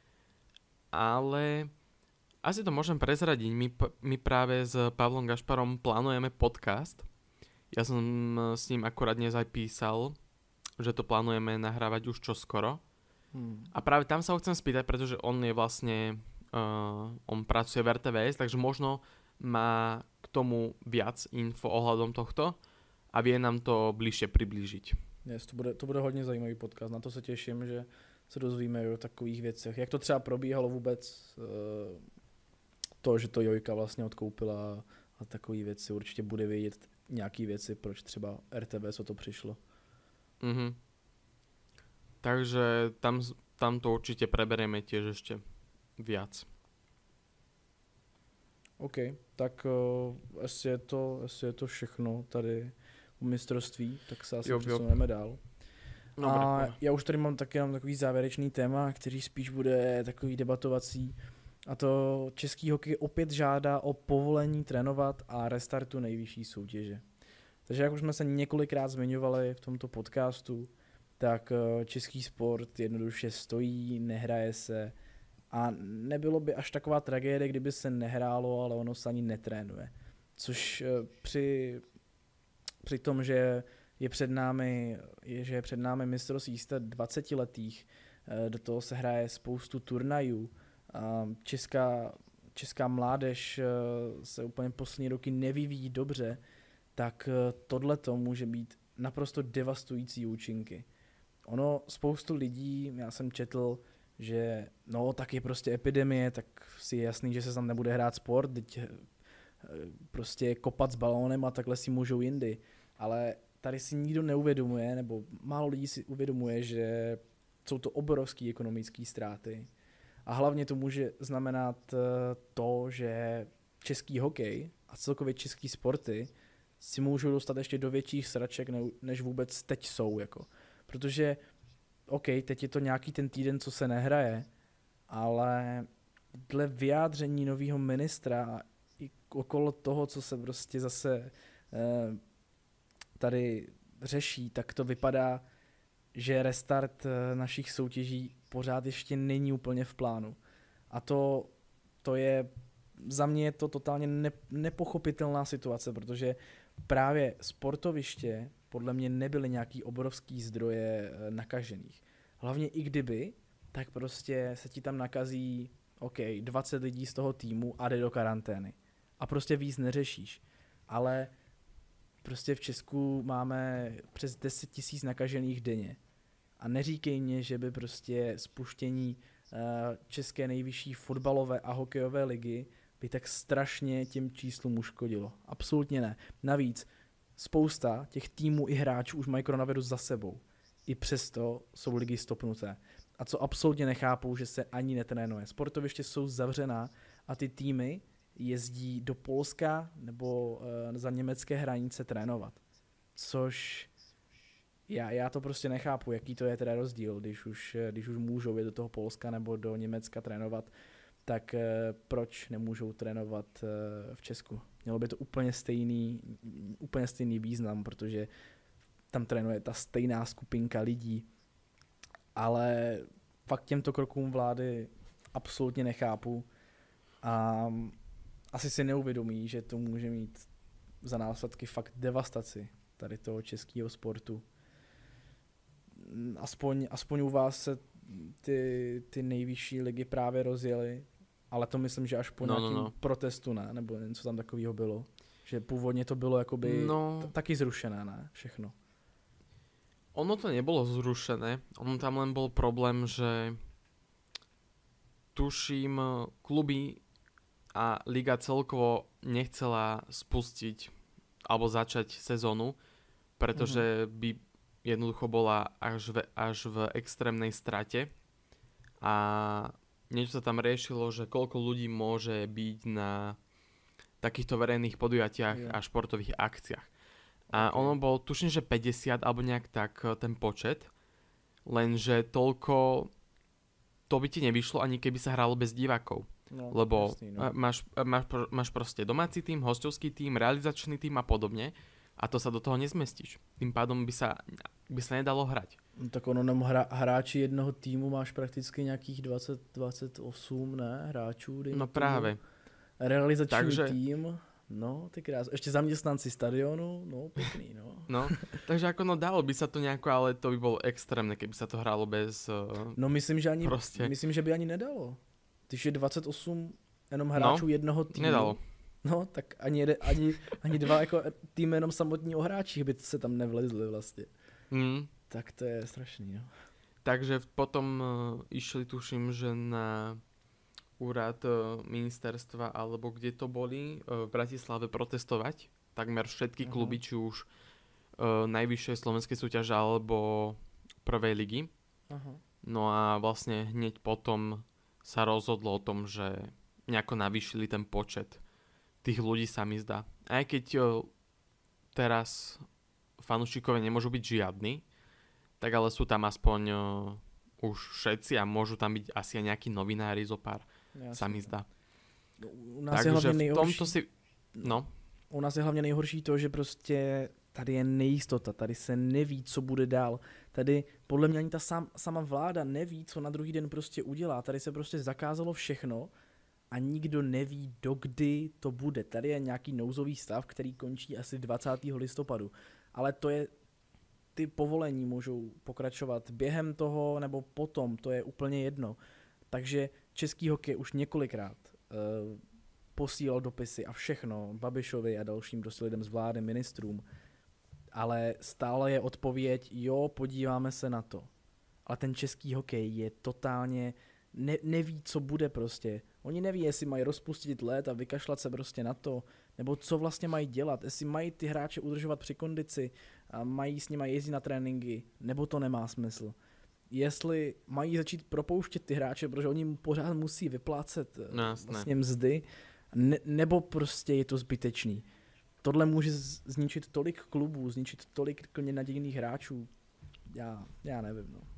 ale asi to môžem prezradiť. My práve s Pavlom Gašparom plánujeme podcast. Ja som s ním akurát dnes aj písal, že to plánujeme nahrávať už čoskoro. A práve tam sa ho chcem spýtať, pretože on je vlastne on pracuje v RTVS, takže možno má k tomu viac info ohľadom tohto a vie nám to bližšie priblížiť. Yes, to bude hodně zajímavý podcast, na to se těším, že se dozvíme o takových věcech. Jak to třeba probíhalo vůbec to, že to Jojka vlastně odkoupila a takové věci, určitě bude vědět nějaký věci, proč třeba RTVS o to přišlo. Mhm. Takže tam to určite preberieme tiež ešte viac. OK, tak asi je to všechno tady u mistrovství, tak se asi přesuneme dál. Dobre, a já už tady mám taky jenom takový závěrečný téma, který spíš bude takový debatovací. A to český hokej opět žádá o povolení trénovat a restartu nejvyšší soutěže. Takže jak už jsme se několikrát zmiňovali v tomto podcastu, tak český sport jednoduše stojí, nehraje se a nebylo by až taková tragédie, kdyby se nehrálo, ale ono se ani netrénuje. Což při tom, že je před námi mistrovství 20letých, do toho se hraje spoustu turnajů, česká mládež se úplně poslední roky nevyvíjí dobře, tak tohleto může být naprosto devastující účinky. Ono spoustu lidí, já jsem četl, že no tak je prostě epidemie, tak si je jasný, že se tam nebude hrát sport, teď prostě kopat s balónem a takhle si můžou jindy. Ale tady si nikdo neuvědomuje, nebo málo lidí si uvědomuje, že jsou to obrovské ekonomické ztráty. A hlavně to může znamenat to, že český hokej a celkově český sporty si můžou dostat ještě do větších sraček, než vůbec teď jsou. Jako. Protože, OK, teď je to nějaký ten týden, co se nehraje, ale dle vyjádření nového ministra a i okolo toho, co se prostě zase tady řeší, tak to vypadá, že restart našich soutěží pořád ještě není úplně v plánu. A to je, za mě je to totálně nepochopitelná situace, protože právě sportoviště podle mě nebyly nějaký obrovský zdroje nakažených. Hlavně i kdyby, tak prostě se ti tam nakazí 20 lidí z toho týmu a jde do karantény. A prostě víc neřešíš. Ale prostě v Česku máme přes 10 000 nakažených denně. A neříkej mě, že by prostě spuštění české nejvyšší fotbalové a hokejové ligy by tak strašně těm číslům uškodilo. Absolutně ne. Navíc spousta těch týmů i hráčů už mají koronavirus za sebou. I přesto jsou ligy stopnuté. A co absolutně nechápou, že se ani netrénuje. Sportoviště jsou zavřená a ty týmy jezdí do Polska nebo za německé hranice trénovat. Což já to prostě nechápu, jaký to je teda rozdíl, když už můžou jít do toho Polska nebo do Německa trénovat, tak proč nemůžou trénovat v Česku? Mělo by to úplně stejný význam, protože tam trénuje ta stejná skupinka lidí, ale fakt těmto krokům vlády absolutně nechápu a asi si neuvědomí, že to může mít za následky fakt devastaci tady toho českého sportu. Aspoň u vás se ty nejvyšší ligy právě rozjely, ale to myslím, že až po nějakým protestu, ne? Nebo něco tam takového bylo. Že původně to bylo jakoby taky zrušené, ne? Všechno. Ono to nebolo zrušené, ono tam len bol problém, že tuším kluby a liga celkovo nechcela spustiť alebo začať sezónu, pretože by jednoducho bola až v extrémnej strate a niečo sa tam riešilo, že koľko ľudí môže byť na takýchto verejných podujatiach a športových akciách. A ono bol, tuším, že 50 alebo nejak tak ten počet, lenže toľko, to by ti nevyšlo ani keby sa hralo bez divákov. No, lebo jasný, no. máš proste domáci tým, hostovský tým, realizačný tým a podobne a to sa do toho nezmestíš. Tým pádom by sa nedalo hrať. No, tak ono hráči jednoho týmu máš prakticky nějakých 28, ne? Hráčů. No práve. Realizačný tým. No, ty krás. Ešte zamestnanci stadionu, no pekný, no. No, takže ako dalo by sa to nejako, ale to by bolo extrémne, keby sa to hrálo bez No myslím, že by ani nedalo. Když je 28 jenom hráčů jednoho týmu. Nedalo. No, tak ani dva jako tým jenom samotní o hráčích by se tam nevlezli vlastně. Tak to je strašný, no. Takže potom išli, tuším, že na úrad ministerstva, alebo kde to boli, v Bratislave protestovať. Takmer všetky kluby, či už najvyššej slovenskej súťaže, alebo prvej ligy. No a vlastne hneď potom sa rozhodlo o tom, že nejako navýšili ten počet tých ľudí, sa mi zdá. Aj keď teraz fanúšikovia nemôžu byť žiadni, tak ale sú tam aspoň už všetci a môžu tam byť asi aj nejakí novinári zo pár. Sa mi zdá. U nás je hlavně nejhorší. U nás je hlavně nejhorší to, že prostě tady je nejistota, tady se neví, co bude dál. Tady podle mě ani ta sama vláda neví, co na druhý den prostě udělá. Tady se prostě zakázalo všechno a nikdo neví, dokdy to bude. Tady je nějaký nouzový stav, který končí asi 20. listopadu. Ale to je, ty povolení můžou pokračovat během toho nebo potom, to je úplně jedno. Takže český hokej už několikrát posílal dopisy a všechno Babišovi a dalším prostě lidem z vlády, ministrům, ale stále je odpověď, jo, podíváme se na to. Ale ten český hokej je totálně, neví, co bude prostě. Oni neví, jestli mají rozpustit led a vykašlat se prostě na to, nebo co vlastně mají dělat, jestli mají ty hráče udržovat při kondici a mají s nimi jezdit na tréninky, nebo to nemá smysl. Jestli mají začít propouštět ty hráče, protože oni pořád musí vyplácet vlastně mzdy, nebo prostě je to zbytečný. Tohle může zničit tolik klubů, zničit tolik klidně nadějných hráčů. Já nevím, no.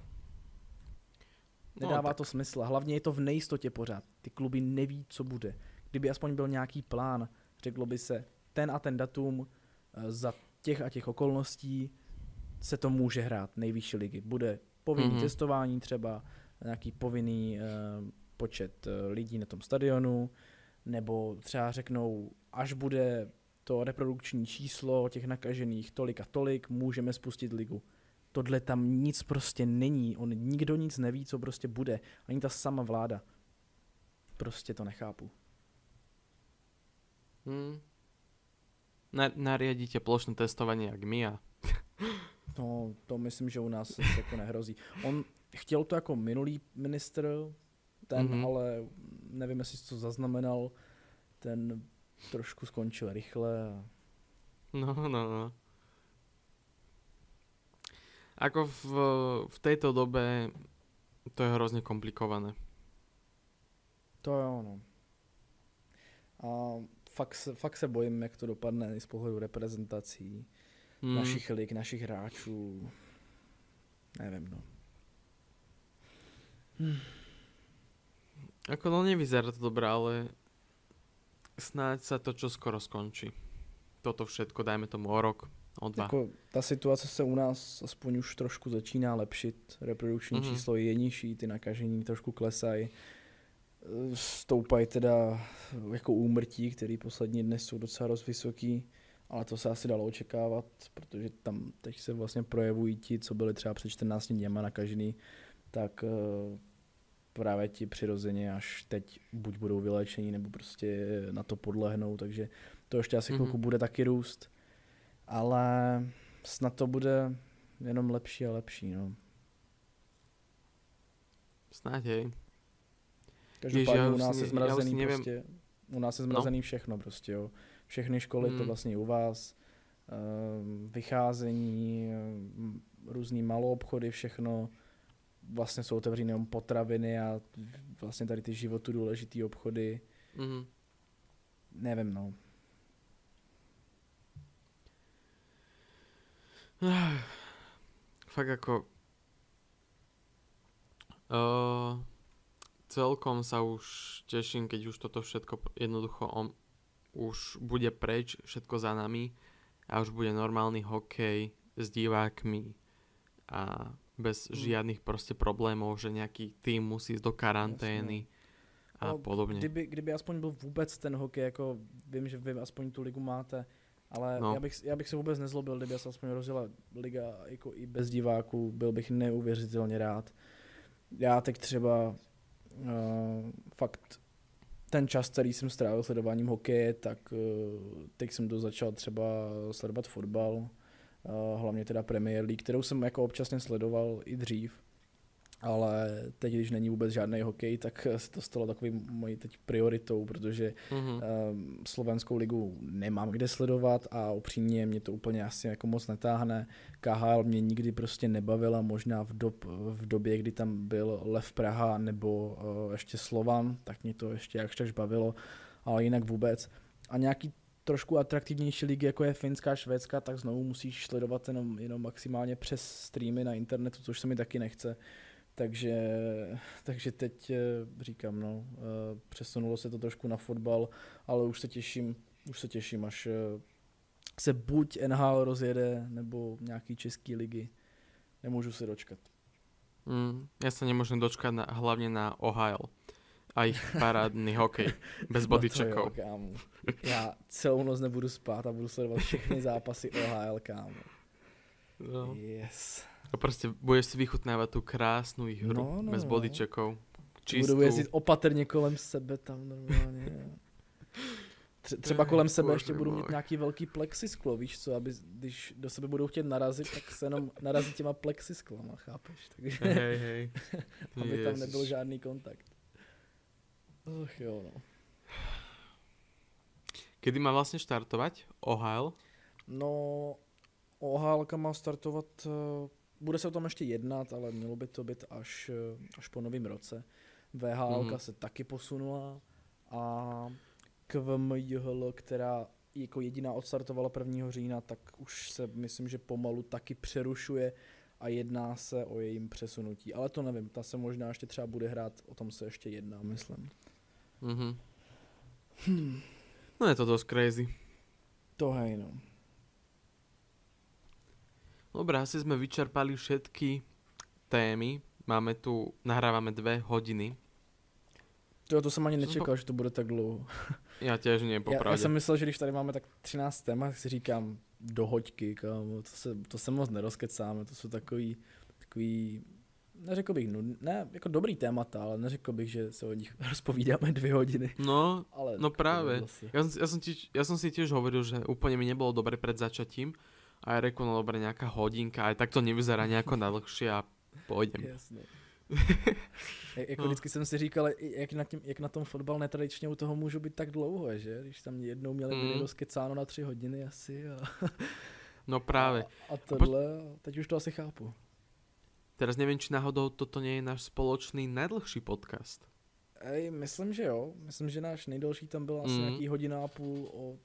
Nedává to smysl. Hlavně je to v nejistotě pořád. Ty kluby neví, co bude. Kdyby aspoň byl nějaký plán, řeklo by se, ten a ten datum za těch a těch okolností se to může hrát nejvyšší ligy. Bude povinný testování třeba, nějaký povinný počet lidí na tom stadionu, nebo třeba řeknou, až bude to reprodukční číslo těch nakažených tolik a tolik, můžeme spustit ligu. Tohle tam nic prostě není, nikdo nic neví, co prostě bude, ani ta sama vláda. Prostě to nechápu. Nariadíte plošné testování jak my a... No, to myslím, že u nás se jako nehrozí. On chtěl to jako minulý ministr, ale nevím, jestli jsi to zaznamenal, ten trošku skončil rychle. No. Ako v tejto dobe to je hrozne komplikované. To jo, no. A fakt se bojím, jak to dopadne i z pohledu reprezentací, našich lig, našich hráčů. Nevím, no. Ako no nevyzerá to dobré, ale snáď sa to čoskoro skončí. Toto všetko, dajme tomu o rok, o 2. Jako, ta situace se u nás aspoň už trošku začíná lepšit. Reprodukční číslo je nižší, ty nakažení trošku klesají. Stoupají teda jako úmrtí, který poslední dny jsou docela dost vysoký, ale to se asi dalo očekávat, protože tam teď se vlastně projevují ti, co byli třeba před 14 dněma nakažený, tak právě ti přirozeně až teď buď budou vyléčení, nebo prostě na to podlehnou, takže to ještě asi chvilku bude taky růst, ale snad to bude jenom lepší a lepší, no. Snad hej. Každopádně u nás je zmrazený prostě, u nás je zmrazený všechno prostě, jo. Všechny školy, to vlastně i u vás, vycházení, různý maloobchody, všechno, vlastně jsou otevřené jenom potraviny a vlastně tady ty životu důležitý obchody. Nevím, no. Fakt ako celkom sa už teším, keď už toto všetko jednoducho už bude preč, všetko za nami a už bude normálny hokej s divákmi a bez žiadnych proste problémov, že nejaký tým musí ísť do karantény a podobne. Kdyby aspoň byl vůbec ten hokej, jako vím, že vy aspoň tu ligu máte, ale já bych se vůbec nezlobil, kdyby se aspoň rozjela liga jako i bez diváků, byl bych neuvěřitelně rád. Já teď třeba fakt ten čas, který jsem strávil sledováním hokeje, tak teď jsem to začal třeba sledovat fotbal, hlavně teda Premier League, kterou jsem jako občasně sledoval i dřív, ale teď, když není vůbec žádný hokej, tak se to stalo takovým mojí teď prioritou, protože slovenskou ligu nemám kde sledovat a upřímně mě to úplně asi jako moc netáhne. KHL mě nikdy prostě nebavila, možná v době, kdy tam byl Lev Praha nebo ještě Slovan, tak mě to ještě jakž bavilo, ale jinak vůbec. A nějaký trošku atraktivnější ligy, jako je finská, švédská, tak znovu musíš sledovat jenom maximálně přes streamy na internetu, což se mi taky nechce. Takže teď říkám, no, přesunulo se to trošku na fotbal, ale už se těším, až se buď NHL rozjede, nebo nějaký český ligy. Nemůžu se dočkat. Ja sa nemôžem dočkať hlavne na OHL a ich parádny hokej bez bodyčekov. Já celou noc nebudu spát a budu sledovat všechny zápasy OHL, kámo. No. Yes. A proste budeš si vychutnávať tú krásnu hru bez bodyčekov. Budu jezdit opatrně kolem sebe tam normálně. Třeba kolem sebe ještě budu mít nějaký velký plexisklo, víš co, aby když do sebe budou chtět narazit, tak se jenom narazí těma plexisklama, chápeš? Takže hej. aby tam nebyl žádný kontakt. Och jo, no. Kedy má vlastně štartovať OHL? No, OHL má startovat, bude se o tom ještě jednat, ale mělo by to být až po novém roce. VHL se taky posunula a KVMJHL, která jako jediná odstartovala 1. října, tak už se myslím, že pomalu taky přerušuje a jedná se o jejím přesunutí. Ale to nevím, ta se možná ještě třeba bude hrát, o tom se ještě jedná, myslím. No je to dosť crazy. To hej, no. Dobre, asi sme vyčerpali všetky témy. Nahrávame 2 hodiny. To jsem ani nečekal, že to bude tak dlouho. Já těž nie, popravdě. Já jsem myslel, že když tady máme tak 13 témat, tak si říkám do hoďky, kámo, to se moc nerozkecáme, to jsou takový neřekl bych, ne, jako dobrý témata, ale neřekl bych, že se o nich rozpovídáme 2 hodiny. No, ale no práve. Ja som si tiež hovoril, že úplne mi nebolo dobre pred začatím a ja reku, no dobre, nejaká hodinka, aj tak to nevyzerá nejako nadlhšie a pôjdem. Jasne. Jako vždycky jsem si říkal, jak na tom fotbal netradičně u toho můžu být tak dlouho, že? Když tam jednou měli rozkecáno na 3 hodiny asi. No právě. A tohle, teď už to asi chápu. Teraz neviem, či náhodou toto nie je náš spoločný najdlhší podcast. Myslím, že jo. Myslím, že náš nejdelší tam byl asi nějaký hodina a půl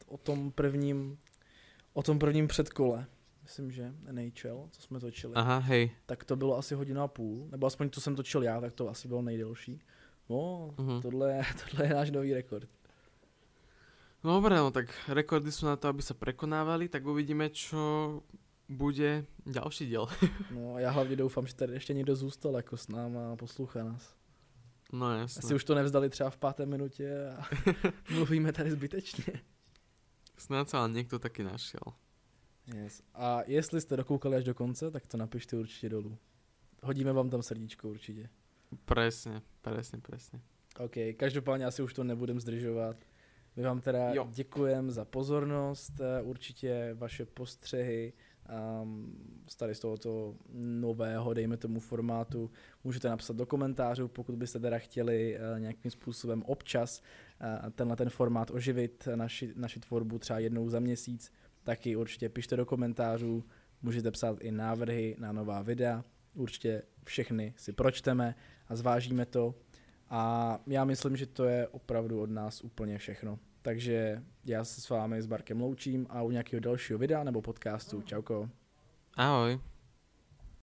o tom prvním předkole. Myslím, že NHL, co jsme točili. Aha, hej. Tak to bylo asi hodina a půl, nebo aspoň to jsem točil já, tak to asi bylo nejdelší. No, tohle je náš nový rekord. Dobre, no tak rekordy sú na to, aby sa prekonávali, tak uvidíme, čo bude ďalší diel. No, já hlavně doufám, že tady ještě někdo zůstal jako s náma a poslouchá nás. No jasne. Asi už to nevzdali třeba v 5. minutě a mluvíme tady zbytečně. Snáď sa ale niekto taky našiel. Yes. A jestli jste dokoukali až do konce, tak to napište určitě dolů. Hodíme vám tam srdíčko určitě. Presne. OK, každopádně asi už to nebudem zdržovat. My vám teda děkujeme za pozornost, určitě vaše postřehy z tady z tohoto nového, dejme tomu, formátu můžete napsat do komentářů, pokud byste teda chtěli nějakým způsobem občas ten formát oživit, naši tvorbu třeba jednou za měsíc, taky určitě pište do komentářů, můžete psát i návrhy na nová videa, určitě všechny si pročteme a zvážíme to. A já myslím, že to je opravdu od nás úplně všechno. Takže já se s vámi s Barkem loučím a u nějakého dalšího videa nebo podcastu. Čauko. Ahoj.